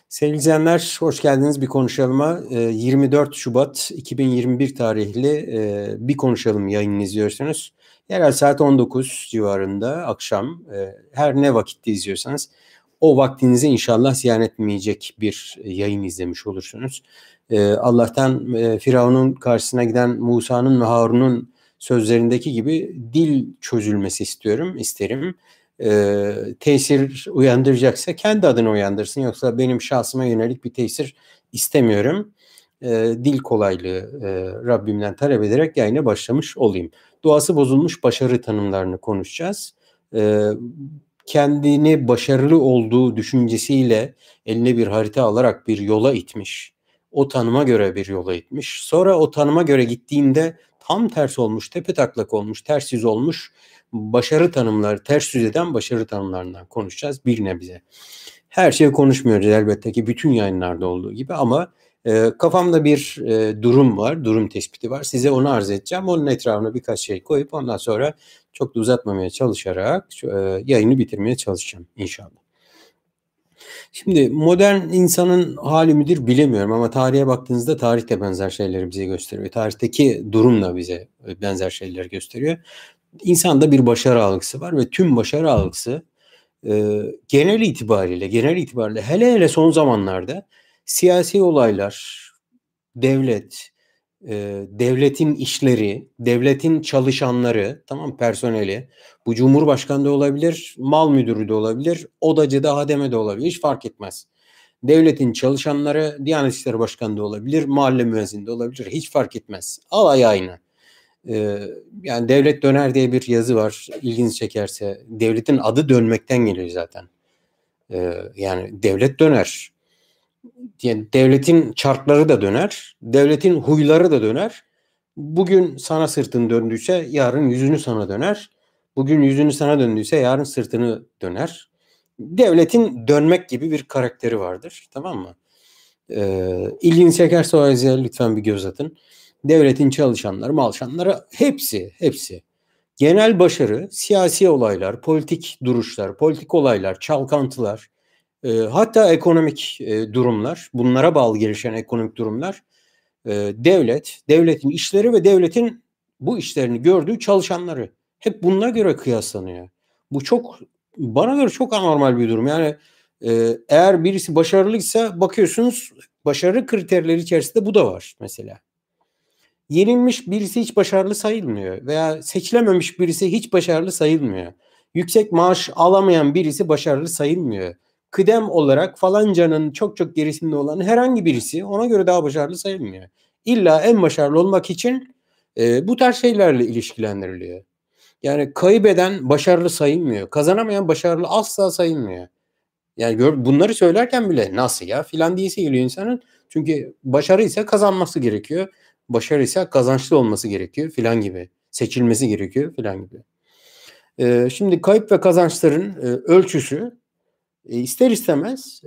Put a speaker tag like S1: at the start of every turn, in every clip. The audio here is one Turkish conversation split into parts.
S1: Sevgili izleyenler, hoş geldiniz Bir Konuşalım'a. 24 Şubat 2021 tarihli Bir Konuşalım yayınını izliyorsunuz. Yerel saat 19 civarında akşam, her ne vakitte izliyorsanız o vaktinizi inşallah ziyan etmeyecek bir yayın izlemiş olursunuz. Allah'tan Firavun'un karşısına giden Musa'nın ve Harun'un sözlerindeki gibi dil çözülmesi isterim. Tesir uyandıracaksa kendi adına uyandırsın. Yoksa benim şahsıma yönelik bir tesir istemiyorum. Dil kolaylığı Rabbimden talep ederek yayına başlamış olayım. Doğası bozulmuş başarı tanımlarını konuşacağız. Kendini başarılı olduğu düşüncesiyle eline bir harita alarak bir yola itmiş. O tanıma göre bir yola itmiş. Sonra o tanıma göre gittiğinde tam ters olmuş, tepetaklak olmuş, ters yüz olmuş başarı tanımları, ters yüz eden başarı tanımlarından konuşacağız bir nebze. Her şeyi konuşmuyoruz elbette ki bütün yayınlarda olduğu gibi ama kafamda bir durum var, durum tespiti var. Size onu arz edeceğim. Onun etrafına birkaç şey koyup ondan sonra çok da uzatmamaya çalışarak yayını bitirmeye çalışacağım inşallah. Şimdi modern insanın hali midir bilemiyorum ama tarihe baktığınızda tarih de benzer şeyleri bize gösteriyor. Tarihteki durum da bize benzer şeyleri gösteriyor. İnsanda bir başarı algısı var ve tüm başarı algısı genel itibariyle hele son zamanlarda siyasi olaylar, devlet, devletin işleri, devletin çalışanları, tamam personeli, bu Cumhurbaşkanı da olabilir, mal müdürü de olabilir, odacı da hademe de olabilir, hiç fark etmez. Devletin çalışanları, Diyanet İşleri Başkanı da olabilir, mahalle müezzini de olabilir, hiç fark etmez. Alay aynı. Yani devlet döner diye bir yazı var, ilginizi çekerse. Devletin adı dönmekten geliyor zaten. Yani devlet döner. Yani devletin çarkları da döner, devletin huyları da döner. Bugün sana sırtını döndüyse yarın yüzünü sana döner. Bugün yüzünü sana döndüyse yarın sırtını döner. Devletin dönmek gibi bir karakteri vardır, tamam mı? İlginizi çekerse o yazıya lütfen bir göz atın. Devletin çalışanları, malşanları hepsi. Genel başarı, siyasi olaylar, politik duruşlar, politik olaylar, çalkantılar, hatta ekonomik durumlar, bunlara bağlı gelişen ekonomik durumlar, devletin işleri ve devletin bu işlerini gördüğü çalışanları hep bununla göre kıyaslanıyor. Bu bana göre çok anormal bir durum. Yani eğer birisi başarılıysa bakıyorsunuz başarı kriterleri içerisinde bu da var mesela. Yenilmiş birisi hiç başarılı sayılmıyor veya seçilememiş birisi hiç başarılı sayılmıyor. Yüksek maaş alamayan birisi başarılı sayılmıyor. Kıdem olarak falancanın çok gerisinde olan herhangi birisi ona göre daha başarılı sayılmıyor. İlla en başarılı olmak için bu tarz şeylerle ilişkilendiriliyor. Yani kaybeden başarılı sayılmıyor. Kazanamayan başarılı asla sayılmıyor. Yani bunları söylerken bile nasıl ya filan diyesi geliyor insanın. Çünkü başarı ise kazanması gerekiyor. Başarı ise kazançlı olması gerekiyor filan gibi. Seçilmesi gerekiyor filan gibi. Şimdi kayıp ve kazançların ölçüsü ister istemez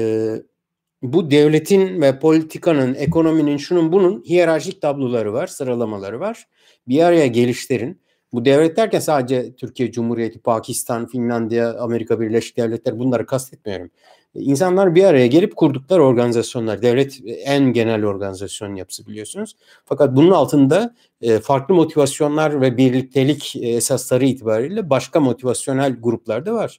S1: bu devletin ve politikanın, ekonominin, şunun bunun hiyerarşik tabloları var, sıralamaları var. Bir araya gelişlerin, bu devlet derken sadece Türkiye Cumhuriyeti, Pakistan, Finlandiya, Amerika Birleşik Devletleri bunları kastetmiyorum. İnsanlar bir araya gelip kurdukları organizasyonlar, devlet en genel organizasyon yapısı biliyorsunuz. Fakat bunun altında farklı motivasyonlar ve birliktelik esasları itibariyle başka motivasyonel gruplar da var.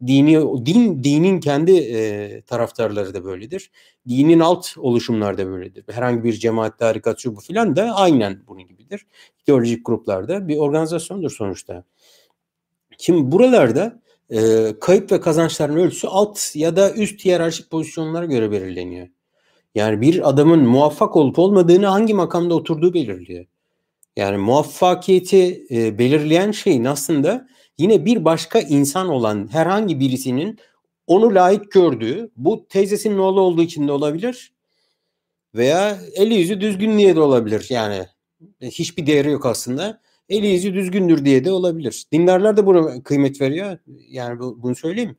S1: Dinin kendi taraftarları da böyledir. Dinin alt oluşumlar da böyledir. Herhangi bir cemaat, tarikat, şu bu filan da aynen bunun gibidir. İdeolojik gruplarda bir organizasyondur sonuçta. Şimdi buralarda kayıp ve kazançların ölçüsü alt ya da üst hiyerarşik pozisyonlara göre belirleniyor. Yani bir adamın muvaffak olup olmadığını hangi makamda oturduğu belirliyor. Yani muvaffakiyeti belirleyen şeyin aslında yine bir başka insan olan herhangi birisinin onu layık gördüğü, bu teyzesinin oğlu olduğu için de olabilir veya eli yüzü düzgün diye de olabilir. Yani hiçbir değeri yok aslında. Eli yüzü düzgündür diye de olabilir. Dindarlar da buna kıymet veriyor. Yani bunu söyleyeyim.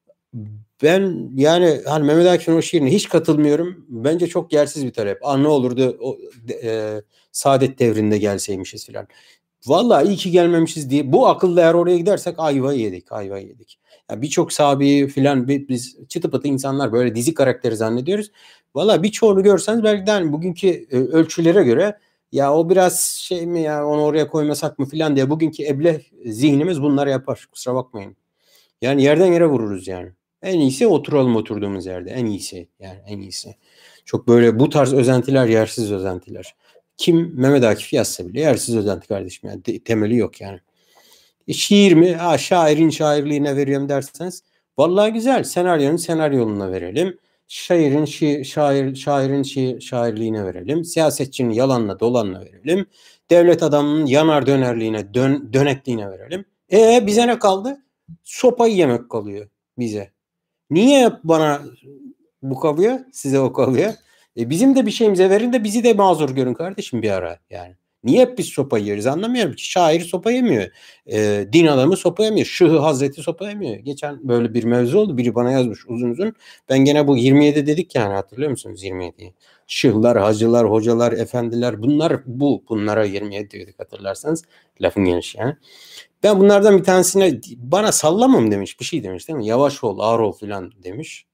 S1: Ben yani hani Mehmet Akif'in o şiirine hiç katılmıyorum. Bence çok yersiz bir talep. Ne olurdu o Saadet devrinde gelseymişiz filan. Vallahi iyi ki gelmemişiz diye. Bu akıllı eğer oraya gidersek ayva yedik. Ya birçok sahabeyi filan biz çıtı pıtı insanlar böyle dizi karakteri zannediyoruz. Valla birçoğunu görseniz belki de hani bugünkü ölçülere göre ya o biraz şey mi ya onu oraya koymasak mı filan diye bugünkü ebleh zihnimiz bunları yapar. Kusura bakmayın. Yani yerden yere vururuz yani. En iyisi oturalım oturduğumuz yerde. En iyisi yani en iyisi. Çok böyle bu tarz özentiler yersiz özentiler. Kim Mehmet Akif yazsa bile yersiz özenti kardeşim. Yani temeli yok yani. Şiir mi? Ha, şairin şairliğine veriyorum derseniz. Vallahi güzel. Senaryonun senaryonuna verelim. Şairin şairliğine verelim. Siyasetçinin yalanla dolanla verelim. Devlet adamının yanar dönerliğine, dönekliğine verelim. Bize ne kaldı? Sopayı yemek kalıyor bize. Niye bana bu kalıyor? Size o kalıyor. Bizim de bir şeyimize verin de bizi de mazur görün kardeşim bir ara yani. Niye hep biz sopa yeriz anlamıyorum ki. Şair sopa yemiyor. Din adamı sopa yemiyor. Şıhı Hazreti sopa yemiyor. Geçen böyle bir mevzu oldu. Biri bana yazmış uzun uzun. Ben gene bu 27 dedik yani hatırlıyor musunuz 27'yi? Şıhlar, hacılar, hocalar, efendiler bunlara 27 diyorduk hatırlarsanız. Lafın gelişi yani. Ben bunlardan bir tanesine bana sallamam demiş bir şey demiş değil mi? Yavaş ol, ağır ol filan demiş.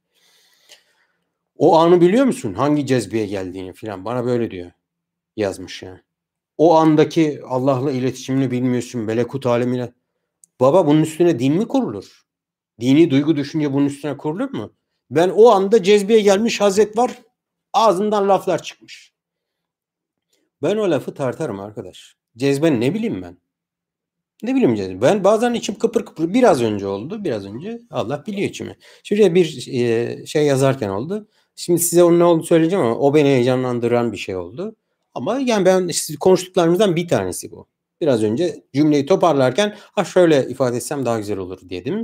S1: O anı biliyor musun? Hangi cezbeye geldiğini filan bana böyle diyor. Yazmış yani. O andaki Allah'la iletişimini bilmiyorsun. Melekut alemine. Baba bunun üstüne din mi kurulur? Dini duygu düşünce bunun üstüne kurulur mu? Ben o anda cezbeye gelmiş Hazret var. Ağzından laflar çıkmış. Ben o lafı tartarım arkadaş. Cezben ne bileyim ben. Ne bileyim cezbe. Ben bazen içim kıpır kıpır. Biraz önce oldu. Biraz önce. Allah biliyor içimi. Şuraya bir şey yazarken oldu. Şimdi size onun ne olduğunu söyleyeceğim ama o beni heyecanlandıran bir şey oldu. Ama yani ben konuştuklarımızdan bir tanesi bu. Biraz önce cümleyi toparlarken şöyle ifade etsem daha güzel olur dedim.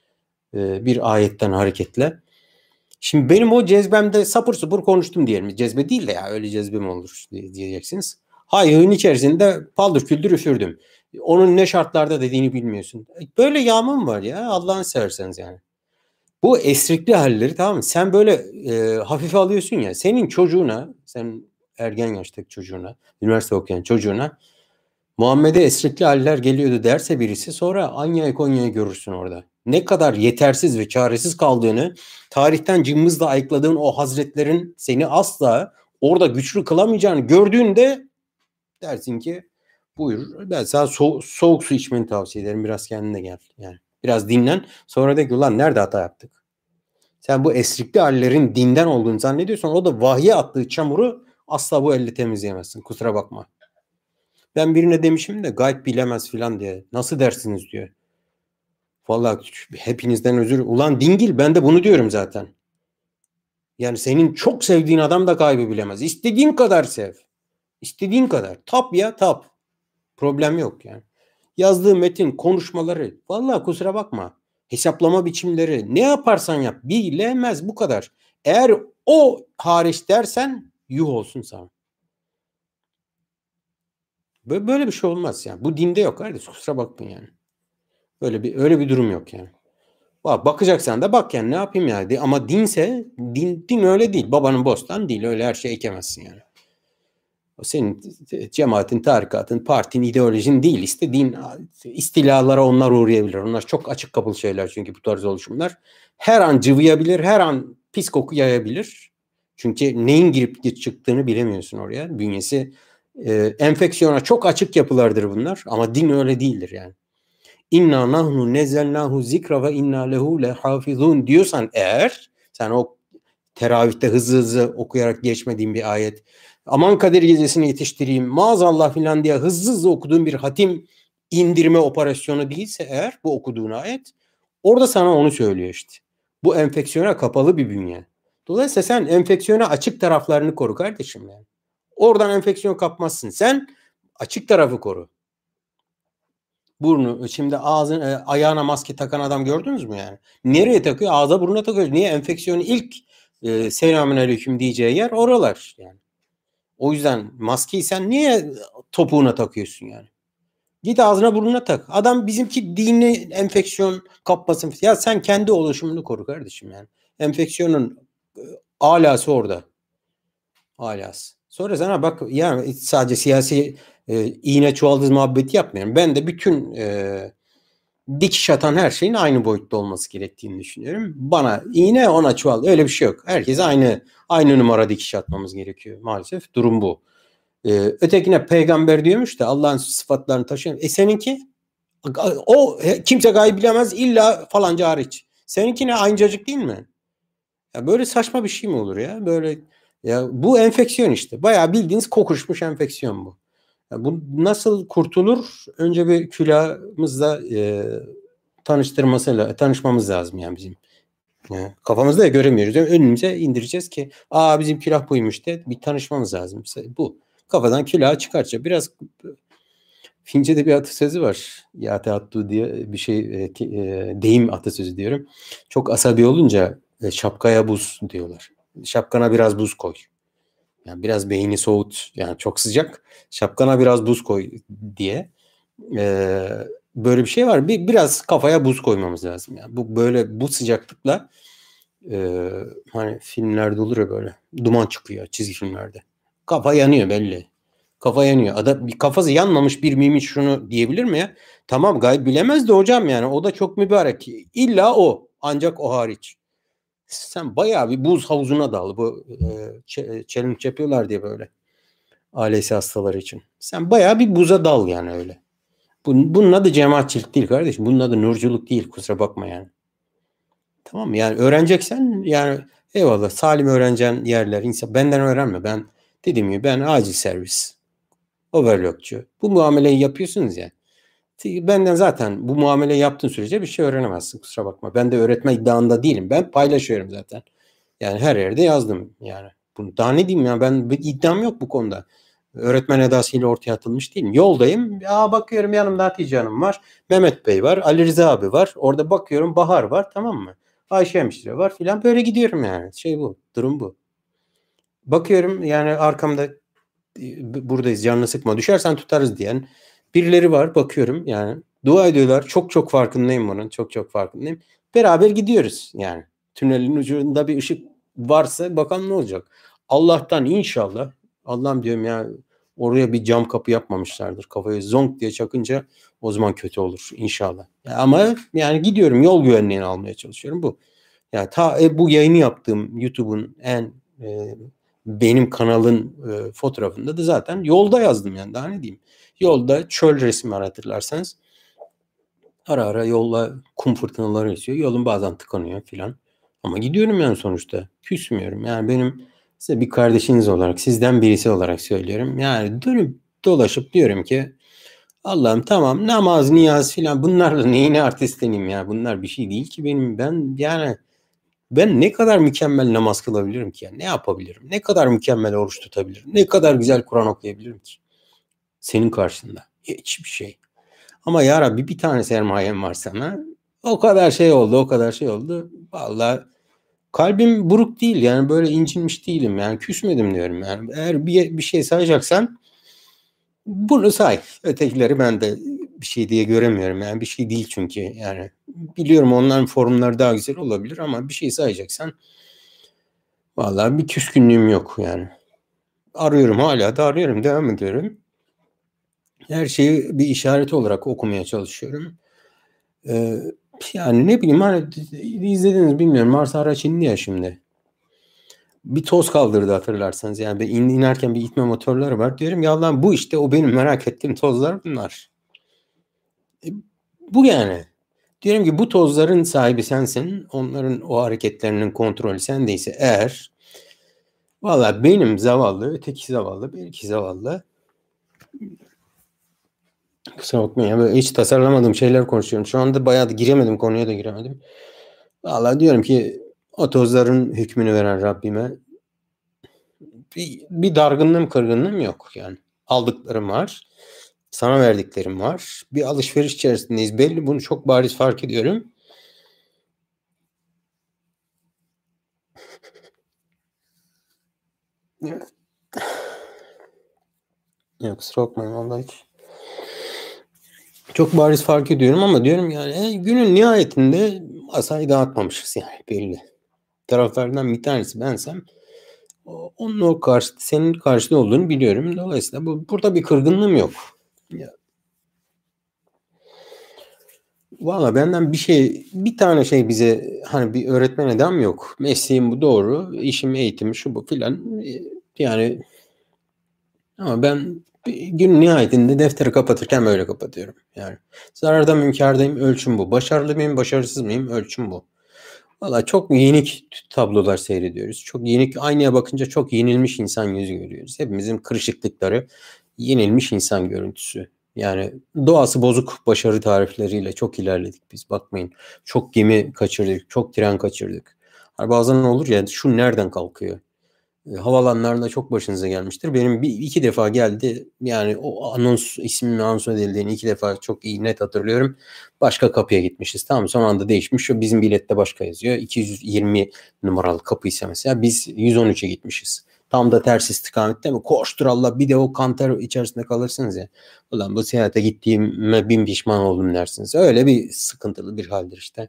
S1: Bir ayetten hareketle. Şimdi benim o cezbemde sapır sapır konuştum diyelim. Cezbe değil de ya öyle cezbe mi olur diyeceksiniz. Hayığın içerisinde paldır küldür üfürdüm. Onun ne şartlarda dediğini bilmiyorsun. Böyle yağma mı var ya Allah'ını severseniz yani. Bu esrikli halleri tamam mı? Sen böyle hafife alıyorsun ya. Senin çocuğuna, sen ergen yaştaki çocuğuna, üniversite okuyan çocuğuna Muhammed'e esrikli haller geliyordu derse birisi sonra Anya'yı Konya'yı görürsün orada. Ne kadar yetersiz ve çaresiz kaldığını tarihten cımbızla ayıkladığın o hazretlerin seni asla orada güçlü kılamayacağını gördüğünde dersin ki buyur ben sana soğuk su içmeni tavsiye ederim biraz kendine gel. Yani biraz dinlen sonra de ki ulan nerede hata yaptık? Sen bu esrikli hallerin dinden olduğunu zannediyorsan o da vahye attığı çamuru asla bu elle temizleyemezsin kusura bakma. Ben birine demişim de gayb bilemez filan diye. Nasıl dersiniz diyor. Vallahi hepinizden özür. Ulan dingil ben de bunu diyorum zaten. Yani senin çok sevdiğin adam da gaybı bilemez. İstediğin kadar sev. İstediğin kadar. Tap ya tap. Problem yok yani. Yazdığı metin, konuşmaları. Vallahi kusura bakma. Hesaplama biçimleri. Ne yaparsan yap. Bilemez bu kadar. Eğer o hariç dersen yuh olsun sana. Böyle bir şey olmaz yani. Bu dinde yok kardeş. Kusura bakmayın yani. Öyle bir durum yok yani. Bakacaksan da bak yani ne yapayım yani. Ama dinse din öyle değil. Babanın bostan değil. Öyle her şey ekemezsin yani. O senin cemaatin, tarikatın, partinin, ideolojin değil. İstediğin istilalara onlar uğrayabilir. Onlar çok açık kapılı şeyler çünkü bu tarz oluşumlar. Her an cıvıyabilir, her an pis koku yayabilir. Çünkü neyin girip çıktığını bilemiyorsun oraya. Bünyesi enfeksiyona çok açık yapılardır bunlar. Ama din öyle değildir yani. İnna nahnu nezzelnahu zikra ve inna lehu lehafizun diyorsan eğer sen o teravihte hızlı okuyarak geçmediğin bir ayet aman Kadir Gecesi'ni yetiştireyim maazallah filan diye hızlı okuduğun bir hatim indirme operasyonu değilse eğer bu okuduğun ayet orada sana onu söylüyor işte. Bu enfeksiyona kapalı bir bünye. Dolayısıyla sen enfeksiyona açık taraflarını koru kardeşim yani. Oradan enfeksiyon kapmazsın. Sen açık tarafı koru. Burnu şimdi ayağına maske takan adam gördünüz mü yani? Nereye takıyor? Ağza burnuna takıyor. Niye? Enfeksiyonun ilk selamünaleyküm diyeceği yer oralar yani. O yüzden maskeyi sen niye topuğuna takıyorsun yani? Git ağzına burnuna tak. Adam bizimki dini enfeksiyon kapmasın. Ya sen kendi oluşumunu koru kardeşim yani. Enfeksiyonun alası orada. Alası. Sonra sana bak yani sadece siyasi iğne çuvaldız muhabbeti yapmıyorum. Ben de bütün dikiş atan her şeyin aynı boyutta olması gerektiğini düşünüyorum. Bana iğne, ona çuval, öyle bir şey yok. Herkese aynı numara dikiş atmamız gerekiyor. Maalesef durum bu. Ötekine peygamber diyormuş da Allah'ın sıfatlarını taşıyan. Seninki? O kimse gayb bilemez illa falanca hariç. Seninki ne, ayıncacık değil mi? Ya böyle saçma bir şey mi olur ya? Böyle, ya bu enfeksiyon işte. Bayağı bildiğiniz kokuşmuş enfeksiyon bu. Ya bu nasıl kurtulur? Önce bir külahımızla tanışmamız lazım yani bizim. Yani kafamızda göremiyoruz. Yani önümüze indireceğiz ki bizim külah buymuş de bir tanışmamız lazım. Bu. Kafadan külahı çıkartacak. Biraz Fince'de bir atasözü var. Yate attu diye bir şey, deyim atasözü diyorum. Çok asabi olunca şapkaya buz diyorlar. Şapkana biraz buz koy. Yani biraz beyni soğut. Yani çok sıcak. Şapkana biraz buz koy diye. Böyle bir şey var. Biraz kafaya buz koymamız lazım. Yani bu böyle bu sıcaklıkla hani filmlerde olur ya, böyle duman çıkıyor çizgi filmlerde. Kafa yanıyor belli. Kafa yanıyor. Kafası yanmamış bir mimi şunu diyebilir mi ya? Tamam, gayet bilemez de hocam, yani o da çok mübarek. İlla o. Ancak o hariç. Sen bayağı bir buz havuzuna dal. Bu challenge yapıyorlar diye böyle. ALS hastaları için. Sen bayağı bir buza dal yani öyle. Bunun adı cemaatçilik değil kardeşim. Bunun adı nurculuk değil. Kusura bakma yani. Tamam mı? Yani öğreneceksen yani eyvallah, salim öğreneceğin yerler. İnsan benden öğrenme. Ben dediğim gibi ben acil servis. Overlockçu. Bu muameleyi yapıyorsunuz ya. Benden zaten bu muameleyi yaptığın sürece bir şey öğrenemezsin. Kusura bakma. Ben de öğretme iddianda değilim. Ben paylaşıyorum zaten. Yani her yerde yazdım yani. Bunu daha ne diyeyim ya, bir iddiam yok bu konuda. Öğretmen edasıyla ortaya atılmış değilim. Yoldayım. Bakıyorum yanımda Hatice Hanım var. Mehmet Bey var. Ali Rıza abi var. Orada bakıyorum Bahar var, tamam mı? Ayşe hemşire var filan. Böyle gidiyorum yani. Bu. Durum bu. Bakıyorum yani arkamda buradayız, canını sıkma, düşersen tutarız diyen birileri var, bakıyorum yani. Dua ediyorlar. Çok çok farkındayım bunun. Çok çok farkındayım. Beraber gidiyoruz yani. Tünelin ucunda bir ışık varsa bakalım ne olacak. Allah'tan inşallah. Allah'ım diyorum ya, oraya bir cam kapı yapmamışlardır. Kafayı zonk diye çakınca o zaman kötü olur inşallah. Ama yani gidiyorum, yol güvenliğini almaya çalışıyorum bu. Yani bu yayını yaptığım YouTube'un benim kanalın fotoğrafında da zaten yolda yazdım yani, daha ne diyeyim. Yolda çöl resmi hatırlarsanız, ara ara yolla kum fırtınaları esiyor. Yolun bazen tıkanıyor filan. Ama gidiyorum yani sonuçta. Küsmüyorum. Yani benim size bir kardeşiniz olarak, sizden birisi olarak söylüyorum. Yani dönüp dolaşıp diyorum ki Allah'ım tamam, namaz, niyaz filan, bunlarla neyine artistleneyim ya. Bunlar bir şey değil ki benim. Ben ne kadar mükemmel namaz kılabilirim ki? Yani ne yapabilirim? Ne kadar mükemmel oruç tutabilirim? Ne kadar güzel Kur'an okuyabilirim ki? Senin karşında. Hiçbir şey. Ama ya Rabbi, bir tane sermayem var sana. O kadar şey oldu, o kadar şey oldu. Vallahi kalbim buruk değil yani, böyle incinmiş değilim yani, küsmedim diyorum yani. Eğer bir şey sayacaksan bunu say. Ötekileri ben de bir şey diye göremiyorum yani, bir şey değil çünkü yani. Biliyorum onların forumları daha güzel olabilir ama bir şey sayacaksan vallahi bir küskünlüğüm yok yani. Arıyorum, hala da arıyorum, devam ediyorum. Her şeyi bir işaret olarak okumaya çalışıyorum. Yani ne bileyim, hani izlediniz bilmiyorum. Mars Araç indi ya şimdi. Bir toz kaldırdı hatırlarsanız. Yani inerken bir itme motorları var. Diyorum ya Allah'ım, bu işte o benim merak ettiğim tozlar bunlar. Bu yani. Diyorum ki bu tozların sahibi sensin. Onların o hareketlerinin kontrolü sendeyse eğer, valla benim zavallı, öteki zavallı, belki zavallı. Kusura bakmayın ya, böyle hiç tasarlamadığım şeyler konuşuyorum. Şu anda bayağı da giremedim, konuya da giremedim. Valla diyorum ki o tozların hükmünü veren Rabbime bir dargınlığım, kırgınlığım yok yani. Aldıklarım var. Sana verdiklerim var. Bir alışveriş içerisindeyiz. Belli, bunu çok bariz fark ediyorum. Yok, kusura bakmayın vallahi hiç. Çok bariz fark ediyorum ama diyorum yani günün nihayetinde masayı dağıtmamışız yani, belli. Taraflardan bir tanesi bensem onun senin karşıda olduğunu biliyorum. Dolayısıyla burada bir kırgınlığım yok. Valla benden bir tane şey bize hani bir öğretmen adam yok. Mesleğim bu doğru, işim eğitim şu bu filan. Yani ama ben gün nihayetinde defteri kapatırken böyle kapatıyorum. Yani zararda mıyım, kârdayım, ölçüm bu. Başarılı mıyım, başarısız mıyım, ölçüm bu. Valla çok yenik tablolar seyrediyoruz. Çok yenik, aynaya bakınca çok yenilmiş insan yüzü görüyoruz. Hepimizin kırışıklıkları yenilmiş insan görüntüsü. Yani doğası bozuk başarı tarifleriyle çok ilerledik biz. Bakmayın. Çok gemi kaçırdık, çok tren kaçırdık. Hani bazen olur ya, şu nereden kalkıyor? Havaalanlarında çok başınıza gelmiştir. Benim iki defa geldi. Yani o anons, ismimin anons edildiğini iki defa çok iyi net hatırlıyorum. Başka kapıya gitmişiz. Tamam, son anda değişmiş. Bizim bilette başka yazıyor. 220 numaralı kapıysa mesela biz 113'e gitmişiz. Tam da ters istikamette mi? Koştur Allah, bir de o kanter içerisinde kalırsınız ya. Ulan bu seyahate gittiğime bin pişman oldum dersiniz. Öyle bir sıkıntılı bir haldir işte.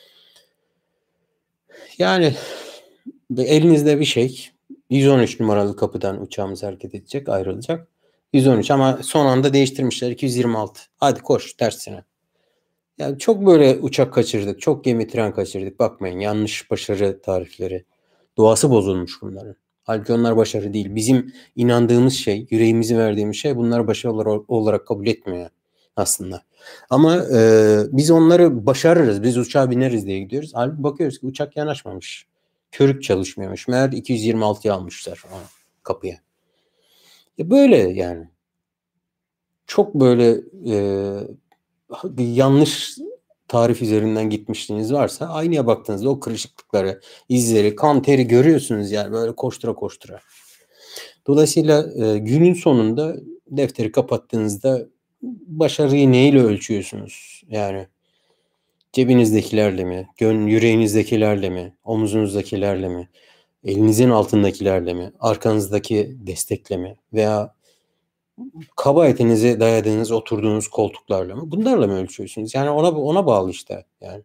S1: Yani elinizde bir şey. 113 numaralı kapıdan uçağımız hareket edecek, ayrılacak. 113 ama son anda değiştirmişler 226. Hadi koş tersine. Yani çok böyle uçak kaçırdık, çok gemi tren kaçırdık. Bakmayın, yanlış başarı tarifleri. Doğası bozulmuş bunların. Halbuki onlar başarı değil. Bizim inandığımız şey, yüreğimizi verdiğimiz şey, bunlar başarı olarak kabul etmiyor aslında. Ama biz onları başarırız, biz uçağa bineriz diye gidiyoruz. Halbuki bakıyoruz ki uçak yanaşmamış. Körük çalışmıyormuş. Meğer 226'yı almışlar kapıya. Böyle yani. Çok böyle bir yanlış tarif üzerinden gitmişliğiniz varsa aynaya baktığınızda o kırışıklıkları, izleri, kan teri görüyorsunuz yani böyle koştura koştura. Dolayısıyla günün sonunda defteri kapattığınızda başarıyı neyle ölçüyorsunuz? Yani cebinizdekilerle mi, yüreğinizdekilerle mi, omuzunuzdakilerle mi, elinizin altındakilerle mi, arkanızdaki destekle mi veya kaba etinize dayadığınız, oturduğunuz koltuklarla mı? Bunlarla mı ölçüyorsunuz? Yani ona bağlı işte. Yani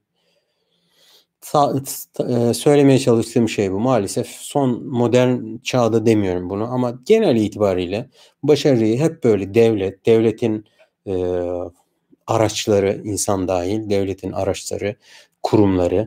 S1: söylemeye çalıştığım şey bu. Maalesef son modern çağda demiyorum bunu ama genel itibariyle başarıyı hep böyle devletin araçları, insan dahil, devletin araçları, kurumları,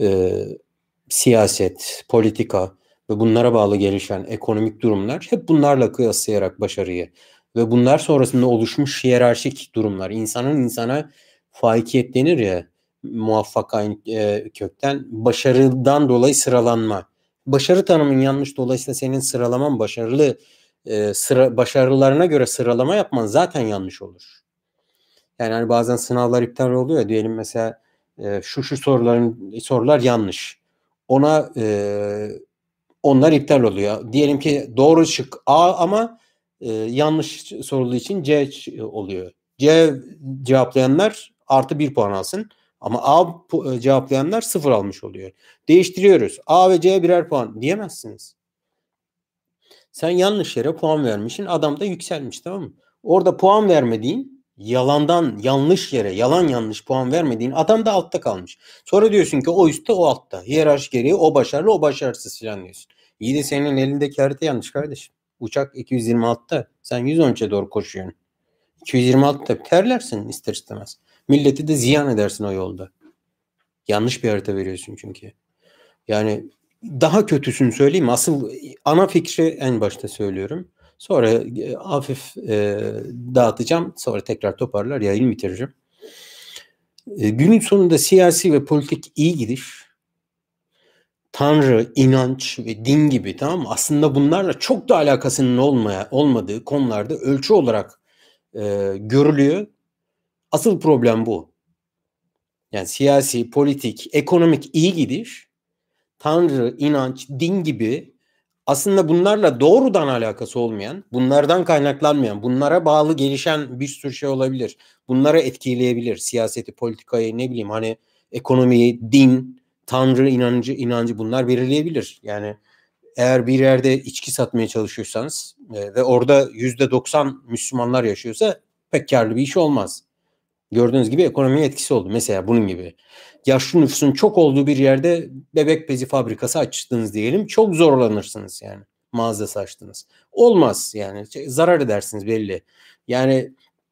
S1: siyaset, politika ve bunlara bağlı gelişen ekonomik durumlar hep bunlarla kıyaslayarak başarıyı ve bunlar sonrasında oluşmuş hiyerarşik durumlar, insanın insana faikiyet denir ya, muvaffak aynı kökten, başarıdan dolayı sıralanma. Başarı tanımın yanlış, dolayısıyla senin sıralaman başarılı başarılarına göre sıralama yapman zaten yanlış olur. Yani hani bazen sınavlar iptal oluyor ya, diyelim mesela şu sorular yanlış. Onlar iptal oluyor. Diyelim ki doğru şık A ama yanlış sorulduğu için C oluyor. C cevaplayanlar artı 1 puan alsın. Ama A cevaplayanlar 0 almış oluyor. Değiştiriyoruz. A ve C birer puan diyemezsiniz. Sen yanlış yere puan vermişsin. Adam da yükselmiş, tamam mı? Orada puan vermediğin, yalandan yanlış yere yanlış puan vermediğin adam da altta kalmış. Sonra diyorsun ki o üstte, o altta. Hiyerarşi gereği o başarılı, o başarısız falan diyorsun. İyi de senin elindeki harita yanlış kardeşim. Uçak 226'da, sen 113'e doğru koşuyorsun. 226'da terlersin ister istemez. Milleti de ziyan edersin o yolda. Yanlış bir harita veriyorsun çünkü. Yani daha kötüsünü söyleyeyim. Asıl ana fikri en başta söylüyorum. Sonra hafif dağıtacağım. Sonra tekrar toparlar, yayını bitireceğim. Günün sonunda siyasi ve politik iyi gidiş, Tanrı, inanç ve din gibi, tamam mı? Aslında bunlarla çok da alakasının olmadığı konularda ölçü olarak görülüyor. Asıl problem bu. Yani siyasi, politik, ekonomik iyi gidiş, Tanrı, inanç, din gibi aslında bunlarla doğrudan alakası olmayan, bunlardan kaynaklanmayan, bunlara bağlı gelişen bir sürü şey olabilir. Bunlara etkileyebilir. Siyaseti, politikayı, ne bileyim hani ekonomiyi, din, Tanrı inancı bunlar belirleyebilir. Yani eğer bir yerde içki satmaya çalışıyorsanız ve orada %90 Müslümanlar yaşıyorsa pek karlı bir iş olmaz. Gördüğünüz gibi ekonomiye etkisi oldu. Mesela bunun gibi. Yaşlı nüfusun çok olduğu bir yerde bebek bezi fabrikası açtınız diyelim. Çok zorlanırsınız yani. Mağazası açtınız. Olmaz yani. Zarar edersiniz belli. Yani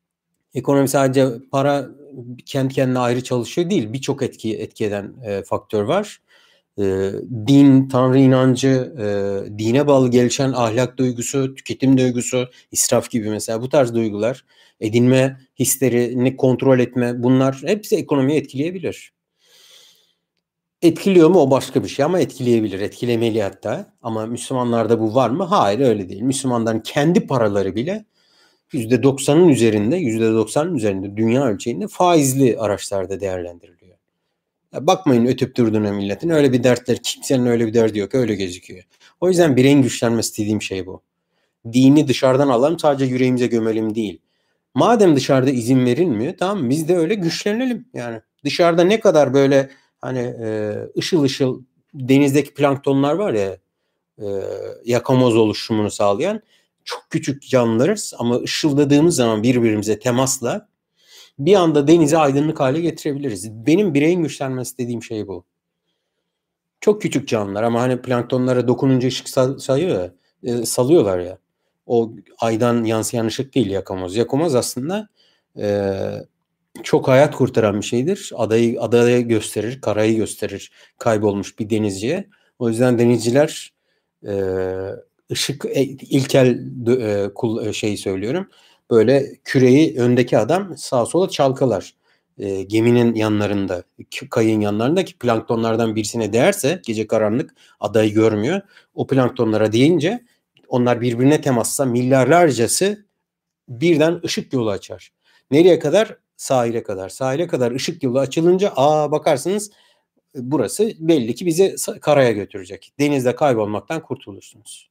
S1: Ekonomi sadece para kendi kendine ayrı çalışıyor değil. Birçok etki eden faktör var. Din, Tanrı inancı, dine bağlı gelişen ahlak duygusu, tüketim duygusu, israf gibi mesela bu tarz duygular, edinme hislerini kontrol etme, bunlar hepsi ekonomiyi etkileyebilir. Etkiliyor mu o başka bir şey ama etkileyebilir, etkilemeli hatta. Ama Müslümanlarda bu var mı? Hayır, öyle değil. Müslümanların kendi paraları bile %90'ın üzerinde, %90'ın üzerinde dünya ölçeğinde faizli araçlarda değerlendiriliyor. Ya bakmayın ötüp durduğuna milletin. Öyle bir dertleri, kimsenin öyle bir derdi yok. Öyle gözüküyor. O yüzden bireyin güçlenmesi dediğim şey bu. Dini dışarıdan alalım, sadece yüreğimize gömelim değil. Madem dışarıda izin verilmiyor, tamam biz de öyle güçlenelim. Yani dışarıda ne kadar böyle hani ışıl ışıl denizdeki planktonlar var ya, yakamoz oluşumunu sağlayan çok küçük canlılarız ama ışıldadığımız zaman birbirimize temasla bir anda denizi aydınlık hale getirebiliriz. Benim bireyin güçlenmesi dediğim şey bu. Çok küçük canlılar ama hani planktonlara dokununca ışık sayıyor ya, salıyorlar ya. O aydan yansıyan ışık değil yakamoz. Yakamoz aslında çok hayat kurtaran bir şeydir. Adayı gösterir, karayı gösterir kaybolmuş bir denizciye. O yüzden denizciler ışık ilkel şeyi söylüyorum. Böyle küreyi öndeki adam sağa sola çalkalar. Geminin yanlarında, kayığın yanlarında ki planktonlardan birisine değerse gece karanlık adayı görmüyor. O planktonlara değince onlar birbirine temasla milyarlarcası birden ışık yolu açar. Nereye kadar? Sahile kadar. Sahile kadar ışık yolu açılınca bakarsınız burası belli ki bizi karaya götürecek. Denizde kaybolmaktan kurtulursunuz.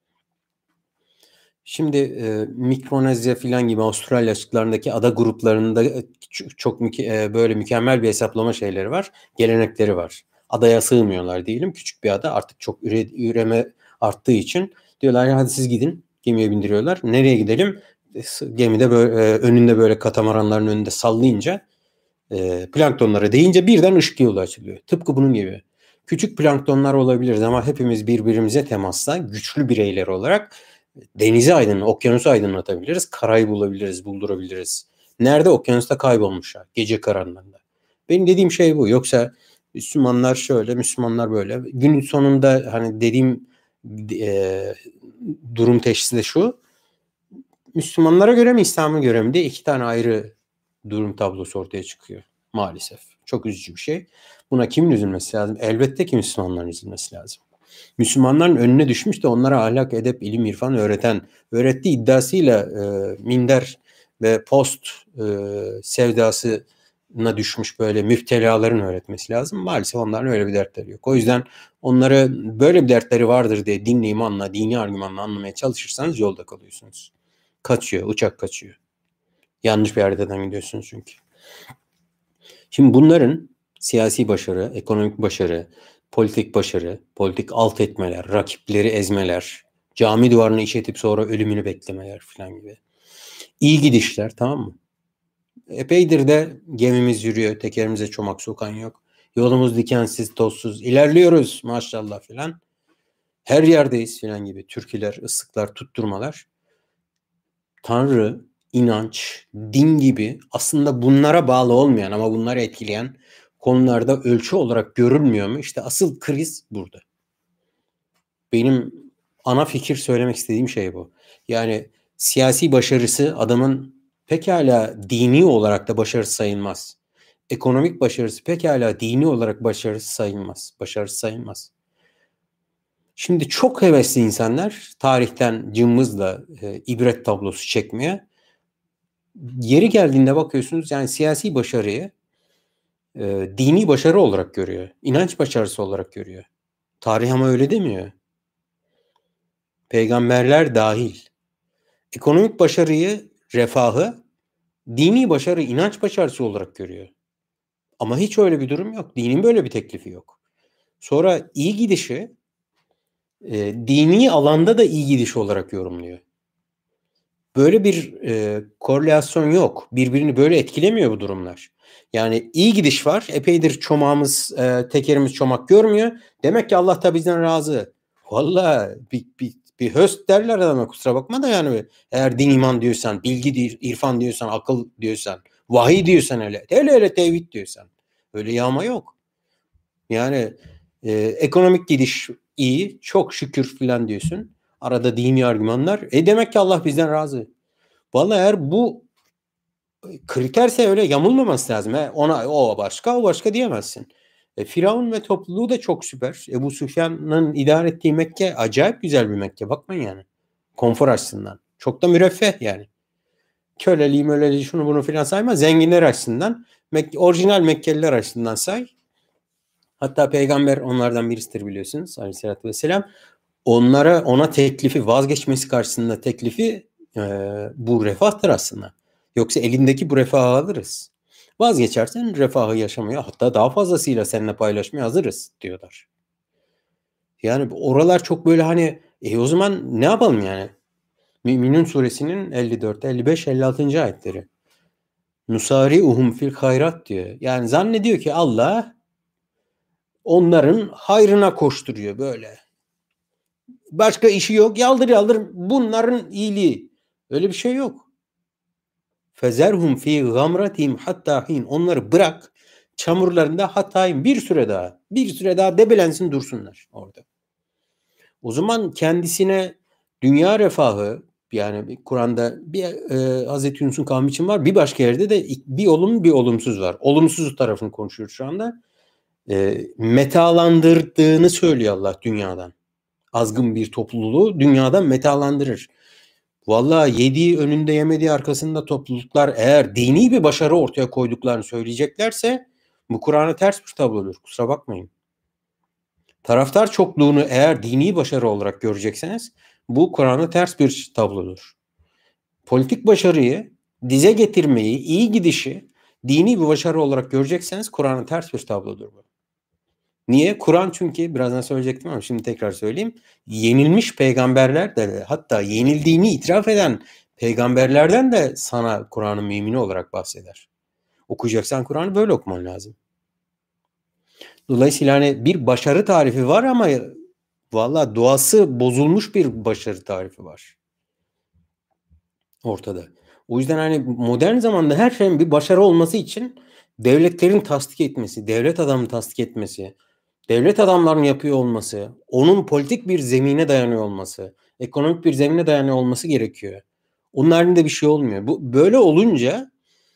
S1: Şimdi Mikronezya filan gibi Avustralya açıklarındaki ada gruplarında çok böyle mükemmel bir hesaplama şeyleri var. Gelenekleri var. Adaya sığmıyorlar diyelim. Küçük bir ada artık çok üreme arttığı için diyorlar ya hadi siz gidin. Gemiye bindiriyorlar. Nereye gidelim? Gemide böyle önünde böyle katamaranların önünde sallayınca planktonlara değince birden ışık yolu açılıyor. Tıpkı bunun gibi. Küçük planktonlar olabilir ama hepimiz birbirimize temasla güçlü bireyler olarak denizi okyanusu aydınlatabiliriz. Karayı bulabiliriz, buldurabiliriz. Nerede? Okyanusta kaybolmuşlar. Gece karanlığında. Benim dediğim şey bu. Yoksa Müslümanlar şöyle, Müslümanlar böyle. Günün sonunda hani dediğim durum teşhisi de şu. Müslümanlara göre mi İslam'a göre mi diye iki tane ayrı durum tablosu ortaya çıkıyor. Maalesef. Çok üzücü bir şey. Buna kimin üzülmesi lazım? Elbette ki Müslümanların üzülmesi lazım. Müslümanların önüne düşmüş de onlara ahlak, edep, ilim, irfan öğrettiği iddiasıyla minder ve post sevdasına düşmüş böyle müptelaların öğretmesi lazım. Maalesef onların öyle bir dertleri yok. O yüzden onları böyle bir dertleri vardır diye dinle imanla, dini argümanla anlamaya çalışırsanız yolda kalıyorsunuz. Uçak kaçıyor. Yanlış bir haritadan gidiyorsunuz çünkü. Şimdi bunların siyasi başarı, ekonomik başarı, politik başarı, politik alt etmeler, rakipleri ezmeler, cami duvarını işletip sonra ölümünü beklemeler falan gibi. İyi gidişler, tamam mı? Epeydir de gemimiz yürüyor, tekerimize çomak sokan yok. Yolumuz dikensiz, tozsuz, ilerliyoruz maşallah falan. Her yerdeyiz falan gibi türküler, ıslıklar, tutturmalar. Tanrı, inanç, din gibi aslında bunlara bağlı olmayan ama bunları etkileyen konularda ölçü olarak görülmüyor mu? İşte asıl kriz burada. Benim ana fikir söylemek istediğim şey bu. Yani siyasi başarısı adamın pekala dini olarak da başarısı sayılmaz. Ekonomik başarısı pekala dini olarak başarısı sayılmaz. Şimdi çok hevesli insanlar tarihten cımbızla ibret tablosu çekmeye. Yeri geldiğinde bakıyorsunuz yani siyasi başarıyı dini başarı olarak görüyor. İnanç başarısı olarak görüyor. Tarih ama öyle demiyor. Peygamberler dahil. Ekonomik başarıyı, refahı dini başarı, inanç başarısı olarak görüyor. Ama hiç öyle bir durum yok. Dinin böyle bir teklifi yok. Sonra iyi gidişi dini alanda da iyi gidiş olarak yorumluyor. Böyle bir korelasyon yok. Birbirini böyle etkilemiyor bu durumlar. Yani iyi gidiş var. Epeydir tekerimiz çomak görmüyor. Demek ki Allah da bizden razı. Vallahi Bir höst derler adama, kusura bakma da yani eğer din iman diyorsan, bilgi irfan diyorsan, akıl diyorsan, vahiy diyorsan hele tevhid diyorsan. Öyle yağma yok. Yani ekonomik gidiş iyi, çok şükür filan diyorsun. Arada dini argümanlar. Demek ki Allah bizden razı. Vallahi eğer bu kriterse öyle yamulmaması lazım. Ona o başka, o başka diyemezsin. Firavun ve topluluğu da çok süper. Ebu Süfyan'ın idare ettiği Mekke acayip güzel bir Mekke. Bakmayın yani. Konfor açısından. Çok da müreffeh yani. Köleliği möleliği şunu bunu filan sayma. Zenginler açısından. Orijinal Mekkeliler açısından say. Hatta peygamber onlardan birisidir biliyorsunuz. Aleyhisselatü vesselam. Ona teklifi, vazgeçmesi karşısında teklifi bu refahtır aslında. Yoksa elindeki bu refahı alırız. Vazgeçersen refahı yaşamaya, hatta daha fazlasıyla seninle paylaşmaya hazırız diyorlar. Yani oralar çok böyle hani o zaman ne yapalım yani? Müminun suresinin 54, 55, 56. ayetleri. Nusari'uhum fil hayrat diyor. Yani zannediyor ki Allah onların hayrına koşturuyor böyle. Başka işi yok. Yaldır yaldır bunların iyiliği. Öyle bir şey yok. Fezerhum fi gamratihim hatta hin. Onları bırak çamurlarında hatta bir süre daha debelensin dursunlar orada. O zaman kendisine dünya refahı, yani Kur'an'da bir Hazreti Yunus'un kavmi için var. Bir başka yerde de bir olumlu bir olumsuz var. Olumsuz tarafını konuşuyoruz şu anda. Metalandırdığını söylüyor Allah dünyadan. Azgın bir topluluğu dünyadan metalandırır. Vallahi yediği önünde yemediği arkasında topluluklar eğer dini bir başarı ortaya koyduklarını söyleyeceklerse bu Kur'an'a ters bir tablodur. Kusura bakmayın. Taraftar çokluğunu eğer dini başarı olarak görecekseniz bu Kur'an'a ters bir tablodur. Politik başarıyı, dize getirmeyi, iyi gidişi dini bir başarı olarak görecekseniz Kur'an'a ters bir tablodur bu. Niye? Kur'an çünkü birazdan söyleyecektim ama şimdi tekrar söyleyeyim. Yenilmiş peygamberler de, hatta yenildiğini itiraf eden peygamberlerden de sana Kur'an'ın mümini olarak bahseder. Okuyacaksan Kur'an'ı böyle okuman lazım. Dolayısıyla hani bir başarı tarifi var ama valla doğası bozulmuş bir başarı tarifi var ortada. O yüzden hani modern zamanda her şeyin bir başarı olması için devletlerin tasdik etmesi, devlet adamının tasdik etmesi, devlet adamlarının yapıyor olması, onun politik bir zemine dayanıyor olması, ekonomik bir zemine dayanıyor olması gerekiyor. Onun halinde bir şey olmuyor. Bu böyle olunca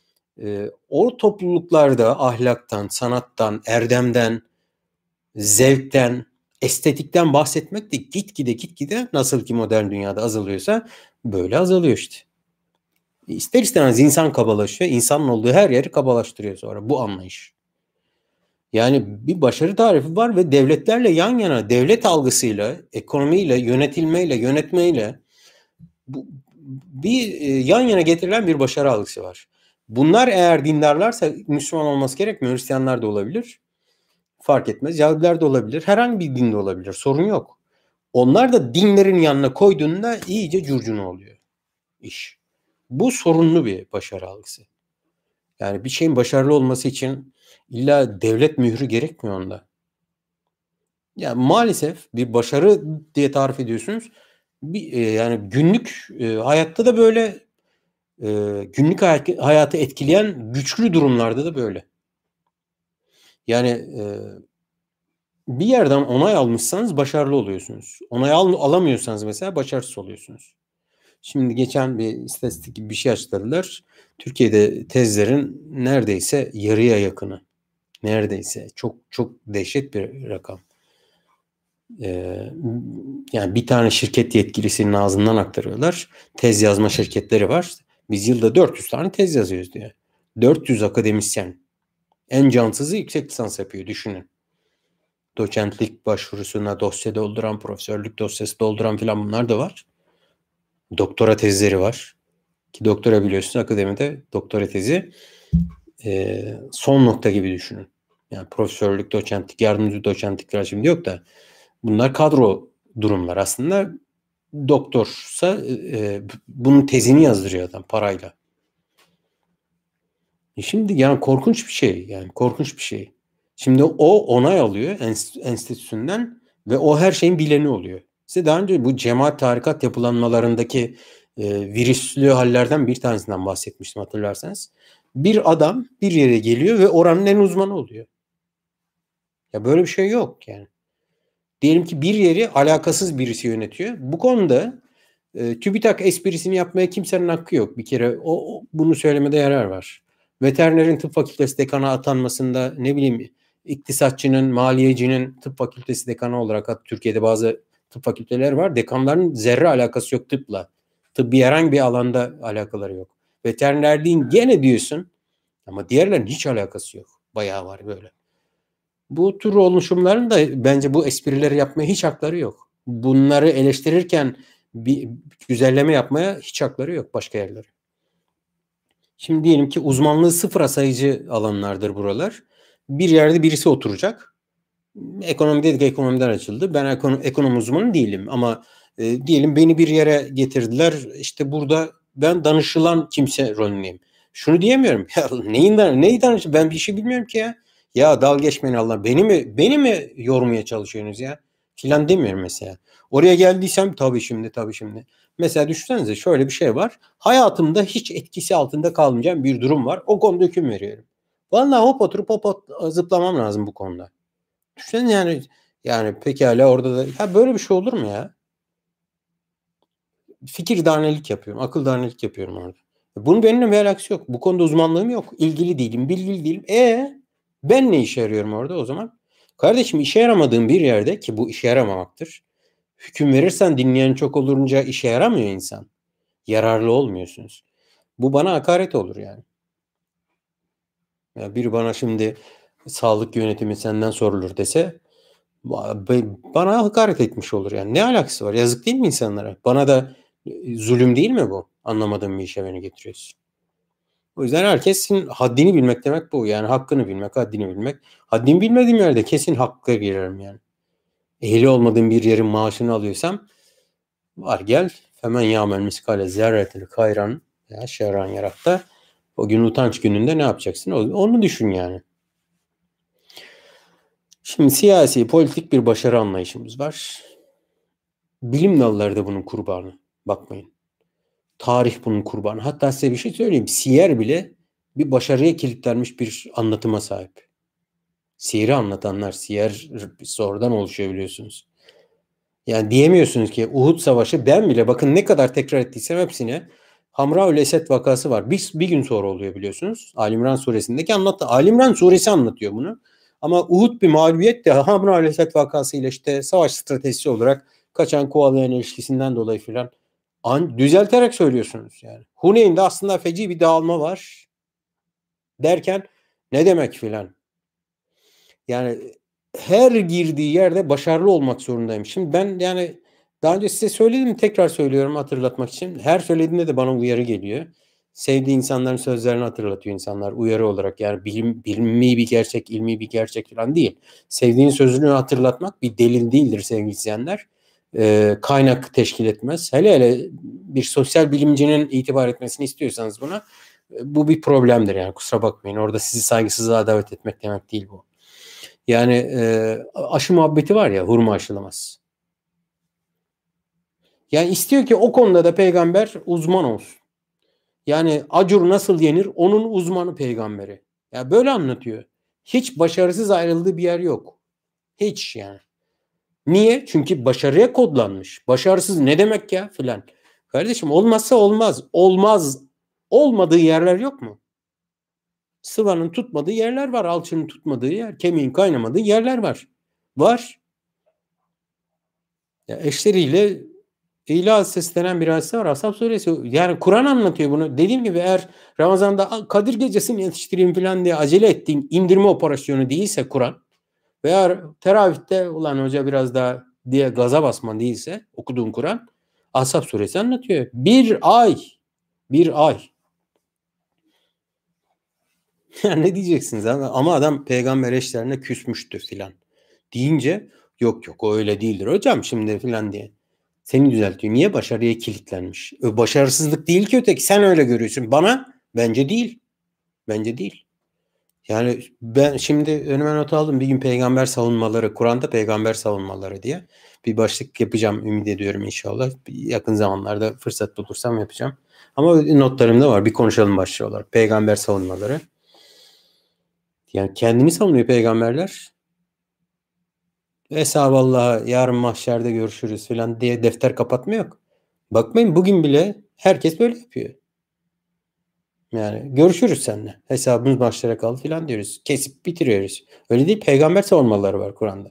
S1: o topluluklarda ahlaktan, sanattan, erdemden, zevkten, estetikten bahsetmek de gitgide nasıl ki modern dünyada azalıyorsa böyle azalıyor işte. İster istemez insan kabalaşıyor. İnsanın olduğu her yeri kabalaştırıyor sonra bu anlayış. Yani bir başarı tarifi var ve devletlerle yan yana, devlet algısıyla, ekonomiyle, yönetilmeyle, yönetmeyle bir yan yana getirilen bir başarı algısı var. Bunlar eğer dindarlarsa Müslüman olması gerekmiyor. Hristiyanlar da olabilir. Fark etmez. Yahudiler de olabilir. Herhangi bir din de olabilir. Sorun yok. Onlar da dinlerin yanına koyduğunda iyice curcuna oluyor iş. Bu sorunlu bir başarı algısı. Yani bir şeyin başarılı olması için illa devlet mührü gerekmiyor onda. Yani maalesef bir başarı diye tarif ediyorsunuz. Yani günlük hayatta da böyle, günlük hayatı etkileyen güçlü durumlarda da böyle. Yani bir yerden onay almışsanız başarılı oluyorsunuz. Onay alamıyorsanız mesela başarısız oluyorsunuz. Şimdi geçen bir istatistik gibi bir şey açıkladılar. Türkiye'de tezlerin neredeyse yarıya yakını. Neredeyse. Çok çok dehşet bir rakam. Yani bir tane şirket yetkilisinin ağzından aktarıyorlar. Tez yazma şirketleri var. Biz yılda 400 tane tez yazıyoruz diye. 400 akademisyen. En cansızı yüksek lisans yapıyor. Düşünün. Doçentlik başvurusuna dosya dolduran, profesörlük dosyası dolduran filan bunlar da var. Doktora tezleri var. Ki doktora biliyorsunuz akademide doktora tezi son nokta gibi düşünün. Yani profesörlük, doçentlik, yardımcı doçentlikler şimdi yok da bunlar kadro durumlar. Aslında doktorsa bunun tezini yazdırıyor adam parayla. Şimdi yani korkunç bir şey. Yani korkunç bir şey. Şimdi o onay alıyor enstitüsünden ve o her şeyin bileni oluyor. Size daha önce bu cemaat tarikat yapılanmalarındaki virüslü hallerden bir tanesinden bahsetmiştim hatırlarsanız. Bir adam bir yere geliyor ve oranın en uzmanı oluyor. Ya böyle bir şey yok yani. Diyelim ki bir yeri alakasız birisi yönetiyor. Bu konuda TÜBİTAK esprisini yapmaya kimsenin hakkı yok. Bir kere bunu söylemede yarar var. Veterinerin tıp fakültesi dekanı atanmasında ne bileyim iktisatçının, maliyecinin tıp fakültesi dekanı olarak Türkiye'de bazı tıp fakülteleri var. Dekanların zerre alakası yok tıpla. Tıbbi herhangi bir alanda alakaları yok. Veterinerliğin gene diyorsun ama diğerlerinin hiç alakası yok. Bayağı var böyle. Bu tür oluşumların da bence bu esprileri yapmaya hiç hakları yok. Bunları eleştirirken bir güzelleme yapmaya hiç hakları yok başka yerlere. Şimdi diyelim ki uzmanlığı sıfıra sayıcı alanlardır buralar. Bir yerde birisi oturacak. Ekonomi dedik, ekonomiden açıldı. Ben ekonomi uzmanı değilim ama diyelim beni bir yere getirdiler. İşte burada ben danışılan kimse rolündeyim. Şunu diyemiyorum. Ya neyi danışın? Ben bir şey bilmiyorum ki ya. Ya dalga geçmeyin Allah. Beni mi yormaya çalışıyorsunuz ya? Filan demiyorum mesela. Oraya geldiysem tabii şimdi. Mesela düşünsenize şöyle bir şey var. Hayatımda hiç etkisi altında kalmayacağım bir durum var. O konuda hüküm veriyorum. Vallahi hop oturup zıplamam lazım bu konuda. Düşünsene yani pekala orada da ya böyle bir şey olur mu ya? Fikir darnelik yapıyorum. Akıl darnelik yapıyorum orada. Bunun benimle bir alakası yok. Bu konuda uzmanlığım yok. İlgili değilim. Bilgili değilim. Ben ne işe yarıyorum orada o zaman? Kardeşim işe yaramadığın bir yerde ki bu işe yaramamaktır. Hüküm verirsen dinleyen çok olunca işe yaramıyor insan. Yararlı olmuyorsunuz. Bu bana hakaret olur yani. Ya biri bana şimdi sağlık yönetimi senden sorulur dese bana hakaret etmiş olur yani. Ne alakası var? Yazık değil mi insanlara? Bana da zulüm değil mi bu? Anlamadığım bir işe beni getiriyorsun. O yüzden herkesin haddini bilmek demek bu. Yani hakkını bilmek, haddini bilmek. Haddini bilmediğim yerde kesin hakka girerim yani. Ehli olmadığım bir yerin maaşını alıyorsam var gel hemen yağmel miskale zerretili hayran ya şerran yaratta. O gün utanç gününde ne yapacaksın? Onu düşün yani. Şimdi siyasi, politik bir başarı anlayışımız var. Bilim dalları da bunun kurbanı. Bakmayın. Tarih bunun kurbanı. Hatta size bir şey söyleyeyim. Siyer bile bir başarıya kilitlenmiş bir anlatıma sahip. Siyer'i anlatanlar, siyer sonradan oluşuyor biliyorsunuz. Yani diyemiyorsunuz ki Uhud Savaşı ben bile bakın ne kadar tekrar ettiysem hepsine Hamraül Esed vakası var. Bir gün sonra oluyor biliyorsunuz. Ali İmran suresindeki anlattı. Ali İmran suresi anlatıyor bunu. Ama Uhud bir mağlubiyet de Hamraül Esed vakasıyla işte savaş stratejisi olarak kaçan kovalayan ilişkisinden dolayı filan düzelterek söylüyorsunuz yani. Huneyn'de aslında feci bir dağılma var derken ne demek filan. Yani her girdiği yerde başarılı olmak zorundayım. Şimdi ben yani daha önce size söyledim tekrar söylüyorum hatırlatmak için. Her söylediğimde de bana uyarı geliyor. Sevdiği insanların sözlerini hatırlatıyor insanlar uyarı olarak. Yani bilimi bir gerçek, ilmi bir gerçek falan değil. Sevdiğin sözünü hatırlatmak bir delil değildir sevgili izleyenler. Kaynak teşkil etmez. Hele bir sosyal bilimcinin itibar etmesini istiyorsanız buna bu bir problemdir yani kusura bakmayın. Orada sizi saygısızlığa davet etmek demek değil bu. Yani aşı muhabbeti var ya hurma aşılaması. Yani istiyor ki o konuda da peygamber uzman olsun. Yani acur nasıl yenir? Onun uzmanı peygamberi. Ya böyle anlatıyor. Hiç başarısız ayrıldığı bir yer yok. Hiç yani. Niye? Çünkü başarıya kodlanmış. Başarısız ne demek ya filan. Kardeşim olmazsa olmaz. Olmaz. Olmadığı yerler yok mu? Sıvanın tutmadığı yerler var. Alçının tutmadığı yer. Kemiğin kaynamadığı yerler var. Var. Ya eşleriyle İlah seslenen bir hadise var. Ashab suresi. Yani Kur'an anlatıyor bunu. Dediğim gibi eğer Ramazan'da Kadir gecesini yetiştireyim falan diye acele ettiğin indirme operasyonu değilse Kur'an veya teravihte ulan hoca biraz daha diye gaza basman değilse okuduğun Kur'an Ashab suresi anlatıyor. Bir ay. Ne diyeceksiniz abi? Ama adam peygamber eşlerine küsmüştür filan. Deyince yok o öyle değildir hocam şimdi filan diye. Seni düzeltiyor. Niye? Başarıya kilitlenmiş. Başarısızlık değil ki öteki. Sen öyle görüyorsun. Bence değil. Bence değil. Yani ben şimdi önüme not aldım. Bir gün peygamber savunmaları, Kur'an'da peygamber savunmaları diye bir başlık yapacağım, ümit ediyorum inşallah. Yakın zamanlarda fırsat bulursam yapacağım. Ama notlarımda var. Bir konuşalım başlığı olarak. Peygamber savunmaları. Yani kendini savunuyor peygamberler. Esavallah'a yarın mahşerde görüşürüz falan diye defter kapatma yok. Bakmayın, bugün bile herkes böyle yapıyor. Yani görüşürüz seninle. Hesabımız mahşere kaldı falan diyoruz. Kesip bitiriyoruz. Öyle değil, peygamber savunmaları var Kur'an'da.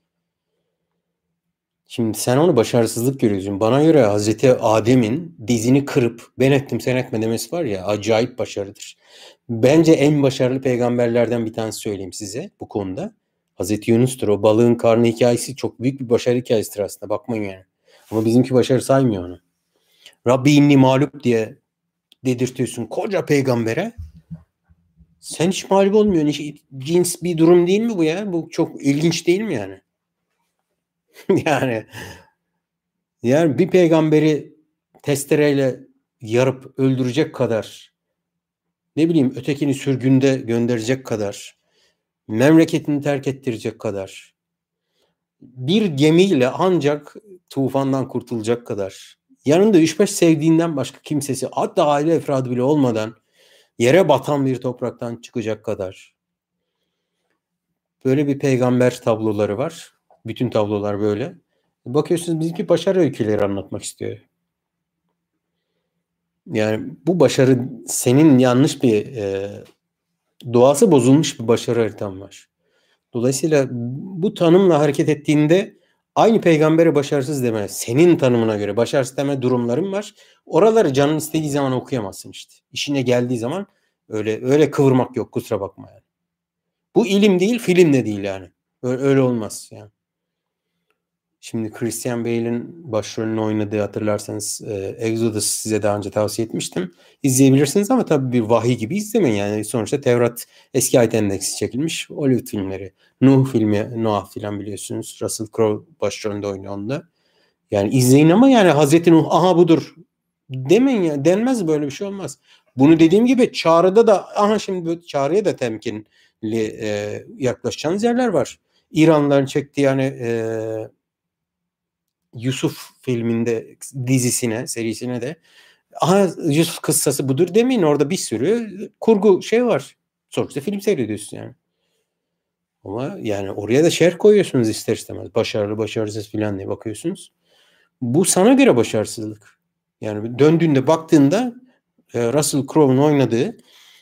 S1: Şimdi sen onu başarısızlık görüyorsun. Bana göre Hazreti Adem'in dizini kırıp ben ettim sen etme demesi var ya, acayip başarıdır. Bence en başarılı peygamberlerden bir tanesi söyleyeyim size bu konuda. Hazreti Yunus'tur. O balığın karnı hikayesi çok büyük bir başarı hikayesidir aslında. Bakmayın yani. Ama bizimki başarı saymıyor onu. Rabbi inni mağlup diye dedirtiyorsun koca peygambere. Sen hiç mağlup olmuyorsun. Hiç cins bir durum değil mi bu ya? Bu çok ilginç değil mi yani? yani Yani bir peygamberi testereyle yarıp öldürecek kadar, ne bileyim ötekini sürgünde gönderecek kadar, memleketini terk ettirecek kadar, bir gemiyle ancak tufandan kurtulacak kadar, yanında 3-5 sevdiğinden başka kimsesi, hatta aile efradı bile olmadan yere batan bir topraktan çıkacak kadar. Böyle bir peygamber tabloları var. Bütün tablolar böyle. Bakıyorsunuz bizimki başarı öyküleri anlatmak istiyor. Yani bu başarı senin yanlış bir doğası bozulmuş bir başarı haritan var. Dolayısıyla bu tanımla hareket ettiğinde aynı peygambere başarısız deme. Senin tanımına göre başarısız deme durumların var. Oraları canın istediği zaman okuyamazsın işte. İşine geldiği zaman öyle kıvırmak yok, kusura bakma yani. Bu ilim değil, film de değil yani. Öyle olmaz yani. Şimdi Christian Bale'in başrolünü oynadığı, hatırlarsanız Exodus size daha önce tavsiye etmiştim. İzleyebilirsiniz ama tabii bir vahiy gibi izlemeyin. Yani sonuçta Tevrat eski ayet endeksi çekilmiş Hollywood filmleri. Nuh filmi, Noah filan biliyorsunuz. Russell Crowe başrolünde oynuyor onda. Yani izleyin ama yani Hazreti Nuh aha budur demeyin ya. Denmez, böyle bir şey olmaz. Bunu dediğim gibi Çağrı'da da aha şimdi Çağrı'ya da temkinli yaklaşacağınız yerler var. İranlıların çektiği yani Yusuf filminde dizisine, serisine de aha Yusuf kıssası budur demeyin. Orada bir sürü kurgu şey var. Sonuçta film seyrediyorsun yani. Ama yani oraya da şerh koyuyorsunuz ister istemez. Başarılı, başarısız filan diye bakıyorsunuz. Bu sana göre başarısızlık. Yani döndüğünde baktığında Russell Crowe'un oynadığı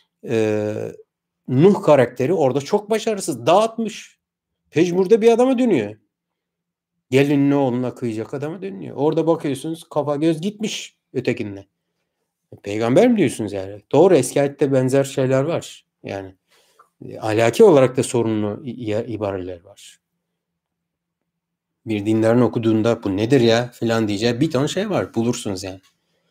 S1: Nuh karakteri orada çok başarısız. Dağıtmış. Pejmur'da bir adama dönüyor. Gelinin oğluna kıyacak adama dönüyor. Orada bakıyorsunuz kafa göz gitmiş ötekinde. Peygamber mi diyorsunuz yani? Doğru, eski ayette benzer şeyler var. Yani ahlaki olarak da sorunlu ibareler var. Bir dinlerin okuduğunda bu nedir ya filan diyeceği bir ton şey var. Bulursunuz yani.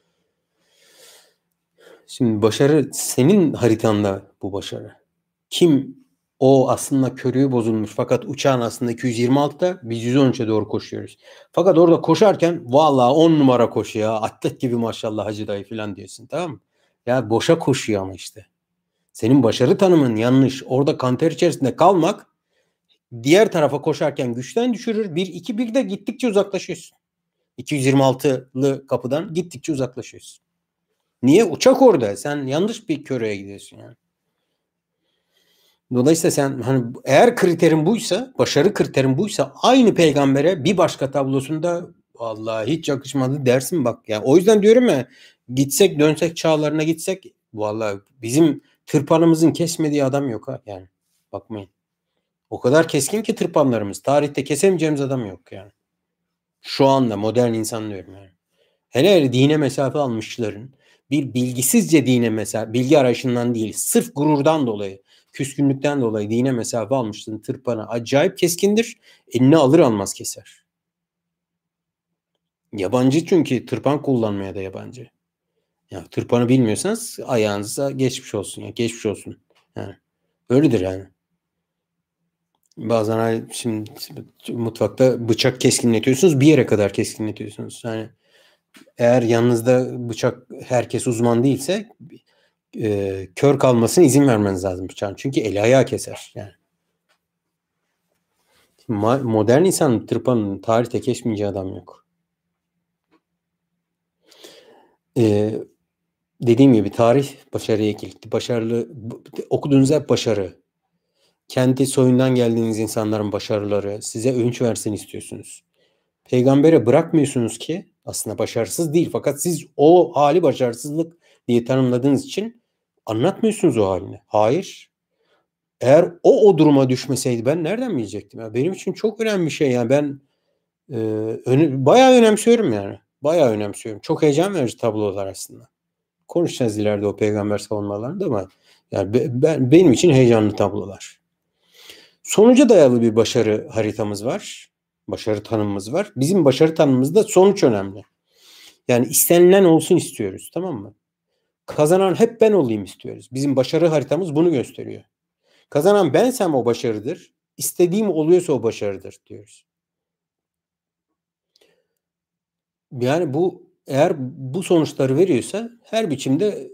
S1: Şimdi başarı senin haritanda, bu başarı. Kim o aslında körüğü bozulmuş fakat uçağın aslında 226'da biz 113'e doğru koşuyoruz. Fakat orada koşarken vallahi 10 numara koşuyor. Atlet gibi maşallah hacı dayı falan diyorsun, tamam mı? Ya boşa koşuyor ama işte. Senin başarı tanımın yanlış. Orada kanter içerisinde kalmak diğer tarafa koşarken güçten düşürür. 1-2-1 de gittikçe uzaklaşıyorsun. 226'lı kapıdan gittikçe uzaklaşıyorsun. Niye? Uçak orada. Sen yanlış bir köreye gidiyorsun yani. Dolayısıyla sen hani eğer kriterin buysa, başarı kriterin buysa aynı peygambere bir başka tablosunda vallahi hiç yakışmadı dersin bak. Yani o yüzden diyorum ya, gitsek dönsek çağlarına gitsek vallahi bizim tırpanımızın kesmediği adam yok ha yani. Bakmayın. O kadar keskin ki tırpanlarımız. Tarihte kesemeyeceğimiz adam yok yani. Şu anda modern insan diyorum yani. Hele dine mesafe almışların, bir bilgisizce dine mesafe, bilgi arayışından değil, sırf gururdan dolayı, küskünlükten dolayı dine mesafe almışlığın tırpanı acayip keskindir. Eline alır almaz keser. Yabancı, çünkü tırpan kullanmaya da yabancı. Ya tırpanı bilmiyorsanız ayağınıza geçmiş olsun. Yani geçmiş olsun. Yani öyledir yani. Bazen şimdi mutfakta bıçak keskinletiyorsunuz, bir yere kadar keskinletiyorsunuz. Yani eğer yanınızda bıçak herkes uzman değilse kör kalmasına izin vermeniz lazım bıçağın. Çünkü eli ayağı keser. Yani. Modern insanın, tırpanın tarihte kesmeyeceği adam yok. Dediğim gibi tarih başarıya kilitli. Başarılı, okuduğunuz hep başarı. Kendi soyundan geldiğiniz insanların başarıları size övünç versin istiyorsunuz. Peygambere bırakmıyorsunuz ki aslında başarısız değil. Fakat siz o hali başarısızlık diye tanımladığınız için anlatmıyorsunuz o halini. Hayır. Eğer o duruma düşmeseydi ben nereden bilecektim? Ya benim için çok önemli bir şey. Yani ben bayağı önemsiyorum yani. Bayağı önemsiyorum. Çok heyecan verici tablolar aslında. Konuşacağız ileride o peygamber savunmalarında ama yani benim için heyecanlı tablolar. Sonuca dayalı bir başarı haritamız var. Başarı tanımımız var. Bizim başarı tanımımızda sonuç önemli. Yani istenilen olsun istiyoruz, tamam mı? Kazanan hep ben olayım istiyoruz. Bizim başarı haritamız bunu gösteriyor. Kazanan bensem o başarıdır. İstediğim oluyorsa o başarıdır diyoruz. Yani bu eğer bu sonuçları veriyorsa her biçimde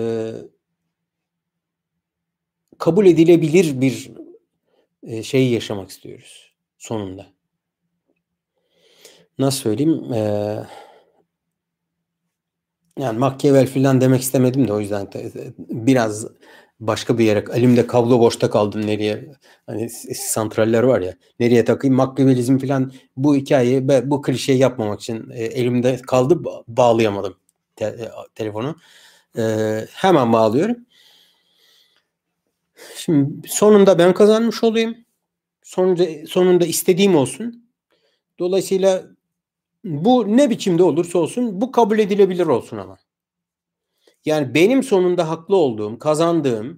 S1: kabul edilebilir bir şeyi yaşamak istiyoruz sonunda. Nasıl söyleyeyim? Yani Machiavelli falan demek istemedim de o yüzden biraz başka bir yere, elimde kablo boşta kaldım, nereye, hani santraller var ya, nereye takayım, Machiavellizm falan, bu hikayeyi, bu klişeyi yapmamak için elimde kaldı, bağlayamadım telefonu. Hemen bağlıyorum. Şimdi sonunda ben kazanmış olayım. Sonunda istediğim olsun. Dolayısıyla bu ne biçimde olursa olsun bu kabul edilebilir olsun ama. Yani benim sonunda haklı olduğum, kazandığım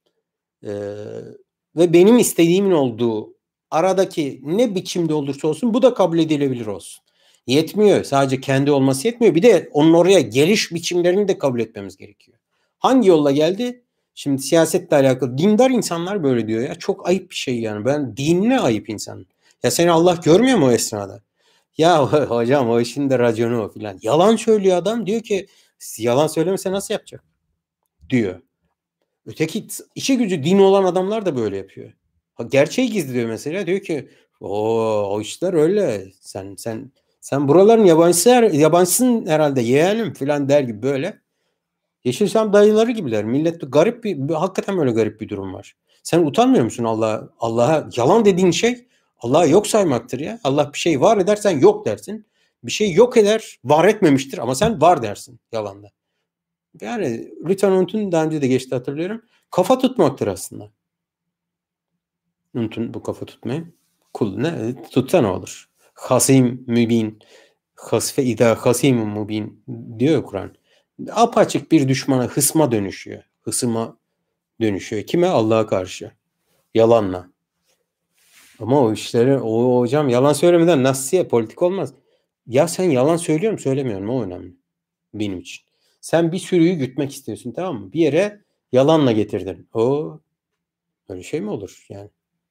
S1: ve benim istediğimin olduğu aradaki ne biçimde olursa olsun bu da kabul edilebilir olsun. Yetmiyor. Sadece kendi olması yetmiyor. Bir de onun oraya geliş biçimlerini de kabul etmemiz gerekiyor. Hangi yolla geldi? Şimdi siyasetle alakalı. Dindar insanlar böyle diyor ya. Çok ayıp bir şey yani. Ben dinine ayıp insanım. Ya seni Allah görmüyor mu o esnada? Ya hocam o işin de raconu o filan. Yalan söylüyor adam. Diyor ki yalan söylemese nasıl yapacak? Diyor. Öteki işi gücü din olan adamlar da böyle yapıyor. Gerçeği gizliyor mesela. Diyor ki o işler öyle. Sen buraların yabancısın herhalde, yeğenim filan der gibi böyle. Yeşilçam dayıları gibiler. Millet garip hakikaten böyle garip bir durum var. Sen utanmıyor musun Allah'a yalan dediğin şey Allah'ı yok saymaktır ya. Allah bir şey var edersen yok dersin. Bir şey yok eder, var etmemiştir ama sen var dersin yalanda. Yani lütfen unutun, daha önce de geçti hatırlıyorum. Kafa tutmaktır aslında. Unutun bu kafa tutmayı. Kul ne? Tutsa ne olur? Hasim mübin. Hasfe ida hasimun mubin diyor Kur'an. Apaçık bir düşmana, hısma dönüşüyor. Hısıma dönüşüyor. Kime? Allah'a karşı. Yalanla. Ama o işleri, o hocam yalan söylemeden nasıl politik olmaz. Ya sen yalan söylüyor musun söylemiyor musun? O önemli. Benim için. Sen bir sürüyü gütmek istiyorsun, tamam mı? Bir yere yalanla getirdin. Öyle şey mi olur yani?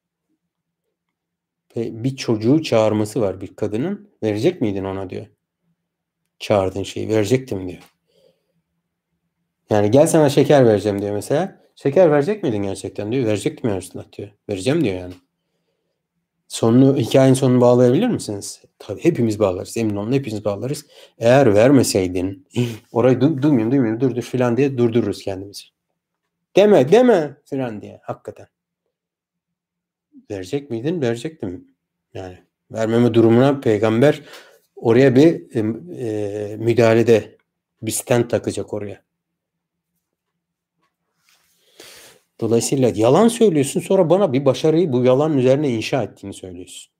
S1: Bir çocuğu çağırması var bir kadının. Verecek miydin ona diyor. Çağırdığın şeyi verecektim diyor. Yani gel sana şeker vereceğim diyor mesela. Şeker verecek miydin gerçekten diyor. Verecektim ya Resulullah diyor. Vereceğim diyor yani. Hikayenin sonunu bağlayabilir misiniz? Tabii hepimiz bağlarız. Emin olun hepimiz bağlarız. Eğer vermeseydin orayı duymuyorum dur filan diye durdururuz kendimizi. Deme filan diye hakikaten. Verecek miydin? Verecektim. Yani vermeme durumuna peygamber oraya bir müdahalede bir stent takacak oraya. Dolayısıyla yalan söylüyorsun, sonra bana bir başarıyı bu yalan üzerine inşa ettiğini söylüyorsun.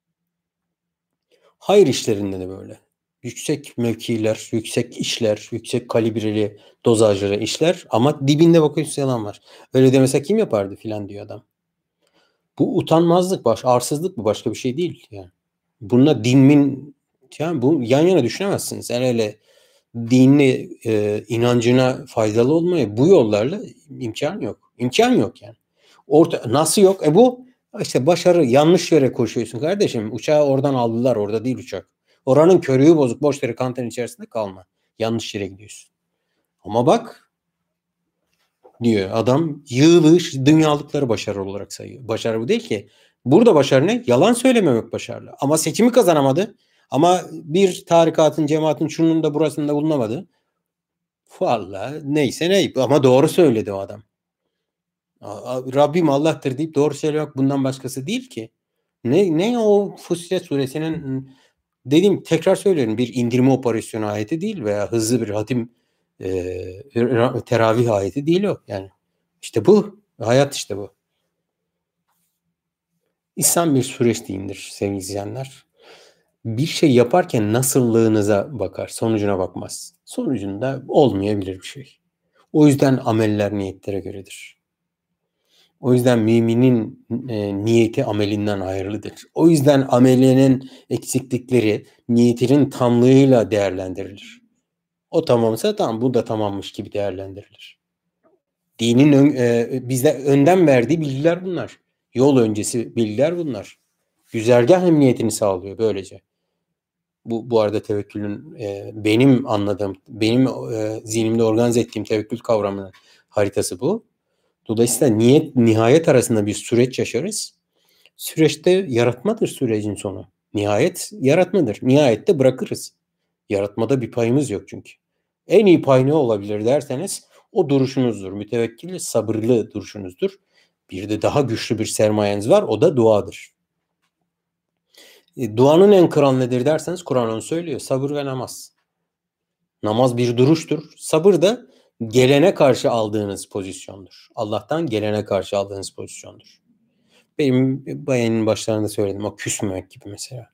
S1: Hayır işlerinde de böyle. Yüksek mevkiler, yüksek işler, yüksek kalibreli dozajlı işler ama dibinde bakıyorsun yalan var. Öyle demese kim yapardı filan diyor adam. Bu utanmazlık, arsızlık, bu başka bir şey değil yani. Bununla yani bu yan yana düşünemezsiniz. Hele dinli inancına faydalı olmaya bu yollarla imkan yok. İmkan yok yani. Nasıl yok? Bu işte başarı, yanlış yere koşuyorsun kardeşim. Uçağı oradan aldılar. Orada değil uçak. Oranın körüğü bozuk. Boş yere kantin içerisinde kalma. Yanlış yere gidiyorsun. Ama bak diyor. Adam yığılış dünyalıkları başarı olarak sayıyor. Başarı bu değil ki. Burada başarı ne? Yalan söylememek başarılı. Ama seçimi kazanamadı. Ama bir tarikatın, cemaatin şunun da burasında bulunamadı. Vallahi neyse ne. Ama doğru söyledi o adam. Rabbim Allah'tır deyip doğru söylemek bundan başkası değil ki. Ne o Fussilet suresinin tekrar söylerim, bir indirme operasyonu ayeti değil veya hızlı bir hatim teravih ayeti değil o. Yani işte bu. Hayat işte bu. İslam bir süreç dindir sevgili izleyenler. Bir şey yaparken nasıllığınıza bakar, sonucuna bakmaz. Sonucunda olmayabilir bir şey. O yüzden ameller niyetlere göredir. O yüzden müminin niyeti amelinden ayrılıdır. O yüzden amelinin eksiklikleri niyetinin tamlığıyla değerlendirilir. O tamamsa tamam, bu da tamammış gibi değerlendirilir. Dinin bize önden verdiği bilgiler bunlar. Yol öncesi bilgiler bunlar. Güzergah emniyetini sağlıyor böylece. Bu arada tevekkülün benim anladığım, benim zihnimde organize ettiğim tevekkül kavramının haritası bu. Dolayısıyla nihayet arasında bir süreç yaşarız. Süreçte yaratmadır sürecin sonu. Nihayet yaratmadır. Nihayette bırakırız. Yaratmada bir payımız yok çünkü. En iyi pay ne olabilir derseniz o duruşunuzdur. Mütevekkil, sabırlı duruşunuzdur. Bir de daha güçlü bir sermayeniz var. O da duadır. Duanın en kral nedir derseniz Kur'an onu söylüyor. Sabır ve namaz. Namaz bir duruştur. Sabır da gelene karşı aldığınız pozisyondur. Allah'tan gelene karşı aldığınız pozisyondur. Benim bayanın başlarında söyledim. O küsmemek gibi mesela.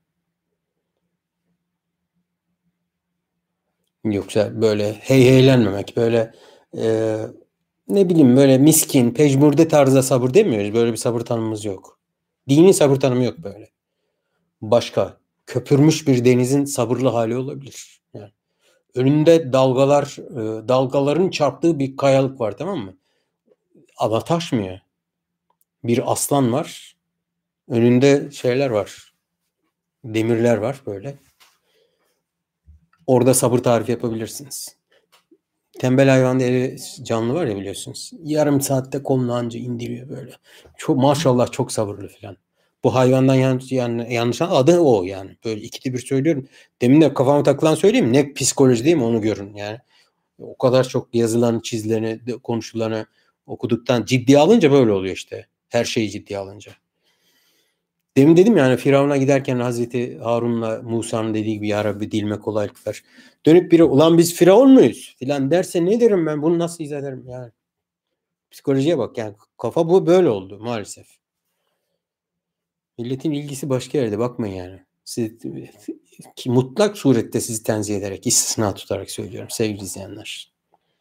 S1: Yoksa böyle heylenmemek, böyle ne bileyim böyle miskin, pejmurde tarzda sabır demiyoruz. Böyle bir sabır tanımımız yok. Dini sabır tanımı yok böyle. Başka. Köpürmüş bir denizin sabırlı hali olabilir. Yani önünde dalgaların çarptığı bir kayalık var, tamam mı? Ama taşmıyor. Bir aslan var. Önünde şeyler var. Demirler var böyle. Orada sabır tarifi yapabilirsiniz. Tembel hayvan diye canlı var ya, biliyorsunuz. Yarım saatte kolunu anca indiriyor böyle. Çok, maşallah çok sabırlı falan. Bu hayvandan yanlış adı o yani. Böyle ikide bir söylüyorum. Demin de kafama takılan söyleyeyim. Ne psikoloji değil mi, onu görün yani. O kadar çok yazılan, çizilen, konuşulanı okuduktan ciddiye alınca böyle oluyor işte. Her şeyi ciddiye alınca. Demin dedim yani, Firavun'a giderken Hazreti Harun'la Musa'nın dediği gibi ya Rabbi dilime kolaylık ver. Dönüp biri ulan biz Firavun muyuz filan derse ne derim ben, bunu nasıl izah ederim yani. Psikolojiye bak yani, kafa bu böyle oldu maalesef. Milletin ilgisi başka yerde, bakmayın yani. Siz, ki mutlak surette sizi tenzih ederek, istisna tutarak söylüyorum sevgili izleyenler.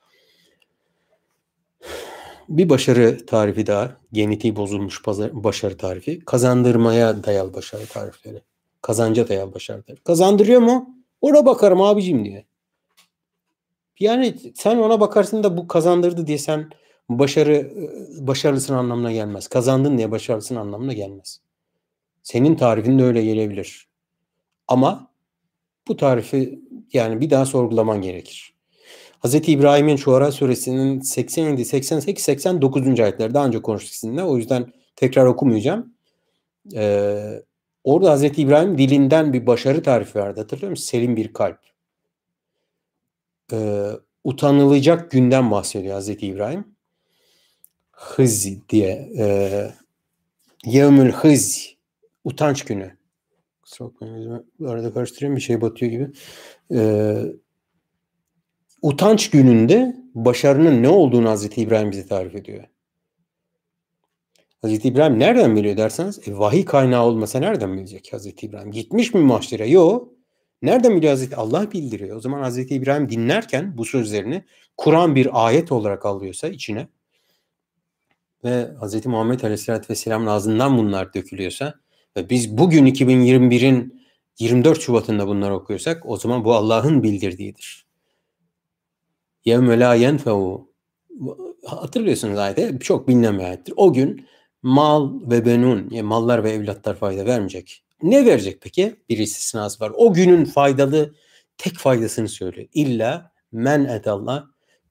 S1: Bir başarı tarifi daha. Genetiği bozulmuş başarı tarifi. Kazandırmaya dayalı başarı tarifleri. Kazanca dayalı başarı tarifi. Kazandırıyor mu? Ona bakarım abicim diye. Yani sen ona bakarsın da bu kazandırdı diye sen başarılısın anlamına gelmez. Kazandın diye başarılısın anlamına gelmez. Senin tarifin de öyle gelebilir. Ama bu tarifi yani bir daha sorgulaman gerekir. Hz. İbrahim'in Şuara suresinin 87, 88, 89. ayetleri daha önce konuştuk sizinle. O yüzden tekrar okumayacağım. Orada Hz. İbrahim dilinden bir başarı tarifi verdi. Hatırlıyor musun? Selim bir kalp. Utanılacak günden bahsediyor Hz. İbrahim. Hızzi diye. Yevmül hızzi. Utanç günü. Kusura bakmayın. Arada karıştırıyorum, bir şey batıyor gibi. Utanç gününde başarının ne olduğunu Hazreti İbrahim bize tarif ediyor. Hazreti İbrahim nereden biliyor derseniz, vahiy kaynağı olmasa nereden bilecek Hazreti İbrahim? Gitmiş mi mahşere? Yok. Nereden biliyor Hazreti? Allah bildiriyor. O zaman Hazreti İbrahim dinlerken bu sözlerini Kur'an bir ayet olarak alıyorsa içine ve Hazreti Muhammed Aleyhisselatü Vesselam'ın ağzından bunlar dökülüyorsa ve biz bugün 2021'in 24 Şubat'ında bunları okuyorsak, o zaman bu Allah'ın bildirdiğidir. يَوْمَ لَا يَنْفَوْ, hatırlıyorsunuz ayeti, çok bilinen bir ayettir. O gün mal ve benun, yani mallar ve evlatlar fayda vermeyecek. Ne verecek peki? Bir istisnası var. O günün tek faydasını söylüyor. İlla men etallah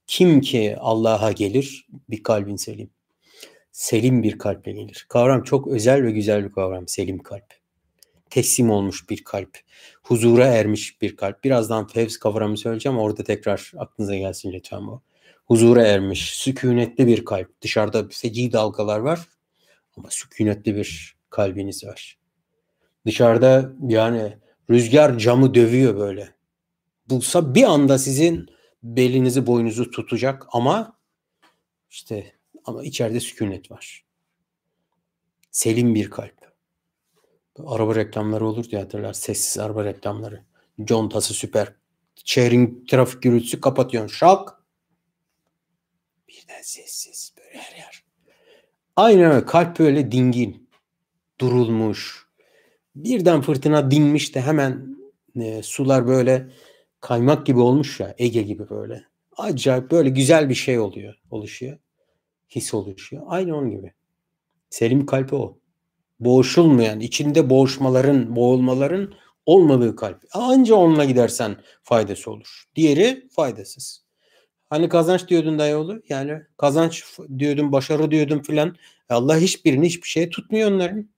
S1: Kim ki Allah'a gelir? Bir kalbin selim. Selim bir kalple gelir. Kavram çok özel ve güzel bir kavram. Selim kalp. Teslim olmuş bir kalp. Huzura ermiş bir kalp. Birazdan fevz kavramı söyleyeceğim. Orada tekrar aklınıza gelsin lütfen bu. Huzura ermiş, sükunetli bir kalp. Dışarıda feci dalgalar var ama sükunetli bir kalbiniz var. Dışarıda yani rüzgar camı dövüyor böyle. Bulsa bir anda sizin belinizi boynunuzu tutacak ama içeride sükunet var. Selim bir kalp. Araba reklamları olur diye hatırlar. Sessiz araba reklamları. Contası süper. Şehrin trafik gürültüsü kapatıyorsun. Şak. Birden sessiz. Böyle her yer. Aynen öyle. Kalp böyle dingin. Durulmuş. Birden fırtına dinmiş de hemen sular böyle kaymak gibi olmuş ya. Ege gibi böyle. Acayip böyle güzel bir şey oluşuyor. His oluşuyor. Aynı onun gibi. Selim kalp o. Boğuşulmayan, içinde boğulmaların olmadığı kalp. Anca onunla gidersen faydası olur. Diğeri faydasız. Hani kazanç diyordun dayıoğlu. Yani kazanç diyordun, başarı diyordun filan. Allah hiçbir şeye tutmuyor onların.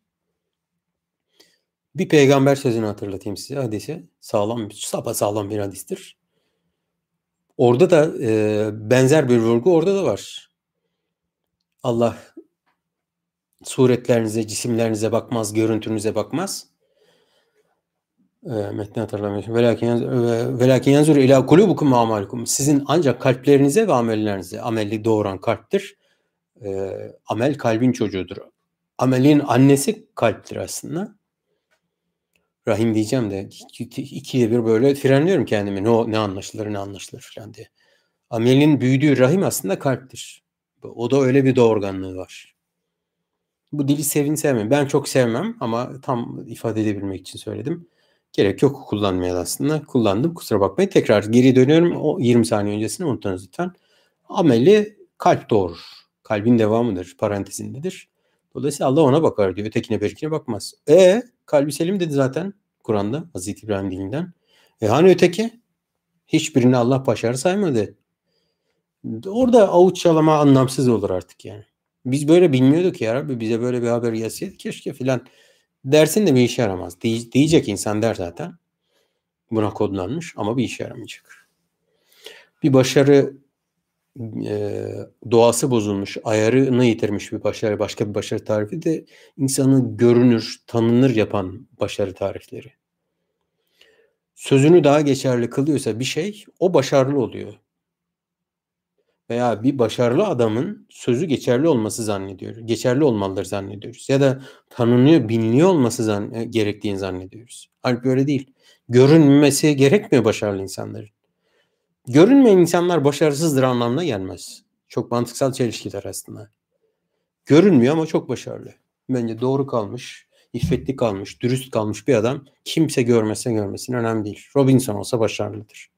S1: Bir peygamber sözünü hatırlatayım size. Hadisi sapasağlam bir hadistir. Orada da benzer bir vurgu orada da var. Allah suretlerinize, cisimlerinize bakmaz, görüntünüze bakmaz. Metni hatırlamıyorum. Velakin yanzur ila kulubukum ve amalikum. Sizin ancak kalplerinize ve amellerinize. Ameli doğuran kalptir. Amel kalbin çocuğudur. Amelin annesi kalptir aslında. Rahim diyeceğim de ikiye bir böyle frenliyorum kendimi. Ne anlaşılır falan diye. Amelin büyüdüğü rahim aslında kalptir. O da öyle bir doğurganlığı var. Bu dili sevmem. Ben çok sevmem ama tam ifade edebilmek için söyledim. Gerek yok kullanmaya aslında. Kullandım. Kusura bakmayın. Tekrar geri dönüyorum. O 20 saniye öncesini unutunuz lütfen. Ameli kalp doğurur. Kalbin devamıdır. Parantezindedir. Dolayısıyla Allah ona bakar diyor. Ötekine berikine bakmaz. Kalbi selim dedi zaten Kur'an'da. Hazreti İbrahim dilinden. Hani öteki? Hiçbirini Allah başarı saymadı. Orada avuç yalama anlamsız olur artık yani. Biz böyle bilmiyorduk ya Rabbi. Bize böyle bir haber gelseydi keşke filan dersin de bir işe yaramaz. Diyecek insan der zaten. Buna kodlanmış ama bir işe yaramayacak. Bir başarı doğası bozulmuş, ayarını yitirmiş bir başarı, başka bir başarı tarifi de insanı görünür, tanınır yapan başarı tarifleri. Sözünü daha geçerli kılıyorsa bir şey, o başarılı oluyor. Veya bir başarılı adamın sözü geçerli olmalıdır zannediyoruz. Ya da tanınıyor, biliniyor olması gerektiğini zannediyoruz. Halbuki öyle değil. Görünmesi gerekmiyor başarılı insanların. Görünmeyen insanlar başarısızdır anlamına gelmez. Çok mantıksal çelişkiler aslında. Görünmüyor ama çok başarılı. Bence doğru kalmış, iffetli kalmış, dürüst kalmış bir adam kimse görmesin önemli değil. Robinson olsa başarılıdır.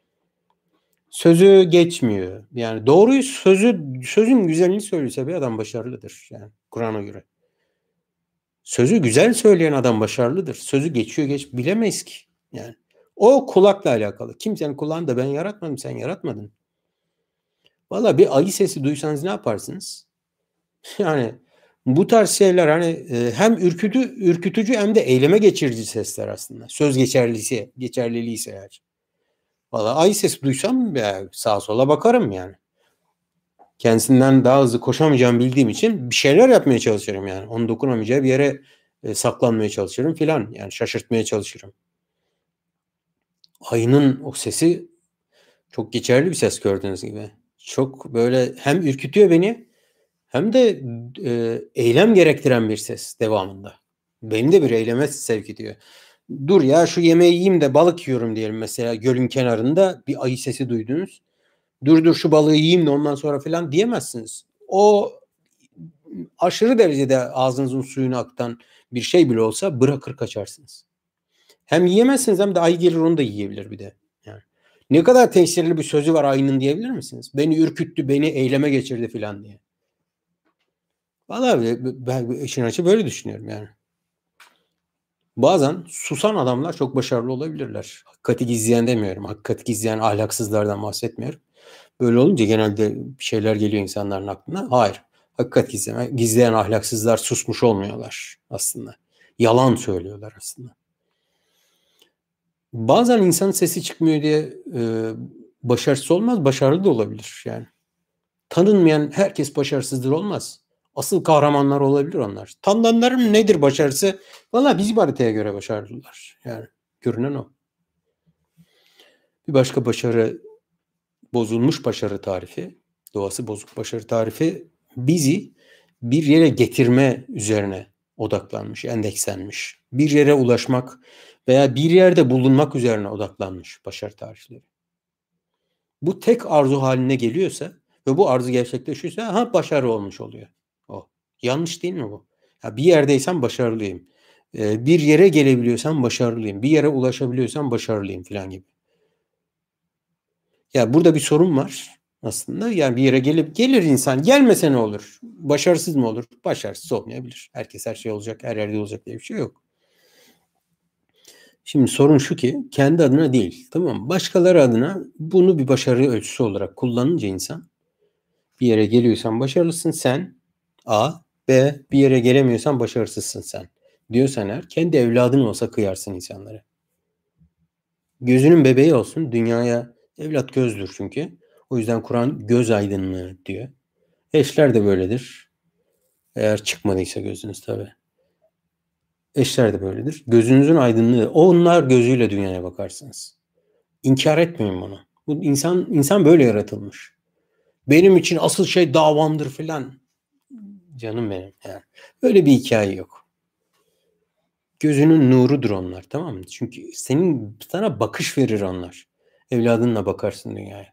S1: Sözü geçmiyor. Yani doğruyu sözün güzelini söylüyorsa bir adam başarılıdır. Yani Kur'an'a göre. Sözü güzel söyleyen adam başarılıdır. Sözü geçiyor bilemeyiz ki. Yani o kulakla alakalı. Kimsenin kulağını da ben yaratmadım, sen yaratmadın. Valla bir ayı sesi duysanız ne yaparsınız? Yani bu tarz şeyler hani hem ürkütücü hem de eyleme geçirici sesler aslında. Söz geçerliliği eğer. Valla ayı sesi duysam sağa sola bakarım yani. Kendisinden daha hızlı koşamayacağımı bildiğim için bir şeyler yapmaya çalışırım yani. Onu dokunamayacağı bir yere saklanmaya çalışırım filan. Yani şaşırtmaya çalışırım. Ayının o sesi çok geçerli bir ses gördüğünüz gibi. Çok böyle hem ürkütüyor beni hem de eylem gerektiren bir ses devamında. Beni de bir eyleme sevk ediyor. Dur ya şu yemeği yiyeyim de balık yiyorum diyelim mesela gölün kenarında bir ayı sesi duydunuz. Dur şu balığı yiyeyim de ondan sonra falan diyemezsiniz. O aşırı derecede ağzınızın suyunu akıtan bir şey bile olsa bırakır kaçarsınız. Hem yiyemezsiniz hem de ayı gelir onu da yiyebilir bir de. Yani ne kadar tesirli bir sözü var ayının diyebilir misiniz? Beni ürküttü, beni eyleme geçirdi falan diye. Vallahi ben işin açığı böyle düşünüyorum yani. Bazen susan adamlar çok başarılı olabilirler. Hakikati gizleyen demiyorum. Hakikati gizleyen ahlaksızlardan bahsetmiyorum. Böyle olunca genelde bir şeyler geliyor insanların aklına. Hayır. Hakikat gizleyen ahlaksızlar susmuş olmuyorlar aslında. Yalan söylüyorlar aslında. Bazen insanın sesi çıkmıyor diye başarısız olmaz, başarılı da olabilir yani. Tanınmayan herkes başarısızdır olmaz. Asıl kahramanlar olabilir onlar. Tanınanların nedir başarısı? Valla bizim haritaya göre başarılılar. Yani görünen o. Bir başka başarı, bozulmuş başarı tarifi, doğası bozuk başarı tarifi bizi bir yere getirme üzerine odaklanmış, endekslenmiş. Bir yere ulaşmak veya bir yerde bulunmak üzerine odaklanmış başarı tarifleri. Bu tek arzu haline geliyorsa ve bu arzu gerçekleşiyorsa başarı olmuş oluyor. O. Yanlış değil mi bu? Ya bir yerdeysen başarılıyım. Bir yere gelebiliyorsam başarılıyım. Bir yere ulaşabiliyorsam başarılıyım falan gibi. Ya burada bir sorun var aslında. Yani bir yere gelir insan. Gelmese ne olur? Başarısız mı olur? Başarısız olmayabilir. Herkes her şey olacak, her yerde olacak diye bir şey yok. Şimdi sorun şu ki kendi adına değil, tamam mı? Başkaları adına bunu bir başarı ölçüsü olarak kullanınca insan bir yere geliyorsan başarılısın sen A, B bir yere gelemiyorsan başarısızsın sen diyorsan eğer kendi evladın olsa kıyarsın insanlara. Gözünün bebeği olsun, dünyaya evlat gözdür çünkü. O yüzden Kur'an göz aydınlığı diyor. Eşler de böyledir. Eğer çıkmadıysa gözünüz tabii. Eşler de böyledir. Gözünüzün aydınlığı. Onlar gözüyle dünyaya bakarsınız. İnkar etmeyin bunu. Bu insan böyle yaratılmış. Benim için asıl şey davamdır filan. Canım benim. Yani. Öyle bir hikaye yok. Gözünün nurudur onlar, tamam mı? Çünkü sana bakış verir onlar. Evladınla bakarsın dünyaya.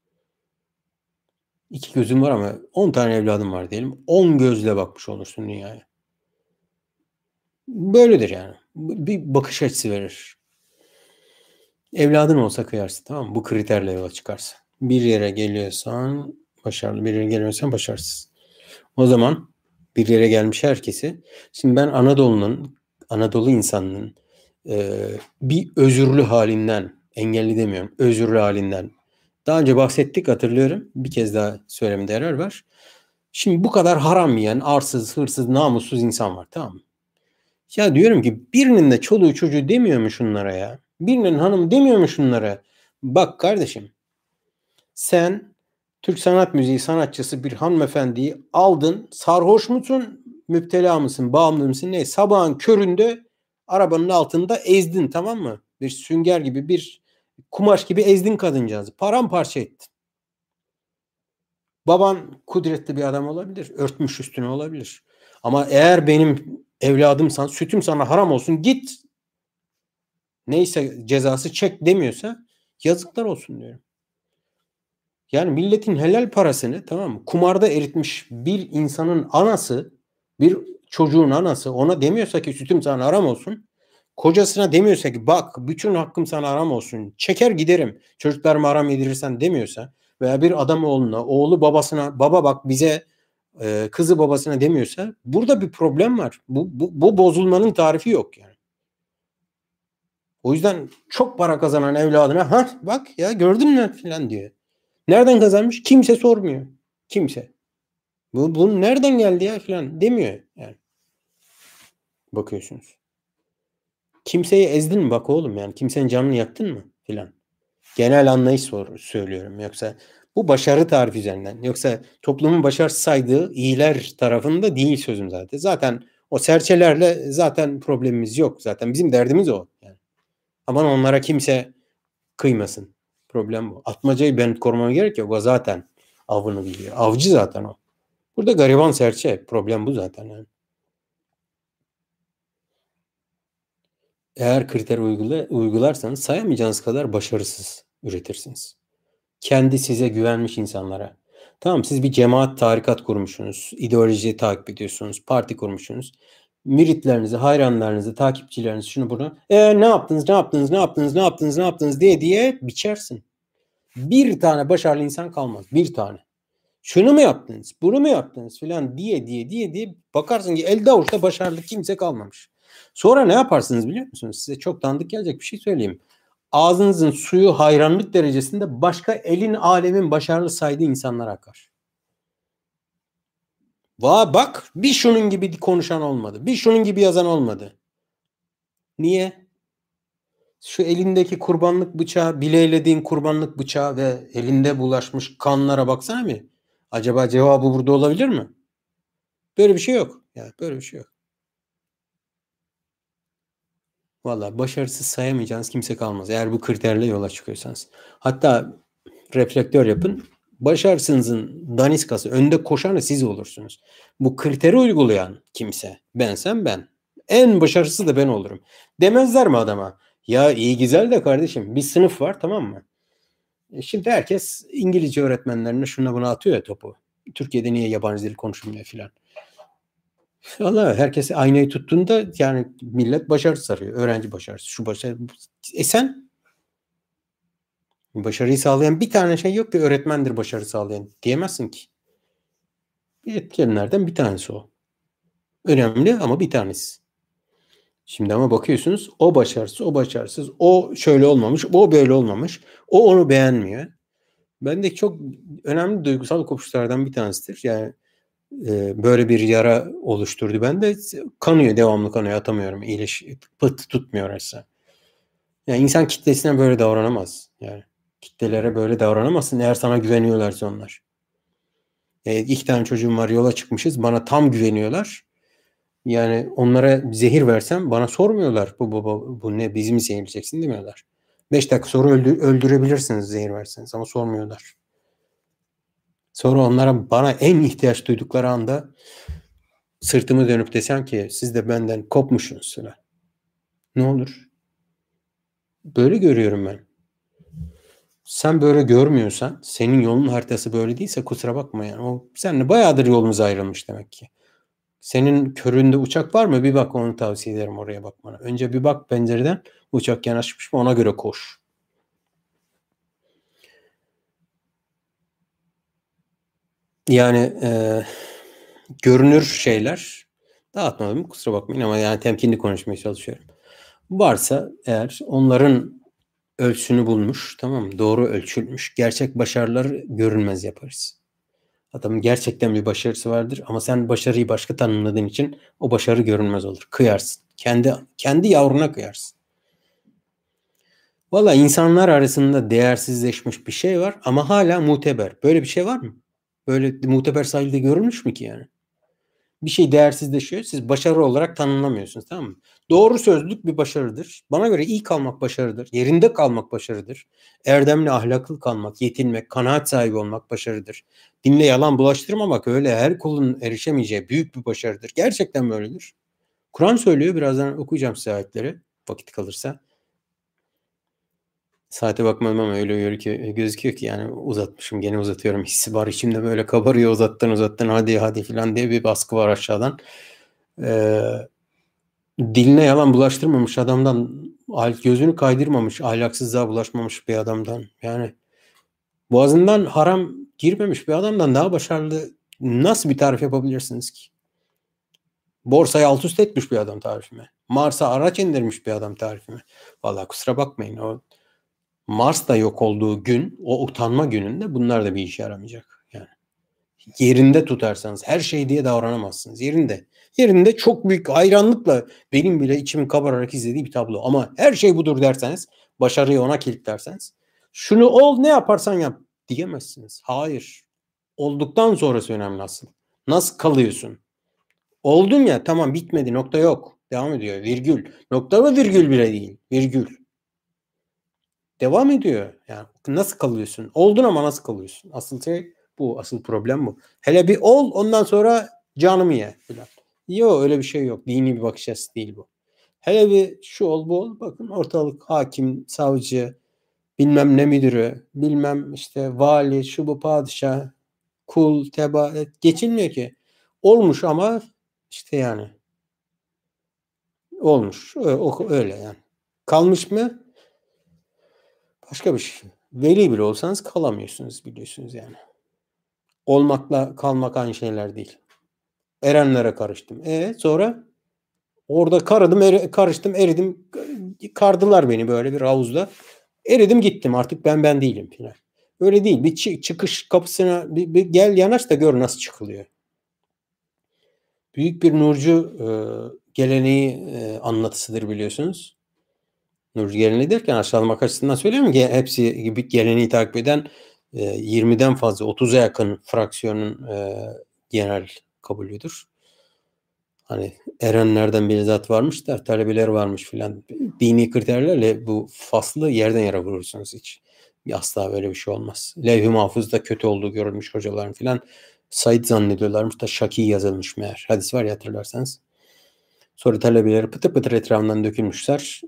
S1: 2 gözün var ama 10 tane evladın var diyelim. 10 gözle bakmış olursun dünyaya. Böyledir yani. Bir bakış açısı verir. Evladın olsa kıyarsın, tamam mı? Bu kriterle yola çıkarsın. Bir yere geliyorsan başarılı, bir yere gelmiyorsan başarısız. O zaman bir yere gelmiş herkesi. Şimdi ben Anadolu insanının bir özürlü halinden, engelli demiyorum, özürlü halinden. Daha önce bahsettik, hatırlıyorum. Bir kez daha söylemede yarar var. Şimdi bu kadar haram yiyen, arsız, hırsız, namussuz insan var, tamam mı? Ya diyorum ki birinin de çoluğu çocuğu demiyor mu şunlara ya? Birinin hanımı demiyor mu şunlara? Bak kardeşim, sen Türk sanat müziği sanatçısı bir hanımefendiyi aldın. Sarhoş musun? Müptela mısın? Bağımlı mısın? Ne? Sabahın köründe arabanın altında ezdin, tamam mı? Bir sünger gibi, bir kumaş gibi ezdin kadıncağızı. Paramparça ettin. Baban kudretli bir adam olabilir. Örtmüş üstüne olabilir. Ama eğer benim evladımsan, sütüm sana haram olsun, git. Neyse cezası çek demiyorsa yazıklar olsun diyorum. Yani milletin helal parasını, tamam mı, kumarda eritmiş bir insanın anası, bir çocuğun anası ona demiyorsa ki sütüm sana haram olsun. Kocasına demiyorsa ki bak bütün hakkım sana haram olsun. Çeker giderim. Çocuklarıma haram yedirirsen demiyorsa veya bir adam oğluna, oğlu babasına baba bak bize kızı babasına demiyorsa burada bir problem var. Bu bozulmanın tarifi yok yani. O yüzden çok para kazanan evladına bak ya gördün mü falan diyor. Nereden kazanmış? Kimse sormuyor. Kimse. Bu nereden geldi ya falan demiyor yani. Bakıyorsunuz. Kimseyi ezdin mi bak oğlum yani kimsenin canını yaktın mı filan. Genel anlayış söylüyorum yoksa bu başarı tarifi üzerinden. Yoksa toplumun başarısız saydığı iyiler tarafında değil sözüm zaten. Zaten o serçelerle zaten problemimiz yok. Zaten bizim derdimiz o. Yani. Aman onlara kimse kıymasın. Problem bu. Atmacayı ben korumama gerek yok. O zaten avını biliyor. Avcı zaten o. Burada gariban serçe. Problem bu zaten. Yani. Eğer kriter uygularsanız sayamayacağınız kadar başarısız üretirsiniz. Kendi size güvenmiş insanlara. Tamam siz bir cemaat, tarikat kurmuşsunuz. İdeolojiyi takip ediyorsunuz. Parti kurmuşsunuz. Müritlerinizi, hayranlarınızı, takipçilerinizi şunu bunu ne yaptınız diye biçersin. Bir tane başarılı insan kalmaz. Bir tane. Şunu mu yaptınız? Bunu mu yaptınız? Filan diye bakarsın ki elde avuçta başarılı kimse kalmamış. Sonra ne yaparsınız biliyor musunuz? Size çok tanıdık gelecek bir şey söyleyeyim. Ağzınızın suyu hayranlık derecesinde başka elin alemin başarılı saydığı insanlar akar. Bak bir şunun gibi konuşan olmadı. Bir şunun gibi yazan olmadı. Niye? Şu elindeki kurbanlık bıçağı, bileylediğin kurbanlık bıçağı ve elinde bulaşmış kanlara baksana mı? Acaba cevabı burada olabilir mi? Böyle bir şey yok. Yani böyle bir şey yok. Valla başarısız sayamayacağınız kimse kalmaz. Eğer bu kriterle yola çıkıyorsanız. Hatta reflektör yapın. Başarısızın daniskası önde koşanı siz olursunuz. Bu kriteri uygulayan kimse bensem ben. En başarısız da ben olurum. Demezler mi adama? Ya iyi güzel de kardeşim bir sınıf var, tamam mı? Şimdi herkes İngilizce öğretmenlerine şuna buna atıyor ya topu. Türkiye'de niye yabancı dil konuşulmuyor filan. Valla herkes aynayı tuttuğunda yani millet başarısız arıyor. Öğrenci başarısı, şu başarı. Sen başarıyı sağlayan bir tane şey yok ki, öğretmendir başarı sağlayan diyemezsin ki. Etkenlerden bir tanesi o. Önemli ama bir tanesi. Şimdi ama bakıyorsunuz o başarısız, o başarısız, o şöyle olmamış, o böyle olmamış, o onu beğenmiyor. Bendeki çok önemli duygusal kopuşlardan bir tanesidir. Yani böyle bir yara oluşturdu bende. Kanıyor, devamlı kanıyor, atamıyorum. Pıt tutmuyor aslında. Yani insan kitlesine böyle davranamaz. Yani kitlelere böyle davranamazsın eğer sana güveniyorlarsa onlar. 2 tane çocuğum var, yola çıkmışız, bana tam güveniyorlar. Yani onlara zehir versem bana sormuyorlar. Bu ne, bizi mi zehirleyeceksin demiyorlar. 5 dakika sonra öldürebilirsiniz zehir verseniz ama sormuyorlar. Sonra onlara bana en ihtiyaç duydukları anda sırtımı dönüp desem ki siz de benden kopmuşsunuz sıra. Ne olur? Böyle görüyorum ben. Sen böyle görmüyorsan, senin yolun haritası böyle değilse kusura bakma yani. O seninle bayağıdır yolumuz ayrılmış demek ki. Senin köründe uçak var mı? Bir bak, onu tavsiye ederim oraya bakmana. Önce bir bak pencereden, uçak yanaşmış mı, ona göre koş. Yani görünür şeyler dağıtmadım, kusura bakmayın ama yani temkinli konuşmaya çalışıyorum. Varsa eğer onların ölçüsünü bulmuş, tamam mı? Doğru ölçülmüş. Gerçek başarıları görünmez yaparız. Adamın gerçekten bir başarısı vardır ama sen başarıyı başka tanımladığın için o başarı görünmez olur. Kıyarsın. Kendi yavruna kıyarsın. Valla insanlar arasında değersizleşmiş bir şey var ama hala muteber. Böyle bir şey var mı? Böyle muteber sayıldığı görülmüş mü ki yani? Bir şey değersizleşiyor. Siz başarı olarak tanımlamıyorsunuz, tamam mı? Doğru sözlük bir başarıdır. Bana göre iyi kalmak başarıdır. Yerinde kalmak başarıdır. Erdemli, ahlaklı kalmak, yetinmek, kanaat sahibi olmak başarıdır. Dinle yalan bulaştırmamak öyle her kulun erişemeyeceği büyük bir başarıdır. Gerçekten böyledir. Kur'an söylüyor. Birazdan okuyacağım size ayetleri, vakit kalırsa. Saate bakmadım ama öyle gözüküyor ki yani uzatmışım, gene uzatıyorum. Hissi var içimde, böyle kabarıyor, uzattın hadi filan diye bir baskı var aşağıdan. Diline yalan bulaştırmamış adamdan, gözünü kaydırmamış, ahlaksızlığa bulaşmamış bir adamdan, yani boğazından haram girmemiş bir adamdan daha başarılı nasıl bir tarif yapabilirsiniz ki? Borsayı alt üst etmiş bir adam tarifime. Mars'a araç indirmiş bir adam tarifime. Vallahi kusura bakmayın, o Mars da yok olduğu gün, o utanma gününde bunlar da bir işe yaramayacak. Yani yerinde tutarsanız, her şey diye davranamazsınız. Yerinde çok büyük hayranlıkla benim bile içim kabararak izlediği bir tablo. Ama her şey budur derseniz, başarıyı ona kilitlerseniz, şunu ol ne yaparsan yap diyemezsiniz. Hayır. Olduktan sonrası önemli asıl. Nasıl kalıyorsun? Oldun ya, tamam, bitmedi, nokta yok. Devam ediyor. Virgül. Nokta ve virgül bile değil. Virgül. Devam ediyor. Yani nasıl kalıyorsun? Oldun ama nasıl kalıyorsun? Asıl şey bu. Asıl problem bu. Hele bir ol, ondan sonra canımı ye falan. Yok, öyle bir şey yok. Dini bir bakış açısı değil bu. Hele bir şu ol bu ol. Bakın ortalık hakim, savcı, bilmem ne müdürü, bilmem işte vali, şu bu padişah, kul, teba geçilmiyor ki. Olmuş ama işte yani olmuş. Öyle yani. Kalmış mı? Başka bir şey. Veli bile olsanız kalamıyorsunuz, biliyorsunuz yani. Olmakla kalmak aynı şeyler değil. Erenlere karıştım. Sonra orada karıştım, eridim. Kardılar beni böyle bir havuzda. Eridim gittim, artık ben değilim filan. Öyle değil. Bir çıkış kapısına bir gel yanaş da gör nasıl çıkılıyor. Büyük bir Nurcu geleneği anlatısıdır biliyorsunuz. Nurcu geleneği derken aşağılamak açısından söylemiyorum ki hepsi gibi geleneği takip eden 20'den fazla 30'a yakın fraksiyonun genel kabulüdür. Hani erenlerden bir zat varmış da talebeler varmış filan. Dini kriterlerle bu faslı yerden yere vurursunuz hiç. Asla böyle bir şey olmaz. Levh-i Mahfuz'da kötü olduğu görülmüş hocaların filan. Said zannediyorlarmış da Şaki yazılmış meğer. Hadis var ya, hatırlarsanız. Sonra talebeleri pıtır pıtır etrafından dökülmüşler.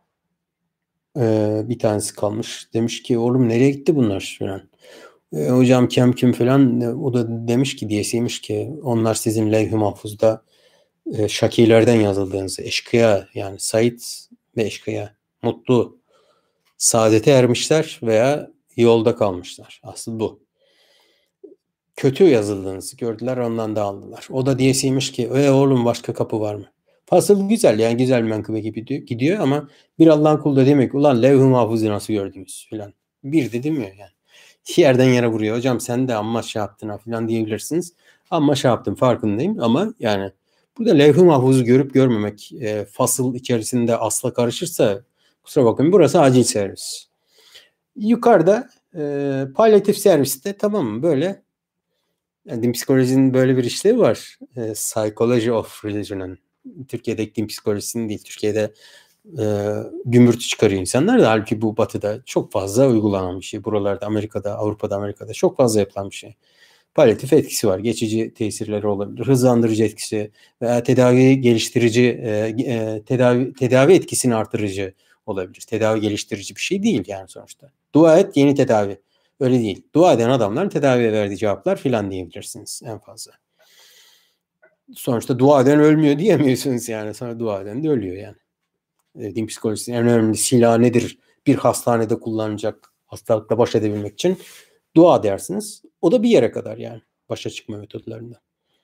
S1: Bir tanesi kalmış. Demiş ki oğlum nereye gitti bunlar filan. Hocam kim filan. O da demiş ki diyesiymiş ki onlar sizin Levh-i Mahfuz'da Şakilerden yazıldığınızı, eşkıya yani Said ve eşkıya mutlu, saadete ermişler veya yolda kalmışlar. Asıl bu. Kötü yazıldığınızı gördüler, ondan da aldılar. O da diyesiymiş ki oğlum başka kapı var mı? Fasıl güzel, yani güzel menkıbe gibi gidiyor ama bir Allah'ın kulu da demek ulan Levh-i Mahfuz'u nasıl gördünüz filan. Bir de demiyor yani. Yerden yere vuruyor. Hocam sen de amma şey yaptın ha filan diyebilirsiniz. Amma şey yaptım, farkındayım ama yani burada Levh-i Mahfuz'u görüp görmemek fasıl içerisinde asla karışırsa kusura bakmayın, burası acil servis. Yukarıda palyatif serviste tamam mı böyle, yani din psikolojinin böyle bir işlevi var. Psychology of Religion'ın. Türkiye'deki din psikolojisinin değil. Türkiye'de gümbürtü çıkarıyor insanlar da, halbuki bu batıda çok fazla uygulanan bir şey. Buralarda Amerika'da, Avrupa'da, Amerika'da çok fazla yapılan bir şey. Palyatif etkisi var. Geçici tesirleri olabilir. Hızlandırıcı etkisi veya tedavi geliştirici, tedavi etkisini artırıcı olabilir. Tedavi geliştirici bir şey değil yani sonuçta. Dua et yeni tedavi. Öyle değil. Dua eden adamların tedaviye verdiği cevaplar filan diyebilirsiniz en fazla. Sonuçta dua eden ölmüyor diyemiyorsunuz yani. Sonra dua eden de ölüyor yani. Din psikolojisinin en önemli silahı nedir? Bir hastanede kullanacak hastalıkla baş edebilmek için dua dersiniz. O da bir yere kadar yani. Başa çıkma metodlarında.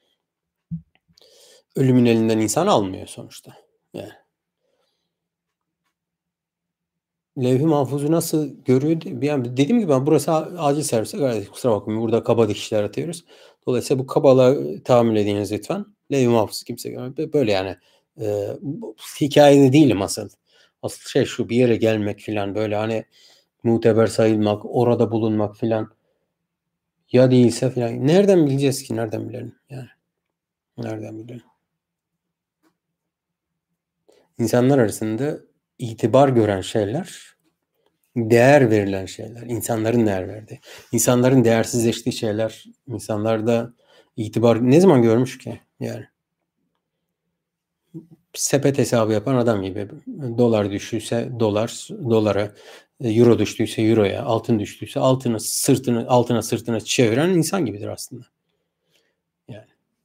S1: Ölümün elinden insan almıyor sonuçta. Yani. Levh-i Mahfuz'u nasıl görüyor? Yani dediğim gibi burası acil servise gayet kusura bakmayın. Burada kaba dikişler atıyoruz. Dolayısıyla bu kabalığa tahammül ediniz lütfen. Levh-i Mahfuz kimse görmüyor. Böyle yani. Hikayede değilim asıl. Asıl şey şu, bir yere gelmek filan böyle hani muteber sayılmak, orada bulunmak filan. Ya değilse filan. Nereden bileceğiz ki? Nereden bilelim? Yani. Nereden bilelim? İnsanlar arasında itibar gören şeyler, değer verilen şeyler, insanların değer verdiği. İnsanların değersizleştiği şeyler, insanlarda itibar ne zaman görmüş ki? Yani sepet hesabı yapan adam gibi. Dolar düştüyse dolara, euro düştüyse euroya, altın düştüyse altına sırtına çeviren insan gibidir aslında. Yani.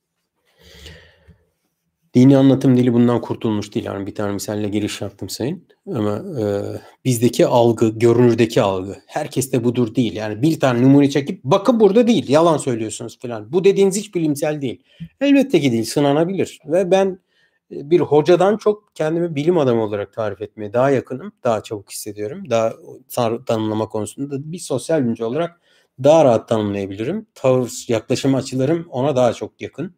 S1: Dini anlatım dili bundan kurtulmuş değil. Yani bir tane misalle giriş yaptım sayın. Ama bizdeki algı, görünürdeki algı. Herkeste budur değil. Yani bir tane numune çekip bakın burada değil, yalan söylüyorsunuz falan. Bu dediğiniz hiç bilimsel değil. Elbette ki değil, sınanabilir. Ve ben bir hocadan çok kendimi bilim adamı olarak tarif etmeye daha yakınım. Daha çabuk hissediyorum. Daha tanımlama konusunda bir sosyal bilimci olarak daha rahat tanımlayabilirim. Tavır, yaklaşım açılarım ona daha çok yakın.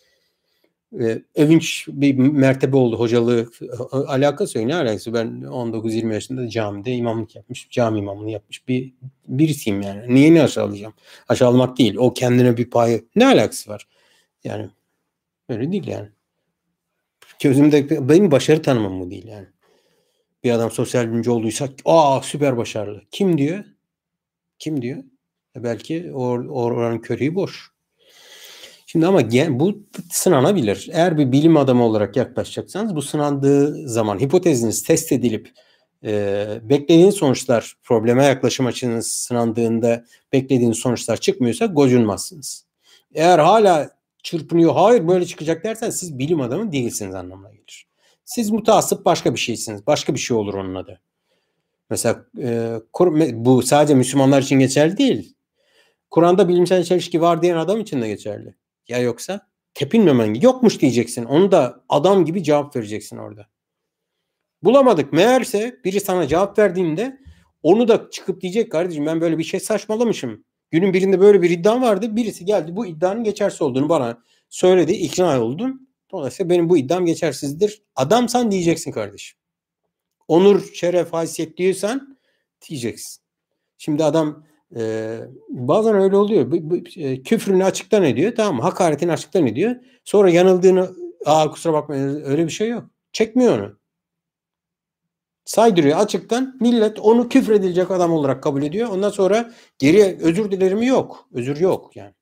S1: Övünç bir mertebe oldu hocalığı. Alakası yok. Ne alakası? Ben 19-20 yaşında camide imamlık yapmış, cami imamlığı yapmış birisiyim yani. Niye aşağılayacağım? Aşağılamak değil. O kendine bir payı. Ne alakası var? Yani öyle değil yani. Çözümde benim başarı tanımım bu değil yani. Bir adam sosyal bilimci olduysa süper başarılı. Kim diyor? Kim diyor? Belki oranın körüğü boş. Şimdi ama bu sınanabilir. Eğer bir bilim adamı olarak yaklaşacaksanız bu sınandığı zaman hipoteziniz test edilip beklediğiniz sonuçlar, probleme yaklaşım açınız sınandığında beklediğiniz sonuçlar çıkmıyorsa gocunmazsınız. Eğer hala çırpınıyor, hayır böyle çıkacak dersen siz bilim adamı değilsiniz anlamına gelir. Siz mutasip başka bir şeysiniz. Başka bir şey olur onun adı. Mesela bu sadece Müslümanlar için geçerli değil. Kur'an'da bilimsel çelişki var diyen adam için de geçerli. Ya yoksa tepinmemen yokmuş diyeceksin. Onu da adam gibi cevap vereceksin orada. Bulamadık. Meğerse biri sana cevap verdiğinde Onu da çıkıp diyecek kardeşim ben böyle bir şey saçmalamışım. Günün birinde böyle bir iddiam vardı. Birisi geldi bu iddianın geçersiz olduğunu bana söyledi. İkna oldum. Dolayısıyla benim bu iddiam geçersizdir. Adamsan diyeceksin kardeşim. Onur, şeref, haysiyet diyorsan diyeceksin. Şimdi adam bazen öyle oluyor. Küfrünü açıktan ediyor. Tamam mı? Hakaretini açıktan ediyor. Sonra yanıldığını kusura bakmayın öyle bir şey yok. Çekmiyor onu. Saydırıyor açıktan. Millet onu küfredilecek adam olarak kabul ediyor. Ondan sonra geriye özür dilerim yok. Özür yok yani.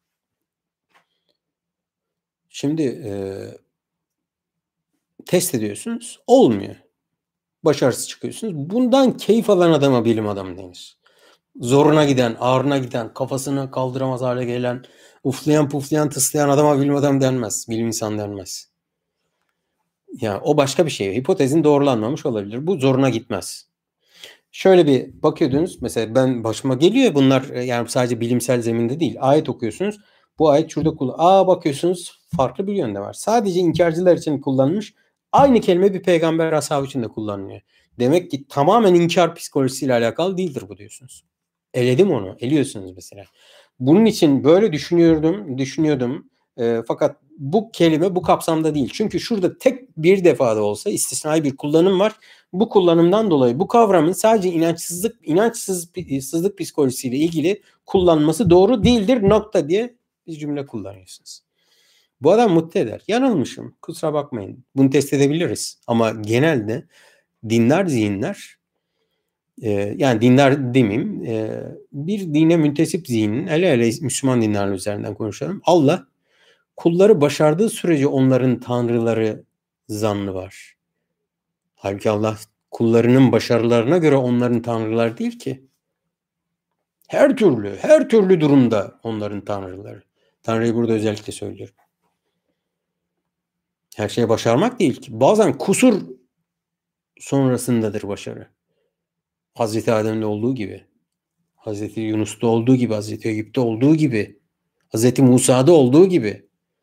S1: Şimdi test ediyorsunuz. Olmuyor. Başarısız çıkıyorsunuz. Bundan keyif alan adama bilim adamı denir. Zoruna giden, ağrına giden, kafasını kaldıramaz hale gelen, uflayan puflayan tıslayan adama bilim adamı denmez. Bilim insanı denmez. Yani o başka bir şey. Hipotezin doğrulanmamış olabilir. Bu zoruna gitmez. Şöyle bir bakıyordunuz. Mesela ben başıma geliyor bunlar yani sadece bilimsel zeminde değil. Ayet okuyorsunuz. Bu ayet şurada bakıyorsunuz farklı bir yönde var. Sadece inkarcılar için kullanılmış. Aynı kelime bir peygamber ashabı için de kullanılıyor. Demek ki tamamen inkar psikolojisiyle alakalı değildir bu diyorsunuz. Eledim onu. Eliyorsunuz mesela. Bunun için böyle düşünüyordum. Fakat bu kelime bu kapsamda değil. Çünkü şurada tek bir defada olsa istisnai bir kullanım var. Bu kullanımdan dolayı bu kavramın sadece inançsızlık psikolojisiyle ilgili kullanması doğru değildir nokta diye bir cümle kullanıyorsunuz. Bu adam mutlu eder. Yanılmışım. Kusura bakmayın. Bunu test edebiliriz. Ama genelde dindar zihinler yani dindar demeyeyim bir dine müntesip zihnin hele Müslüman dinler üzerinden konuşalım. Allah kulları başardığı sürece onların tanrıları zannı var. Halbuki Allah kullarının başarılarına göre onların tanrıları değil ki. Her türlü durumda onların tanrıları. Tanrı'yı burada özellikle söylüyorum. Her şeye başarmak değil ki. Bazen kusur sonrasındadır başarı. Hazreti Adem'de olduğu gibi. Hazreti Yunus'ta olduğu gibi. Hazreti Eyüp'te olduğu gibi. Hazreti Musa'da olduğu gibi.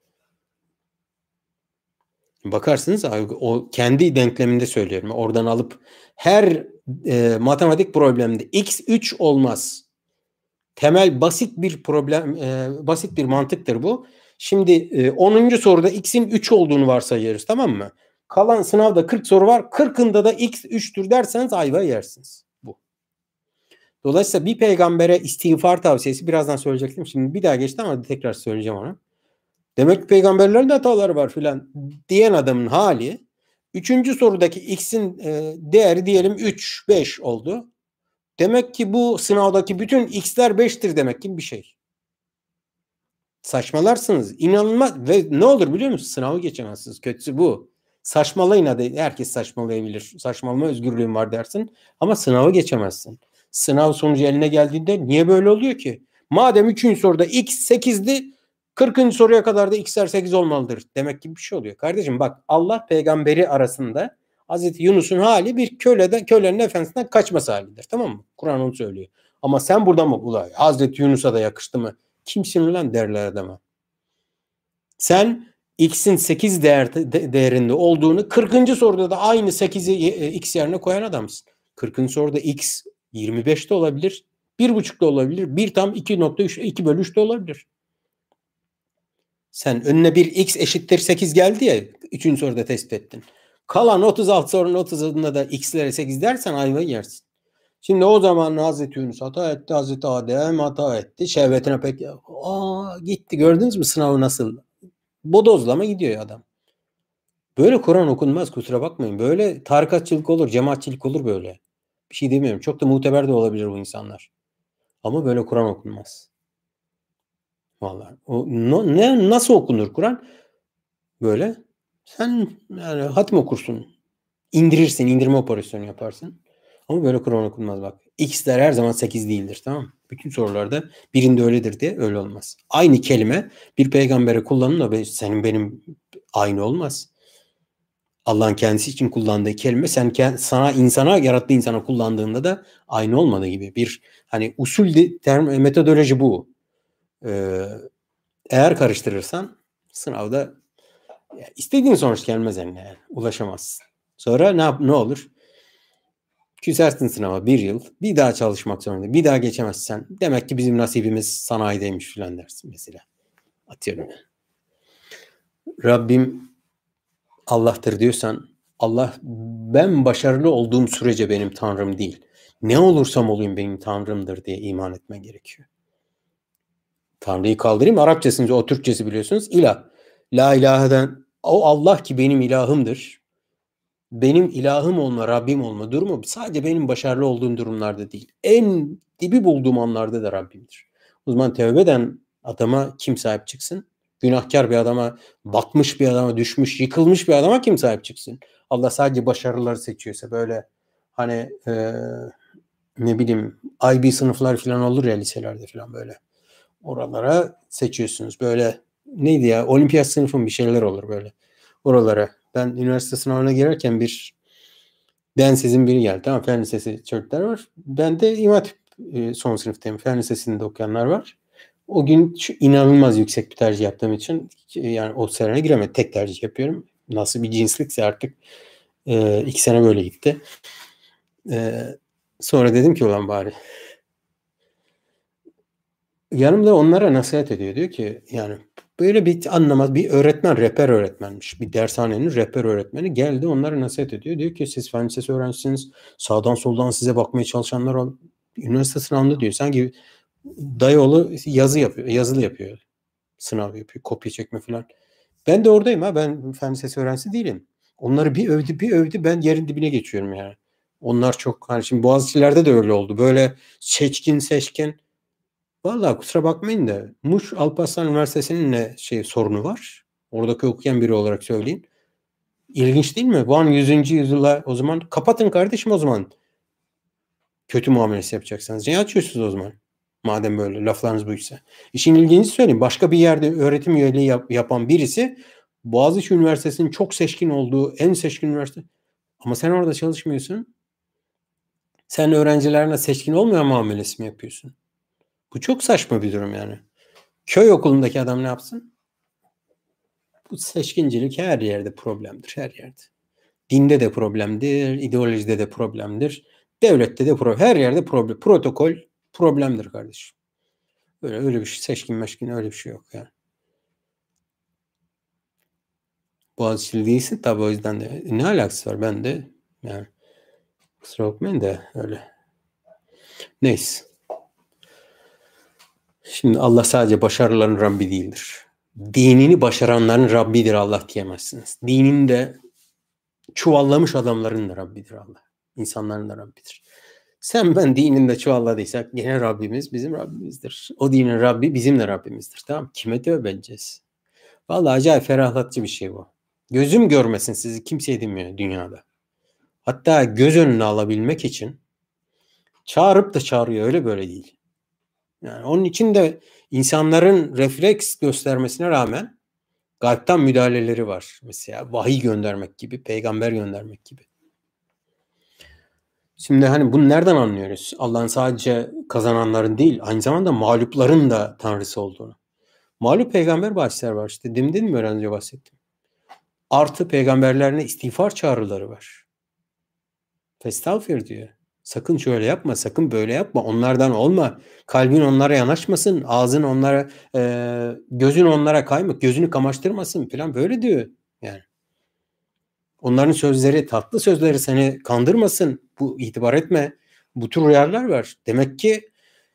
S1: Bakarsınız o kendi denkleminde söylüyorum. Oradan alıp her matematik probleminde x 3 olmaz. Temel basit bir problem, basit bir mantıktır bu. Şimdi 10. soruda x'in 3 olduğunu varsayıyoruz, tamam mı? Kalan sınavda 40 soru var. 40'ında da x 3'tür derseniz ayva yersiniz. Bu. Dolayısıyla bir peygambere istiğfar tavsiyesi birazdan söyleyecektim. Şimdi bir daha geçti ama tekrar söyleyeceğim onu. Demek ki peygamberlerin de hataları var filan diyen adamın hali 3. sorudaki x'in değeri diyelim 3, 5 oldu. Demek ki bu sınavdaki bütün x'ler 5'tir demek ki bir şey. Saçmalarsınız. İnanılmaz ve ne olur biliyor musunuz? Sınavı geçemezsiniz. Kötüsü bu. Saçmalayın hadi. Herkes saçmalayabilir. Saçmalama özgürlüğün var dersin. Ama sınavı geçemezsin. Sınav sonucu eline geldiğinde niye böyle oluyor ki? Madem 3. soruda x 8'di 40. soruya kadar da x'ler 8 olmalıdır. Demek ki bir şey oluyor. Kardeşim bak Allah peygamberi arasında Hazreti Yunus'un hali bir kölenin efendisinden kaçması halidir. Tamam mı? Kur'an onu söylüyor. Ama sen burada mı ulay? Hazreti Yunus'a da yakıştı mı? Kimsin lan derler adama. Sen x'in 8 değerinde olduğunu 40. soruda da aynı 8'i x yerine koyan adamsın. 40. soruda x 25 de olabilir. 1,5 da olabilir. 1 tam 2,3 2 bölü 3 de olabilir. Sen önüne bir x eşittir 8 geldi ya 3. soruda tespit ettin. Kalan 36 sorunun 30'unda da x'lere 8 dersen ayvayı yersin. Şimdi o zaman Hazreti Yunus hata etti, Hazreti Adem hata etti. Şehvetine pek gitti. Gördünüz mü sınavı nasıl? Bodozlama gidiyor adam. Böyle Kur'an okunmaz, kusura bakmayın. Böyle tarikatçılık olur, cemaatçilik olur böyle. Bir şey demiyorum. Çok da muteber de olabilir bu insanlar. Ama böyle Kur'an okunmaz. Vallahi. Nasıl okunur Kur'an? Böyle. Sen yani hatim okursun. İndirirsin, indirme operasyonu yaparsın. Ama böyle Kur'an okunmaz bak. X'ler her zaman 8 değildir, tamam mı? Bütün sorularda birinde öyledir diye öyle olmaz. Aynı kelime bir peygambere kullanın da senin benim aynı olmaz. Allah'ın kendisi için kullandığı kelime insana yarattığı insana kullandığında da aynı olmadığı gibi bir hani usul metodoloji bu. Eğer karıştırırsan sınavda istediğin sonuç gelmez eline yani. Ulaşamazsın. Sonra ne olur? Küsersin sınava bir yıl. Bir daha çalışmak zorunda. Bir daha geçemezsen demek ki bizim nasibimiz sanayideymiş filan dersin mesela. Atıyorum. Rabbim Allah'tır diyorsan Allah ben başarılı olduğum sürece benim Tanrım değil. Ne olursam olayım benim Tanrımdır diye iman etmen gerekiyor. Tanrı'yı kaldırayım. Arapçasınca o Türkçesi biliyorsunuz. İlah. La ilaheden o Allah ki benim ilahımdır. Benim ilahım olma, Rabbim olma durumu sadece benim başarılı olduğum durumlarda değil. En dibi bulduğum anlarda da Rabbimdir. O zaman tevbe eden adama kim sahip çıksın? Günahkar bir adama, batmış bir adama, düşmüş, yıkılmış bir adama kim sahip çıksın? Allah sadece başarıları seçiyorsa böyle hani ne bileyim IB sınıflar falan olur ya liselerde falan böyle. Oralara seçiyorsunuz. Böyle neydi ya? Olimpiyat sınıfın bir şeyler olur böyle. Oralara. Ben üniversite sınavına girerken bir densizin biri geldi. Tamam, Fen Lisesi çocuklar var. Ben de İmam Hatip son sınıftayım. Fen Lisesi'nde okuyanlar var. O gün inanılmaz yüksek bir tercih yaptığım için yani o sene giremedim. Tek tercih yapıyorum. Nasıl bir cinslikse artık 2 sene böyle gitti. Sonra dedim ki ulan bari yanımda onlara nasihat ediyor. Diyor ki yani böyle bir anlamaz bir öğretmen, rehber öğretmenmiş. Bir dershanenin rehber öğretmeni geldi onlara nasihat ediyor. Diyor ki siz fen lisesi öğrencisiniz. Sağdan soldan size bakmaya çalışanlar var. Üniversite sınavında diyor. Sanki dayıoğlu yazılı yapıyor. Sınav yapıyor. Kopya çekme falan. Ben de oradayım ha. Ben fen lisesi öğrencisi değilim. Onları bir övdü. Ben yerin dibine geçiyorum yani. Onlar çok hani şimdi Boğaziçi'lerde de öyle oldu. Böyle seçkin. Vallahi kusura bakmayın da Muş Alparslan Üniversitesi'nin ne sorunu var? Oradaki okuyan biri olarak söyleyeyim. İlginç değil mi? Van 100. yüzyıla o zaman kapatın kardeşim o zaman. Kötü muamelesi yapacaksanız. Niye açıyorsunuz o zaman? Madem böyle laflarınız buysa. İşin ilginci söyleyeyim. Başka bir yerde öğretim üyeliği yapan birisi Boğaziçi Üniversitesi'nin çok seçkin olduğu en seçkin üniversite. Ama sen orada çalışmıyorsun. Sen öğrencilerine seçkin olmayan muamelesi mi yapıyorsun? Bu çok saçma bir durum yani. Köy okulundaki adam ne yapsın? Bu seçkincilik her yerde problemdir. Her yerde. Dinde de problemdir. İdeolojide de problemdir. Devlette de problem. Her yerde problem. Protokol problemdir kardeşim. Öyle bir şey. Seçkin meşkin öyle bir şey yok yani. Boğaziçi'li değilsin tabii o yüzden de. Ne alakası var? Ben de yani kusura bakmayın da öyle. Neyse. Şimdi Allah sadece başarıların Rabbi değildir. Dinini başaranların Rabbidir Allah diyemezsiniz. Dininde çuvallamış adamların da Rabbidir Allah. İnsanların da Rabbidir. Sen ben dininde çuvalladıysak gene Rabbimiz bizim Rabbimizdir. O dinin Rabbi bizim de Rabbimizdir. Tamam. Kime tövbe edeceğiz? Vallahi acayip ferahlatıcı bir şey bu. Gözüm görmesin sizi kimse edinmiyor dünyada. Hatta göz önüne alabilmek için çağırıp da çağırıyor öyle böyle değil. Yani onun için de insanların refleks göstermesine rağmen gaybtan müdahaleleri var. Mesela vahiy göndermek gibi, peygamber göndermek gibi. Şimdi hani bunu nereden anlıyoruz? Allah'ın sadece kazananların değil, aynı zamanda mağlupların da tanrısı olduğunu. Mağlup peygamber bahseder var işte. Demin mi önce bahsettim? Artı peygamberlerine istiğfar çağrıları var. Festağfir diyor. Sakın şöyle yapma, sakın böyle yapma. Onlardan olma. Kalbin onlara yanaşmasın. Ağzın onlara, gözün onlara kaymak. Gözünü kamaştırmasın falan böyle diyor. Yani. Onların sözleri, tatlı sözleri seni kandırmasın. Bu itibar etme. Bu tür uyarılar var. Demek ki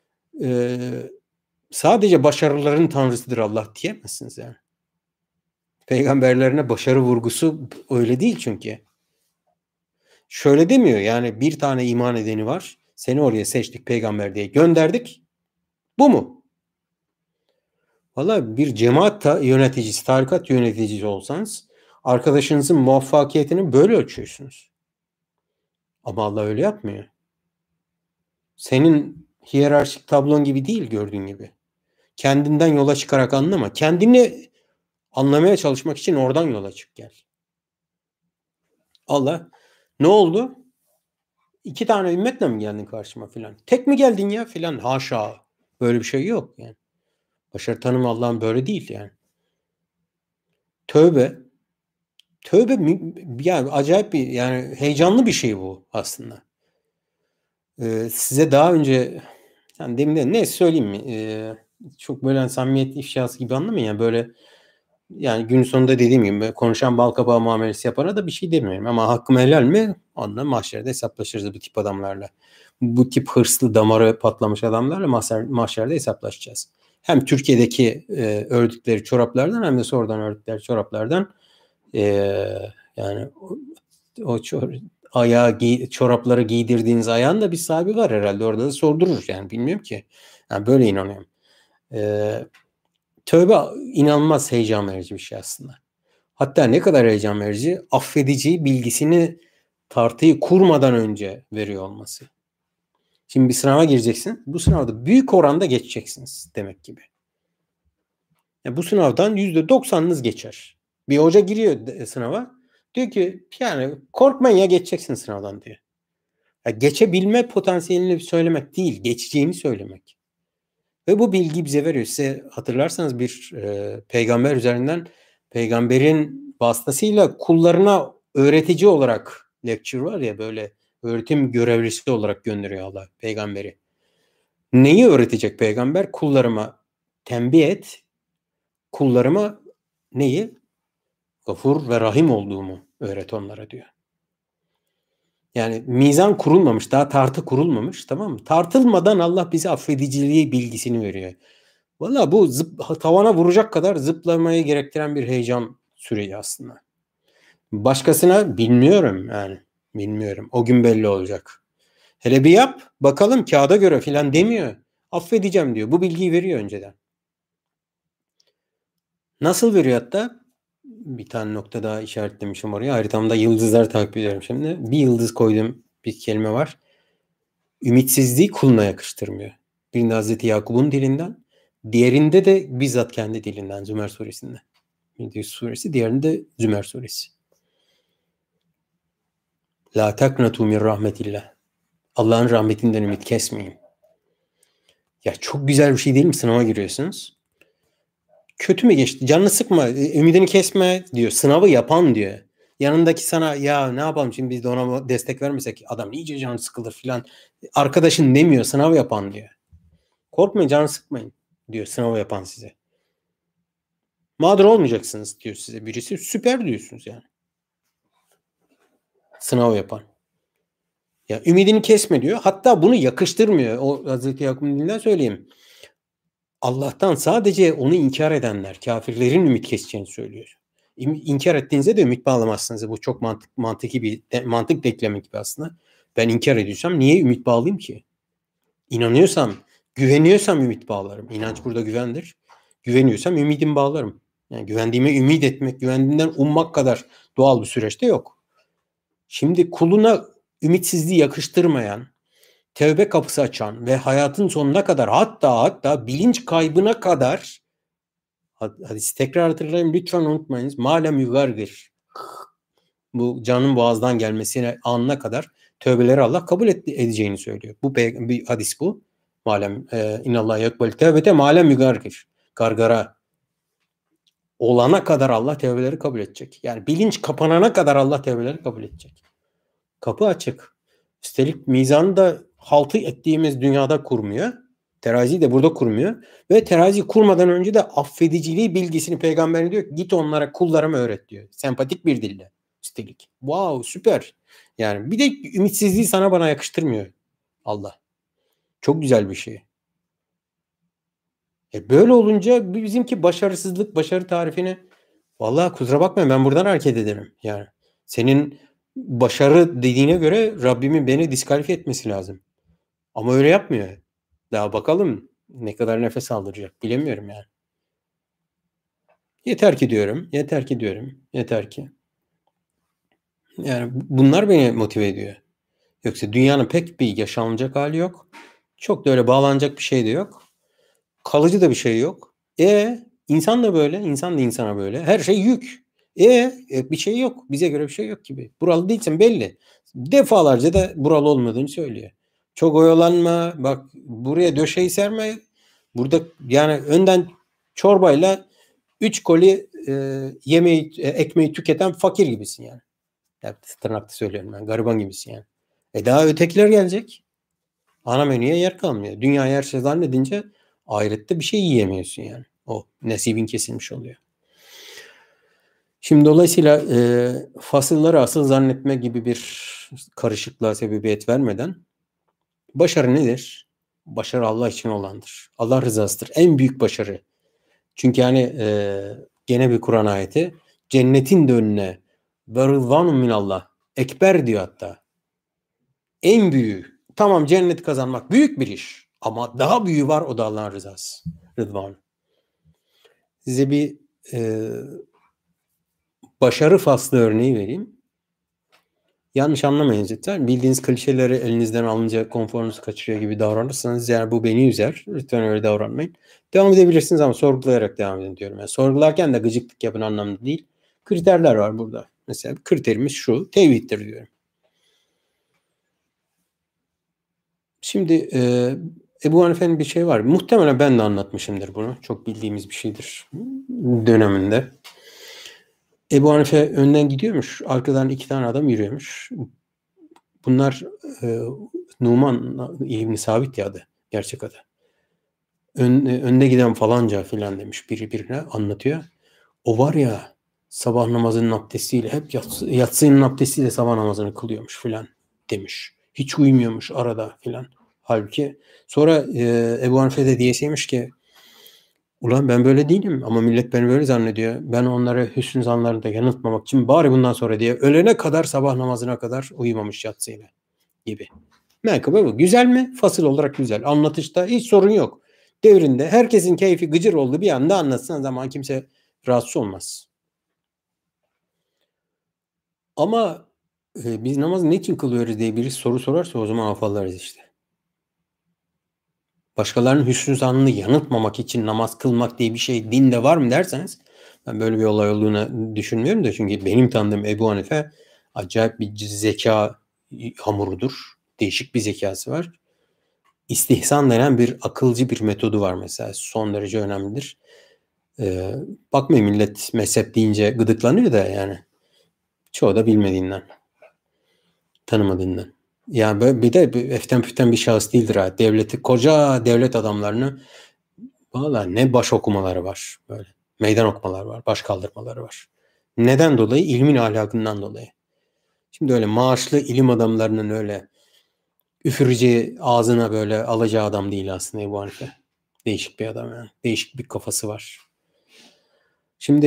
S1: sadece başarıların tanrısıdır Allah diyemezsiniz yani. Peygamberlerine başarı vurgusu öyle değil çünkü. Şöyle demiyor yani bir tane iman edeni var. Seni oraya seçtik peygamber diye gönderdik. Bu mu? Valla bir cemaat yöneticisi, tarikat yöneticisi olsanız arkadaşınızın muvaffakiyetini böyle ölçüyorsunuz. Ama Allah öyle yapmıyor. Senin hiyerarşik tablon gibi değil gördüğün gibi. Kendinden yola çıkarak anlama. Kendini anlamaya çalışmak için oradan yola çık gel. Allah ne oldu? 2 tane ümmetle mi geldin karşıma filan? Tek mi geldin ya filan? Haşa. Böyle bir şey yok yani. Başarı tanımı Allah'ın böyle değil yani. Tövbe yani acayip bir yani heyecanlı bir şey bu aslında. Size daha önce yani demin de ne söyleyeyim mi? Çok böyle samimiyet ifşası gibi anlamayın ya böyle yani gün sonunda dediğim gibi böyle konuşan balkabağı muamelesi yapana da bir şey demiyorum ama hakkım helal mi? Onunla mahşerde hesaplaşırız bu tip adamlarla. Bu tip hırslı damarı patlamış adamlarla mahşerde hesaplaşacağız. Hem Türkiye'deki ördükleri çoraplardan hem de sonradan ördükleri çoraplardan yani çorapları giydirdiğiniz ayağın da bir sahibi var herhalde. Orada da sordurur yani bilmiyorum ki. Yani böyle inanıyorum. Tövbe inanılmaz heyecan verici bir şey aslında. Hatta ne kadar heyecan verici, affedici bilgisini tartıyı kurmadan önce veriyor olması. Şimdi bir sınava gireceksin. Bu sınavda büyük oranda geçeceksiniz demek gibi. Yani bu sınavdan %90'ınız geçer. Bir hoca giriyor sınava. Diyor ki yani korkmayın ya geçeceksin sınavdan diyor. Ya geçebilme potansiyelini söylemek değil, geçeceğini söylemek. Ve bu bilgi bize veriyor. Size hatırlarsanız bir peygamber üzerinden peygamberin vasıtasıyla kullarına öğretici olarak lecture var ya böyle öğretim görevlisi olarak gönderiyor Allah peygamberi. Neyi öğretecek peygamber? Kullarıma tembih et. Kullarıma neyi? Gafur ve Rahim olduğumu öğret onlara diyor. Yani mizan kurulmamış, daha tartı kurulmamış, tamam mı? Tartılmadan Allah bize affediciliği bilgisini veriyor. Valla bu tavana vuracak kadar zıplamayı gerektiren bir heyecan süreci aslında. Başkasına bilmiyorum yani. Bilmiyorum. O gün belli olacak. Hele bir yap bakalım kağıda göre filan demiyor. Affedeceğim diyor. Bu bilgiyi veriyor önceden. Nasıl veriyor hatta? Bir tane nokta daha işaretlemişim oraya. Haritamda yıldızlar takip ediyorum şimdi. Bir yıldız koyduğum bir kelime var. Ümitsizliği kuluna yakıştırmıyor. Birinde Hazreti Yakup'un dilinden, diğerinde de bizzat kendi dilinden Zümer suresinde. Yunus suresi, diğerinde Zümer suresi. La taknatu min rahmetillah. Allah'ın rahmetinden ümit kesmeyin. Ya çok güzel bir şey değil mi? Sınava giriyorsunuz. Kötü mü geçti? Canını sıkma. Ümidini kesme diyor. Sınavı yapan diyor. Yanındaki sana ya ne yapalım şimdi biz de ona destek vermesek adam iyice canı sıkılır filan. Arkadaşın demiyor. Sınav yapan diyor. Korkmayın canı sıkmayın diyor sınav yapan size. Mağdur olmayacaksınız diyor size birisi. Süper diyorsunuz yani. Sınav yapan. Ya ümidini kesme diyor. Hatta bunu yakıştırmıyor. O Hazreti Yakup'un dilinden söyleyeyim. Allah'tan sadece onu inkar edenler, kafirlerin ümit keseceğini söylüyor. İnkar ettiğinizde de ümit bağlamazsınız. Bu çok mantıki bir mantık denklemi gibi aslında. Ben inkar ediyorsam niye ümit bağlayayım ki? İnanıyorsam, güveniyorsam ümit bağlarım. İnanç burada güvendir. Güveniyorsam ümidimi bağlarım. Yani güvendiğime ümit etmek, güvendiğimden ummak kadar doğal bir süreçte yok. Şimdi kuluna ümitsizliği yakıştırmayan, tevbe kapısı açan ve hayatın sonuna kadar hatta bilinç kaybına kadar hadisi tekrar hatırlayın lütfen unutmayınız. Malem yugargir. Bu canın boğazdan gelmesine anına kadar tövbeleri Allah kabul edeceğini söylüyor. Bu bir hadis bu. Malem inallah yakbel tevbete malem yugargir. Gargara olana kadar Allah tevbeleri kabul edecek. Yani bilinç kapanana kadar Allah tevbeleri kabul edecek. Kapı açık. Üstelik mizanı da haltı ettiğimiz dünyada kurmuyor. Teraziyi de burada kurmuyor. Ve terazi kurmadan önce de affediciliği bilgisini peygamberine diyor git onlara kullarıma öğret diyor. Sempatik bir dille. Üstelik. Wow süper. Yani bir de ümitsizliği sana bana yakıştırmıyor Allah. Çok güzel bir şey. Böyle olunca bizimki başarısızlık, başarı tarifini vallahi kusura bakmayın ben buradan hareket ederim. Yani senin başarı dediğine göre Rabbimin beni diskalifiye etmesi lazım. Ama öyle yapmıyor. Daha bakalım ne kadar nefes aldıracak bilemiyorum yani. Yeter ki diyorum, yeter ki diyorum, yeter ki. Yani bunlar beni motive ediyor. Yoksa dünyanın pek bir yaşanılacak hali yok. Çok da öyle bağlanacak bir şey de yok. Kalıcı da bir şey yok. İnsan da böyle, insan da insana böyle. Her şey yük. Bir şey yok. Bize göre bir şey yok gibi. Buralı değilsin belli. Defalarca da buralı olmadığını söylüyor. Çok oyalanma. Bak buraya döşeyi serme. Burada yani önden çorbayla 3 koli yemeği, ekmeği tüketen fakir gibisin yani. Tırnakta söylüyorum ben. Gariban gibisin yani. Daha ötekiler gelecek. Ana menüye yer kalmıyor. Dünyayı her şey zannedince ahirette bir şey yiyemiyorsun yani. O nasibin kesilmiş oluyor. Şimdi dolayısıyla fasılları asıl zannetme gibi bir karışıklığa sebebiyet vermeden başarı nedir? Başarı Allah için olandır. Allah rızasıdır. En büyük başarı. Çünkü hani gene bir Kur'an ayeti cennetin de önüne ve rıdvanun minallah ekber diyor hatta. En büyüğü. Tamam cennet kazanmak büyük bir iş. Ama daha büyüğü var o da Allah'ın rızası. Rıdvan. Size bir başarı faslı örneği vereyim. Yanlış anlamayın lütfen. Bildiğiniz klişeleri elinizden alınca konforunuzu kaçırıyor gibi davranırsanız yani bu beni üzer. Lütfen öyle davranmayın. Devam edebilirsiniz ama sorgulayarak devam edin diyorum. Yani sorgularken de gıcıklık yapın anlamında değil. Kriterler var burada. Mesela kriterimiz şu. Tevhiddir diyorum. Şimdi Ebu Hanife'nin bir şey var. Muhtemelen ben de anlatmışımdır bunu. Çok bildiğimiz bir şeydir döneminde. Ebu Hanife önden gidiyormuş. Arkadan 2 tane adam yürüyormuş. Bunlar Numan İbn Sabit ya adı. Gerçek adı. Önde giden falanca filan demiş. Biri birine anlatıyor. O var ya sabah namazının abdestiyle hep yatsının abdestiyle sabah namazını kılıyormuş filan demiş. Hiç uyumuyormuş arada filan. Halbuki sonra Ebu Hanife de diyeseymiş ki ulan ben böyle değilim ama millet beni böyle zannediyor. Ben onları hüsnü zanlarında yanıltmamak için bari bundan sonra diye ölene kadar sabah namazına kadar uyumamış yatsıyla gibi. Menkıbe bu. Güzel mi? Fasıl olarak güzel. Anlatışta hiç sorun yok. Devrinde herkesin keyfi gıcır oldu bir anda anlatsan zaman kimse rahatsız olmaz. Ama biz namazı ne için kılıyoruz diye birisi soru sorarsa o zaman afallarız işte. Başkalarının hüsnü zannını yanıltmamak için namaz kılmak diye bir şey dinde var mı derseniz ben böyle bir olay olduğunu düşünmüyorum da çünkü benim tanıdığım Ebu Hanife acayip bir zeka hamurudur. Değişik bir zekası var. İstihsan denen bir akılcı bir metodu var mesela. Son derece önemlidir. Bakmayın millet mezhep deyince gıdıklanıyor da yani. Çoğu da bilmediğinden. Tanımadığından. Yani böyle bir de eften püften bir şahıs değildir ha. Devleti, koca devlet adamlarını valla ne baş okumaları var böyle. Meydan okumaları var. Baş kaldırmaları var. Neden dolayı? İlmin ahlakından dolayı. Şimdi öyle maaşlı ilim adamlarının öyle üfürücü ağzına böyle alacağı adam değil aslında Ebu Hanife. Değişik bir adam yani. Değişik bir kafası var. Şimdi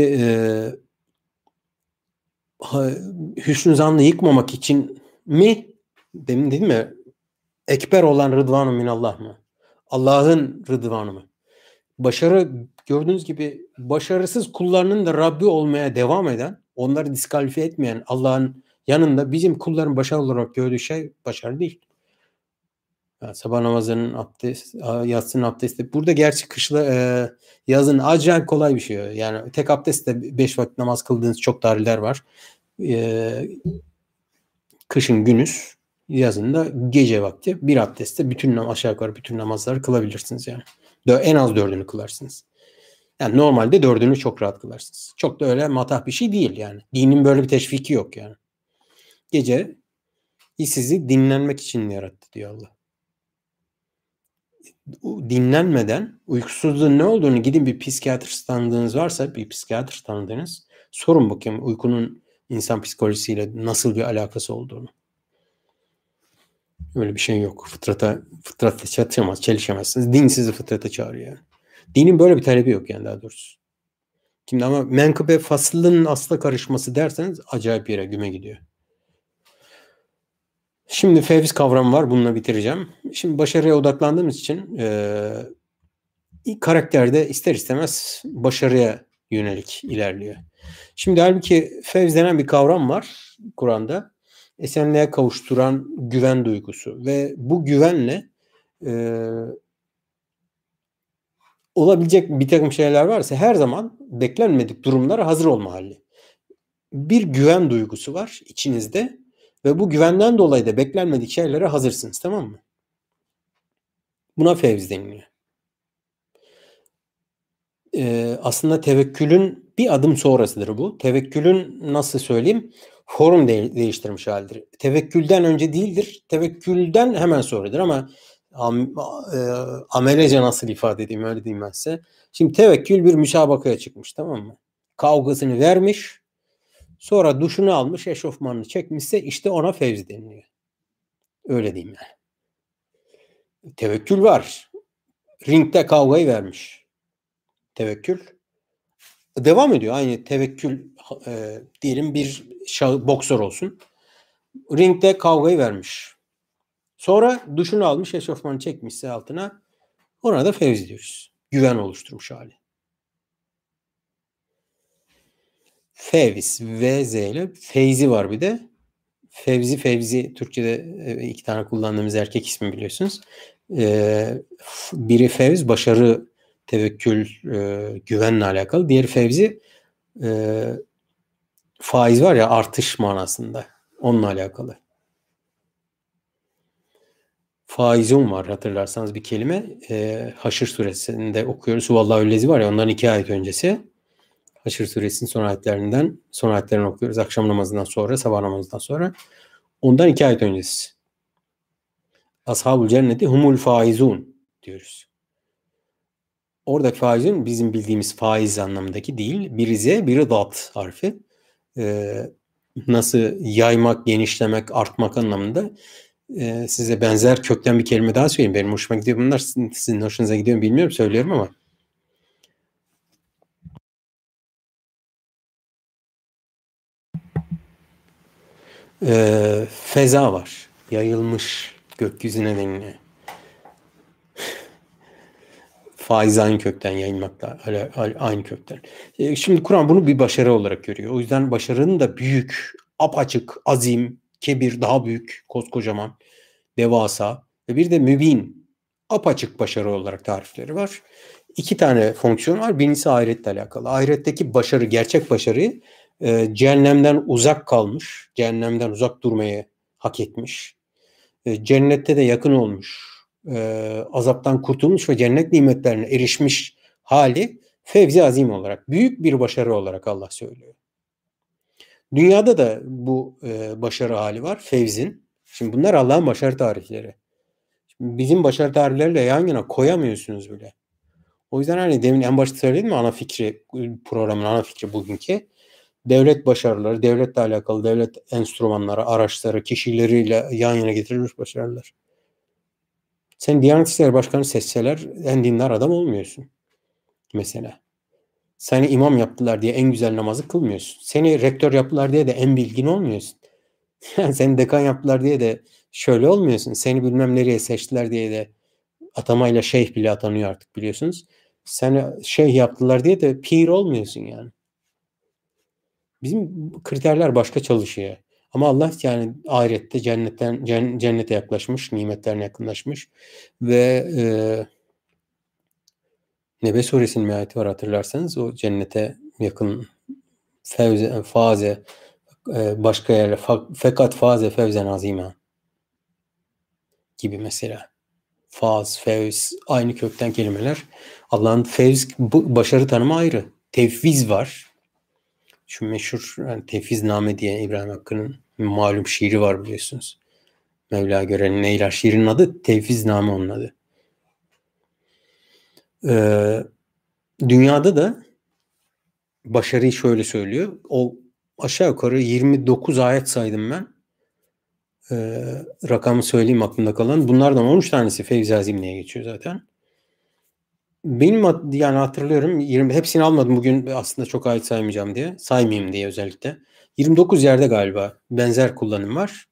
S1: hüsnü zannı yıkmamak için mi? Demin dedim mi? Ekber olan rıdvan-ı minallah mı? Allah'ın rıdvanı mı? Başarı gördüğünüz gibi başarısız kullarının da Rabbi olmaya devam eden, onları diskalifiye etmeyen Allah'ın yanında bizim kulların başarılı olarak gördüğü şey başarı değil. Yani sabah namazının abdest, yatsının abdesti. Burada gerçi yazın acayip kolay bir şey. Yani tek abdestle 5 vakit namaz kıldığınız çok tarihler var. Kışın gündüz, yazın da gece vakti bir abdestte aşağı yukarı bütün namazları kılabilirsiniz yani. En az 4'ünü kılarsınız. Yani normalde 4'ünü çok rahat kılarsınız. Çok da öyle matah bir şey değil yani. Dinin böyle bir teşviki yok yani. Gece sizi dinlenmek için yarattı diyor Allah. Dinlenmeden uykusuzluğun ne olduğunu gidin bir psikiyatrist tanıdığınız varsa bir psikiyatrist tanıdığınız sorun bakayım uykunun insan psikolojisiyle nasıl bir alakası olduğunu. Öyle bir şey yok. Fıtratla çelişemezsiniz. Din sizi fıtrata çağırıyor yani. Dinin böyle bir talebi yok yani daha doğrusu. Şimdi ama menkıbe faslının asla karışması derseniz acayip yere güme gidiyor. Şimdi fevz kavramı var. Bununla bitireceğim. Şimdi başarıya odaklandığımız için karakterde ister istemez başarıya yönelik ilerliyor. Şimdi halbuki fevz denen bir kavram var Kur'an'da. Esenliğe kavuşturan güven duygusu ve bu güvenle olabilecek bir takım şeyler varsa her zaman beklenmedik durumlara hazır olma hali. Bir güven duygusu var içinizde ve bu güvenden dolayı da beklenmedik şeylere hazırsınız, tamam mı? Buna fevz deniliyor. Aslında tevekkülün bir adım sonrasıdır bu. Tevekkülün nasıl söyleyeyim? Form değiştirmiş halidir. Tevekkülden önce değildir. Tevekkülden hemen sonradır ama Amelece nasıl ifade edeyim, öyle diyeyim ben size. Şimdi tevekkül bir müsabakaya çıkmış, tamam mı? Kavgasını vermiş. Sonra duşunu almış, eşofmanını çekmişse işte ona fevzi deniliyor. Öyle diyeyim yani. Tevekkül var. Ringde kavgayı vermiş. Tevekkül devam ediyor. Aynı tevekkül diyelim bir boksör olsun. Ringde kavgayı vermiş. Sonra duşunu almış, eşofmanı çekmişse altına, ona da fevzi diyoruz. Güven oluşturmuş hali. Fevz, VZ ile feyzi var bir de. Fevzi Türkçe'de iki tane kullandığımız erkek ismi biliyorsunuz. Biri fevz, başarı, tevekkül, güvenle alakalı. Diğeri fevzi, faiz var ya, artış manasında. Onunla alakalı. Faizun var, hatırlarsanız bir kelime. Haşr suresinde okuyoruz. Huvallahüllezi var ya, ondan 2 ayet öncesi. Haşr suresinin son ayetlerini okuyoruz. Akşam namazından sonra, sabah namazından sonra. Ondan 2 ayet öncesi. Ashabul cenneti humul faizun diyoruz. Oradaki faizun bizim bildiğimiz faiz anlamındaki değil. Biri Z, biri dat harfi. Nasıl yaymak, genişlemek, artmak anlamında. Size benzer kökten bir kelime daha söyleyeyim. Benim hoşuma gidiyor bunlar. Sizin hoşunuza gidiyor mu bilmiyorum. Söylüyorum ama. Feza var. Yayılmış gökyüzüne deniliyor. Faiz aynı kökten, yayılmakla aynı kökten. Şimdi Kur'an bunu bir başarı olarak görüyor. O yüzden başarının da büyük, apaçık, azim, kebir, daha büyük, koskocaman, devasa ve bir de mübin, apaçık başarı olarak tarifleri var. 2 tane fonksiyon var. Birincisi ahiretle alakalı. Ahiretteki başarı, gerçek başarıyı cehennemden uzak kalmış, cehennemden uzak durmayı hak etmiş. Cennette de yakın olmuş, azaptan kurtulmuş ve cennet nimetlerine erişmiş hali fevzi azim olarak, büyük bir başarı olarak Allah söylüyor. Dünyada da bu başarı hali var, fevzin. Şimdi bunlar Allah'ın başarı tarifleri. Şimdi bizim başarı tarifleriyle yan yana koyamıyorsunuz bile. O yüzden hani demin en başta söyledim mi, ana fikri, programın ana fikri bugünkü devlet başarıları, devletle alakalı devlet enstrümanları, araçları, kişileriyle yan yana getirilmiş başarılar. Sen Diyanet İşleri Başkanı seçseler en dindar adam olmuyorsun. Mesela. Seni imam yaptılar diye en güzel namazı kılmıyorsun. Seni rektör yaptılar diye de en bilgin olmuyorsun. Seni dekan yaptılar diye de şöyle olmuyorsun. Seni bilmem nereye seçtiler diye de atamayla şeyh bile atanıyor artık, biliyorsunuz. Seni şeyh yaptılar diye de pir olmuyorsun yani. Bizim kriterler başka çalışıyor. Ama Allah yani ahirette cennete yaklaşmış, nimetlerine yakınlaşmış ve Nebe suresinin bir ayeti var, hatırlarsanız, o cennete yakın faze, başka yerle fakat faze fevzen azima gibi mesela. Faz, fevz aynı kökten kelimeler. Allah'ın fevz, bu başarı tanımı ayrı. Tevfiz var. Şu meşhur yani Tevfizname diye İbrahim Hakkı'nın malum şiiri var, biliyorsunuz. Mevla görenin eyler. Şiirin adı Tevfizname, onun adı. Dünyada da başarıyı şöyle söylüyor. O aşağı yukarı 29 ayet saydım ben. Rakamı söyleyeyim aklımda kalan. Bunlardan 13 tanesi Fevzi Azimli'ye geçiyor zaten. Benim yani hatırlıyorum, hepsini almadım bugün, aslında çok ayet saymayacağım diye. Saymayayım diye özellikle. 29 yerde galiba benzer kullanım var.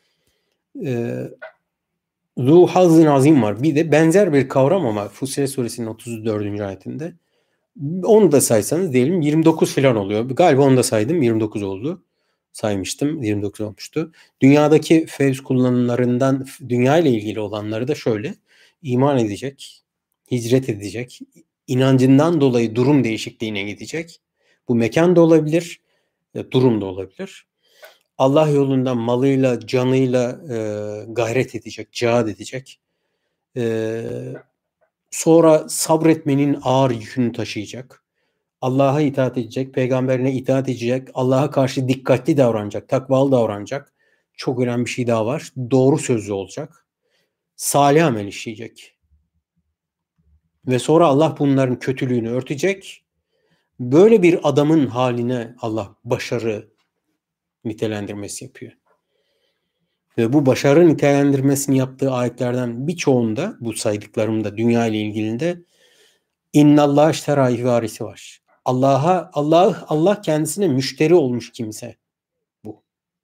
S1: Zu Hazın Azim var. Bir de benzer bir kavram ama Fussilet Suresinin 34. ayetinde. Onu da saysanız diyelim 29 falan oluyor. Galiba onu da saydım, 29 oldu. Saymıştım, 29 olmuştu. Dünyadaki fevz kullanımlarından dünya ile ilgili olanları da şöyle: iman edecek, hicret edecek, inancından dolayı durum değişikliğine gidecek. Bu mekan da olabilir, durum da olabilir. Allah yolunda malıyla, canıyla gayret edecek, cihad edecek. Sonra sabretmenin ağır yükünü taşıyacak. Allah'a itaat edecek, peygamberine itaat edecek, Allah'a karşı dikkatli davranacak, takvalı davranacak. Çok önemli bir şey daha var. Doğru sözlü olacak. salih amel işleyecek. Ve sonra Allah bunların kötülüğünü örtecek. Böyle bir adamın haline Allah başarı nitelendirmesi yapıyor. Ve bu başarı nitelendirmesini yaptığı ayetlerden birçoğunda, bu saydıklarımda dünya ile ilgili İnnallâh işterâ ibaresi var. Allah kendisine müşteri olmuş kimse bu.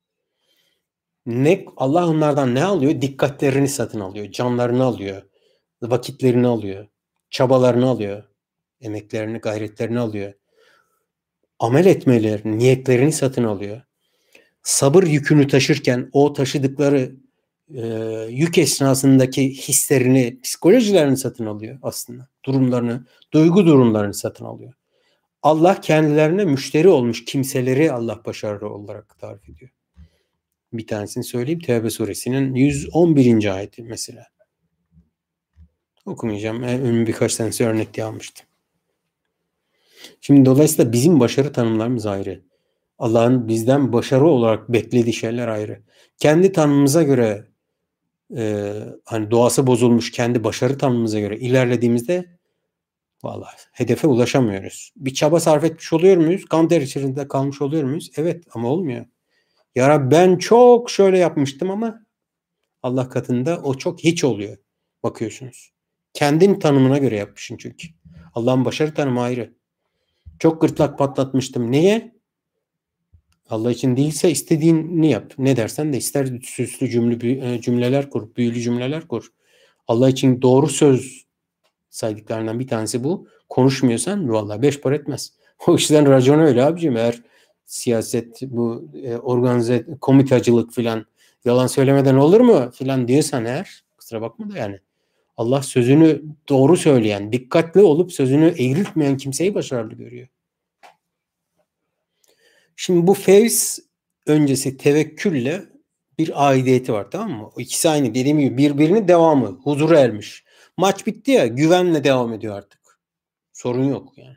S1: Allah onlardan ne alıyor? Dikkatlerini satın alıyor, canlarını alıyor, vakitlerini alıyor, çabalarını alıyor, emeklerini, gayretlerini alıyor. Amel etmelerini, niyetlerini satın alıyor. Sabır yükünü taşırken o taşıdıkları yük esnasındaki hislerini, psikolojilerini satın alıyor aslında. Durumlarını, duygu durumlarını satın alıyor. Allah kendilerine müşteri olmuş kimseleri Allah başarılı olarak tarif ediyor. Bir tanesini söyleyeyim. Tevbe suresinin 111. ayeti mesela. Okumayacağım. Önüme birkaç tanesi örnek diye almıştım. Şimdi dolayısıyla bizim başarı tanımlarımız ayrı. Allah'ın bizden başarı olarak beklediği şeyler ayrı. Kendi tanımımıza göre hani doğası bozulmuş kendi başarı tanımımıza göre ilerlediğimizde vallahi hedefe ulaşamıyoruz. Bir çaba sarf etmiş oluyor muyuz? Kan ter içerisinde kalmış oluyor muyuz? Evet ama olmuyor. Ya Rabbi ben çok şöyle yapmıştım ama Allah katında o çok hiç oluyor. Bakıyorsunuz. Kendin tanımına göre yapmışsın çünkü. Allah'ın başarı tanımı ayrı. Çok gırtlak patlatmıştım. Niye? Allah için değilse istediğini yap. Ne dersen de ister süslü cümleler kur, büyülü cümleler kur. Allah için doğru söz saydıklarından bir tanesi bu. Konuşmuyorsan vallahi 5 para etmez. O işten racon öyle abicim. Eğer siyaset, bu organize komitacılık filan yalan söylemeden olur mu filan diyorsan eğer kusura bakma da yani Allah sözünü doğru söyleyen, dikkatli olup sözünü eğriltmeyen kimseyi başarılı görüyor. Şimdi bu fevz öncesi tevekkülle bir aidiyeti var, tamam mı? O ikisi aynı, dediğim gibi birbirinin devamı, huzura ermiş. Maç bitti ya, güvenle devam ediyor artık. Sorun yok yani.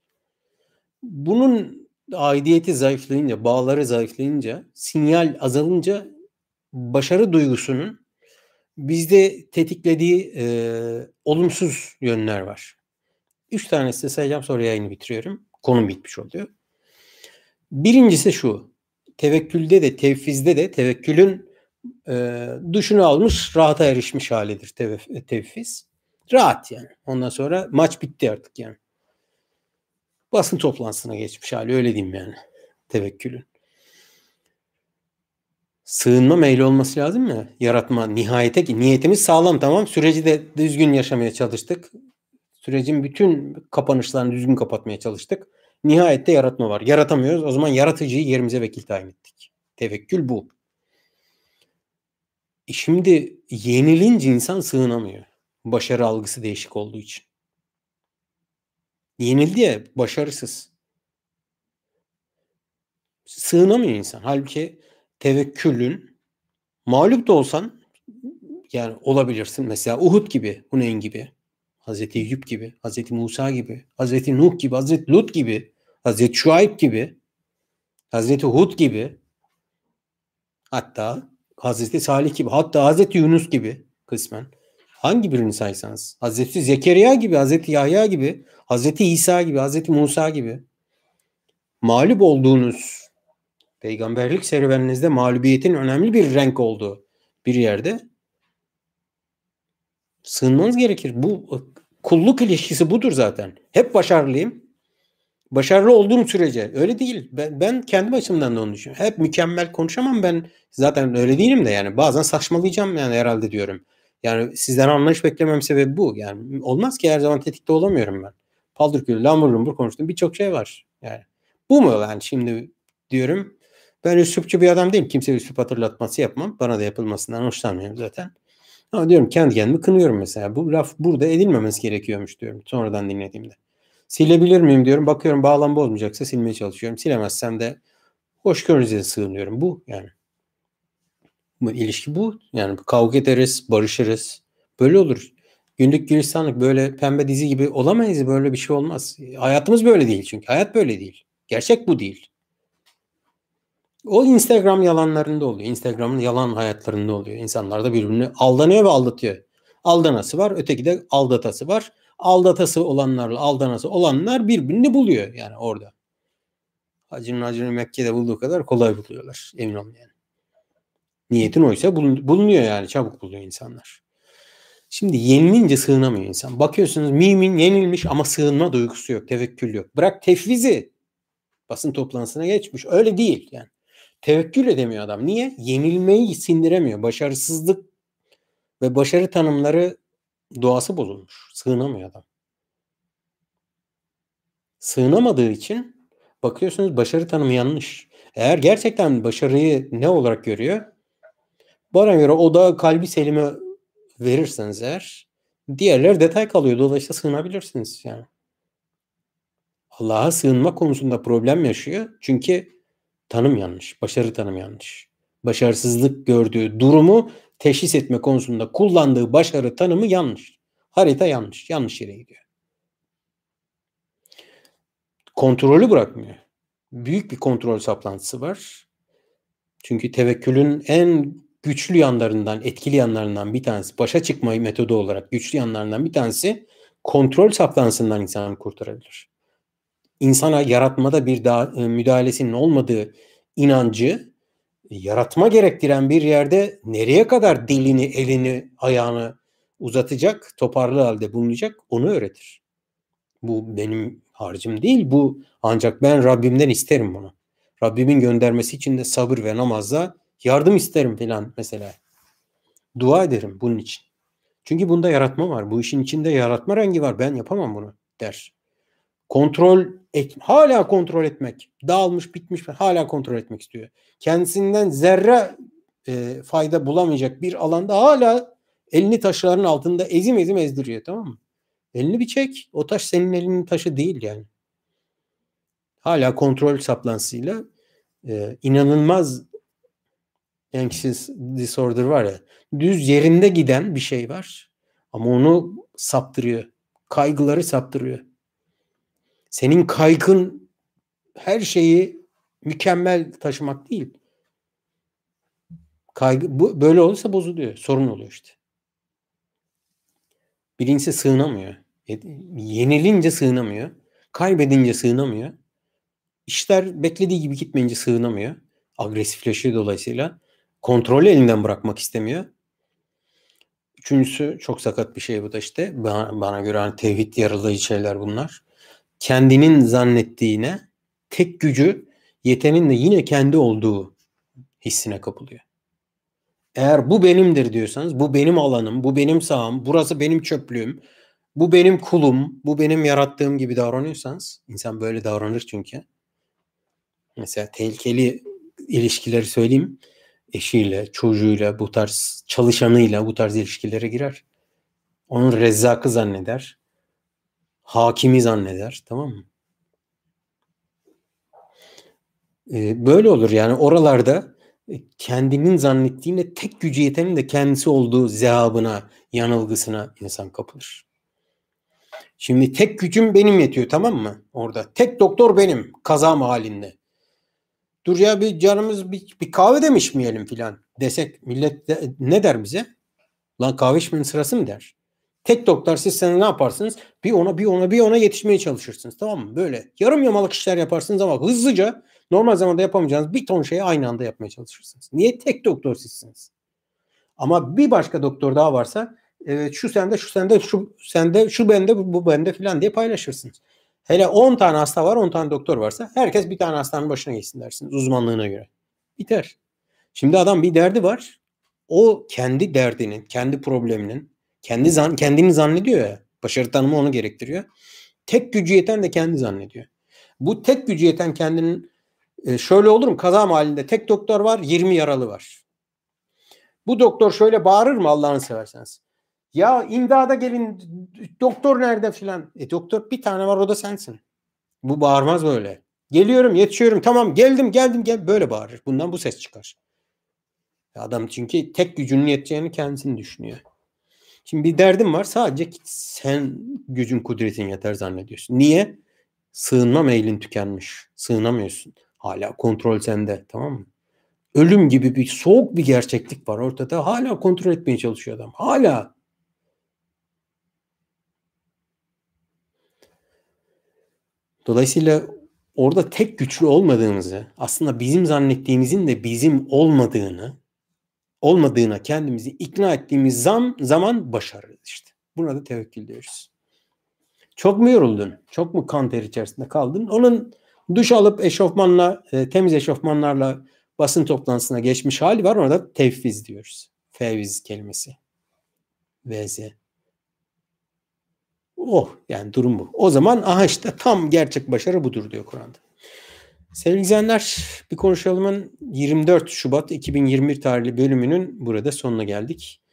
S1: Bunun aidiyeti zayıflayınca, bağları zayıflayınca, sinyal azalınca başarı duygusunun bizde tetiklediği olumsuz yönler var. 3 tanesi de sayacağım, sonra yayını bitiriyorum. Konum bitmiş oluyor. Birincisi şu. Tevekkülde de tevfizde de tevekkülün duşunu almış, rahata erişmiş halidir tevfiz. Rahat yani. Ondan sonra maç bitti artık yani. Basın toplantısına geçmiş hali, öyle diyeyim yani tevekkülün. Sığınma meyli olması lazım mı? Yaratma, niyetimiz sağlam, tamam. Süreci de düzgün yaşamaya çalıştık. Sürecin bütün kapanışlarını düzgün kapatmaya çalıştık. Nihayette yaratma var. Yaratamıyoruz. O zaman yaratıcıyı yerimize vekil tayin ettik. Tevekkül bu. Şimdi yenilince insan sığınamıyor. Başarı algısı değişik olduğu için. Yenildi ya, başarısız. Sığınamıyor insan. Halbuki tevekkülün, mağlup da olsan yani olabilirsin. Mesela Uhud gibi, Huneyn gibi, Hazreti Eyüp gibi, Hazreti Musa gibi, Hazreti Nuh gibi, Hazreti Lut gibi, Hazreti Şuayb gibi, Hazreti Hud gibi, hatta Hazreti Salih gibi, hatta Hazreti Yunus gibi kısmen. Hangi birini saysanız. Hazreti Zekeriya gibi, Hazreti Yahya gibi, Hazreti İsa gibi, Hazreti Musa gibi. Mağlup olduğunuz, peygamberlik serüveninizde mağlubiyetin önemli bir renk olduğu bir yerde sığınmanız gerekir. Bu kulluk ilişkisi budur zaten. Hep başarılıyım. Başarılı olduğum sürece öyle değil. Ben kendi açımdan da onu düşünüyorum. Hep mükemmel konuşamam ben. Zaten öyle değilim de yani. Bazen saçmalayacağım yani herhalde diyorum. Yani sizden anlayış beklemem sebebi bu. Yani olmaz ki her zaman tetikte olamıyorum ben. Paldır küldür, lambur lumbur konuştum. Birçok şey var. Yani bu mu yani şimdi diyorum. Ben üslupçu bir adam değilim. Kimseye üslup hatırlatması yapmam. Bana da yapılmasından hoşlanmıyorum zaten. Ama diyorum kendi kendimi kınıyorum mesela. Bu laf burada edilmemesi gerekiyormuş diyorum sonradan dinlediğimde. Silebilir miyim diyorum. Bakıyorum bağlam bozmayacaksa silmeye çalışıyorum. Silemezsem de hoşgörünüze sığınıyorum. Bu yani. Bu ilişki bu. Yani kavga ederiz, barışırız. Böyle olur. Günlük gülistanlık böyle pembe dizi gibi olamayız. Böyle bir şey olmaz. Hayatımız böyle değil çünkü. Hayat böyle değil. Gerçek bu değil. O Instagram yalanlarında oluyor. Instagram'ın yalan hayatlarında oluyor. İnsanlar da birbirini aldanıyor ve aldatıyor. Aldanası var, öteki de aldatası var. Aldatası olanlarla aldanası olanlar birbirini buluyor yani orada. Hacı'nın Mekke'de bulduğu kadar kolay buluyorlar. Emin olun yani. Niyetin oysa bulunuyor yani. Çabuk buluyor insanlar. Şimdi yenilince sığınamıyor insan. Bakıyorsunuz mümin yenilmiş ama sığınma duygusu yok. Tevekkül yok. Bırak tefvizi. Basın toplantısına geçmiş. Öyle değil yani. Tevekkül edemiyor adam. Niye? Yenilmeyi sindiremiyor. Başarısızlık ve başarı tanımları doğası bozulmuş. Sığınamıyor adam. Sığınamadığı için bakıyorsunuz başarı tanımı yanlış. Eğer gerçekten başarıyı ne olarak görüyor? Bana göre o da kalbi selime verirseniz eğer diğerler detay kalıyor. Dolayısıyla sığınabilirsiniz yani. Allah'a sığınma konusunda problem yaşıyor. Çünkü tanım yanlış. Başarı tanımı yanlış. Başarısızlık gördüğü durumu teşhis etme konusunda kullandığı başarı tanımı yanlış. Harita yanlış. Yanlış yere gidiyor. Kontrolü bırakmıyor. Büyük bir kontrol saplantısı var. Çünkü tevekkülün en güçlü yanlarından, etkili yanlarından bir tanesi, başa çıkma metodu olarak güçlü yanlarından bir tanesi kontrol saplantısından insanı kurtarabilir. İnsana yaratmada bir müdahalesinin olmadığı inancı yaratma gerektiren bir yerde nereye kadar dilini, elini, ayağını uzatacak, toparlı halde bulunacak onu öğretir. Bu benim harcım değil. Bu ancak ben Rabbimden isterim bunu. Rabbimin göndermesi için de sabır ve namazla yardım isterim filan mesela. Dua ederim bunun için. Çünkü bunda yaratma var. Bu işin içinde yaratma rengi var. Ben yapamam bunu der. Hala kontrol etmek. Dağılmış, bitmiş hala kontrol etmek istiyor. Kendisinden zerre fayda bulamayacak bir alanda hala elini taşların altında ezim ezim ezdiriyor, tamam mı? Elini bir çek. O taş senin elinin taşı değil yani. Hala kontrol saplantısıyla inanılmaz anxious disorder var ya. Düz yerinde giden bir şey var. Ama onu saptırıyor. Kaygıları saptırıyor. Senin kaygın her şeyi mükemmel taşımak değil. Kaygı böyle olursa bozuluyor. Sorun oluyor işte. Birincisi sığınamıyor. Yenilince sığınamıyor. Kaybedince sığınamıyor. İşler beklediği gibi gitmeyince sığınamıyor. Agresifleşiyor dolayısıyla. Kontrolü elinden bırakmak istemiyor. Üçüncüsü çok sakat bir şey bu da işte. Bana göre hani tevhid yaralayıcı şeyler bunlar. Kendinin zannettiğine tek gücü yetenin de yine kendi olduğu hissine kapılıyor. Eğer bu benimdir diyorsanız, bu benim alanım, bu benim saham, burası benim çöplüğüm, bu benim kulum, bu benim yarattığım gibi davranıyorsanız, insan böyle davranır çünkü. Mesela tehlikeli ilişkileri söyleyeyim. Eşiyle, çocuğuyla, bu tarz çalışanıyla bu tarz ilişkilere girer. Onun rezzakı zanneder. Hakimi zanneder. Tamam mı? Böyle olur yani oralarda kendinin zannettiğine tek gücü yetenin de kendisi olduğu zehabına, yanılgısına insan kapılır. Şimdi tek gücüm benim yetiyor, tamam mı? Orada tek doktor benim kaza mahallinde. Dur ya bir canımız bir kahve de mi içmeyelim filan desek millet ne der bize? Lan kahve içmenin sırası mı der? Tek doktor siz ne yaparsınız? Bir ona yetişmeye çalışırsınız, tamam mı? Böyle yarım yamalak işler yaparsınız ama hızlıca normal zamanda yapamayacağınız bir ton şeyi aynı anda yapmaya çalışırsınız. Niye? Tek doktor sizsiniz. Ama bir başka doktor daha varsa evet şu sende, şu sende, şu sende, şu bende, bu bende filan diye paylaşırsınız. Hele 10 tane hasta var, 10 tane doktor varsa herkes bir tane hastanın başına geçsin dersiniz uzmanlığına göre. Biter. Şimdi adam bir derdi var. O kendi derdinin, kendi probleminin, kendini zannediyor ya. Başarı tanımı onu gerektiriyor. Tek gücü yeten de kendi zannediyor. Bu tek gücü yeten kendinin şöyle olur mu? Kaza mahallinde tek doktor var, 20 yaralı var. Bu doktor şöyle bağırır mı Allah'ını severseniz? Ya imdada gelin, doktor nerede filan. Doktor bir tane var, o da sensin. Bu bağırmaz böyle. Geliyorum, yetişiyorum, tamam geldim gel böyle bağırır. Bundan bu ses çıkar. Adam çünkü tek gücünün yeteceğini kendisini düşünüyor. Şimdi bir derdin var, sadece sen gücün kudretin yeter zannediyorsun. Niye? Sığınma meylin tükenmiş. Sığınamıyorsun. Hala kontrol sende, tamam mı? Ölüm gibi bir soğuk bir gerçeklik var ortada. Hala kontrol etmeye çalışıyor adam. Hala. Dolayısıyla orada tek güçlü olmadığımızı, aslında bizim zannettiğimizin de bizim olmadığına kendimizi ikna ettiğimiz zaman başarırız işte. Buna da tevekkül diyoruz. Çok mu yoruldun? Çok mu kan ter içerisinde kaldın? Onun duş alıp temiz eşofmanlarla basın toplantısına geçmiş hali var. Ona da tevfiz diyoruz. Fevz kelimesi. VZ. Yani durum bu. O zaman işte tam gerçek başarı budur diyor Kur'an'da. Sevgili izleyenler, Bir Konuşalım'ın 24 Şubat 2021 tarihli bölümünün burada sonuna geldik.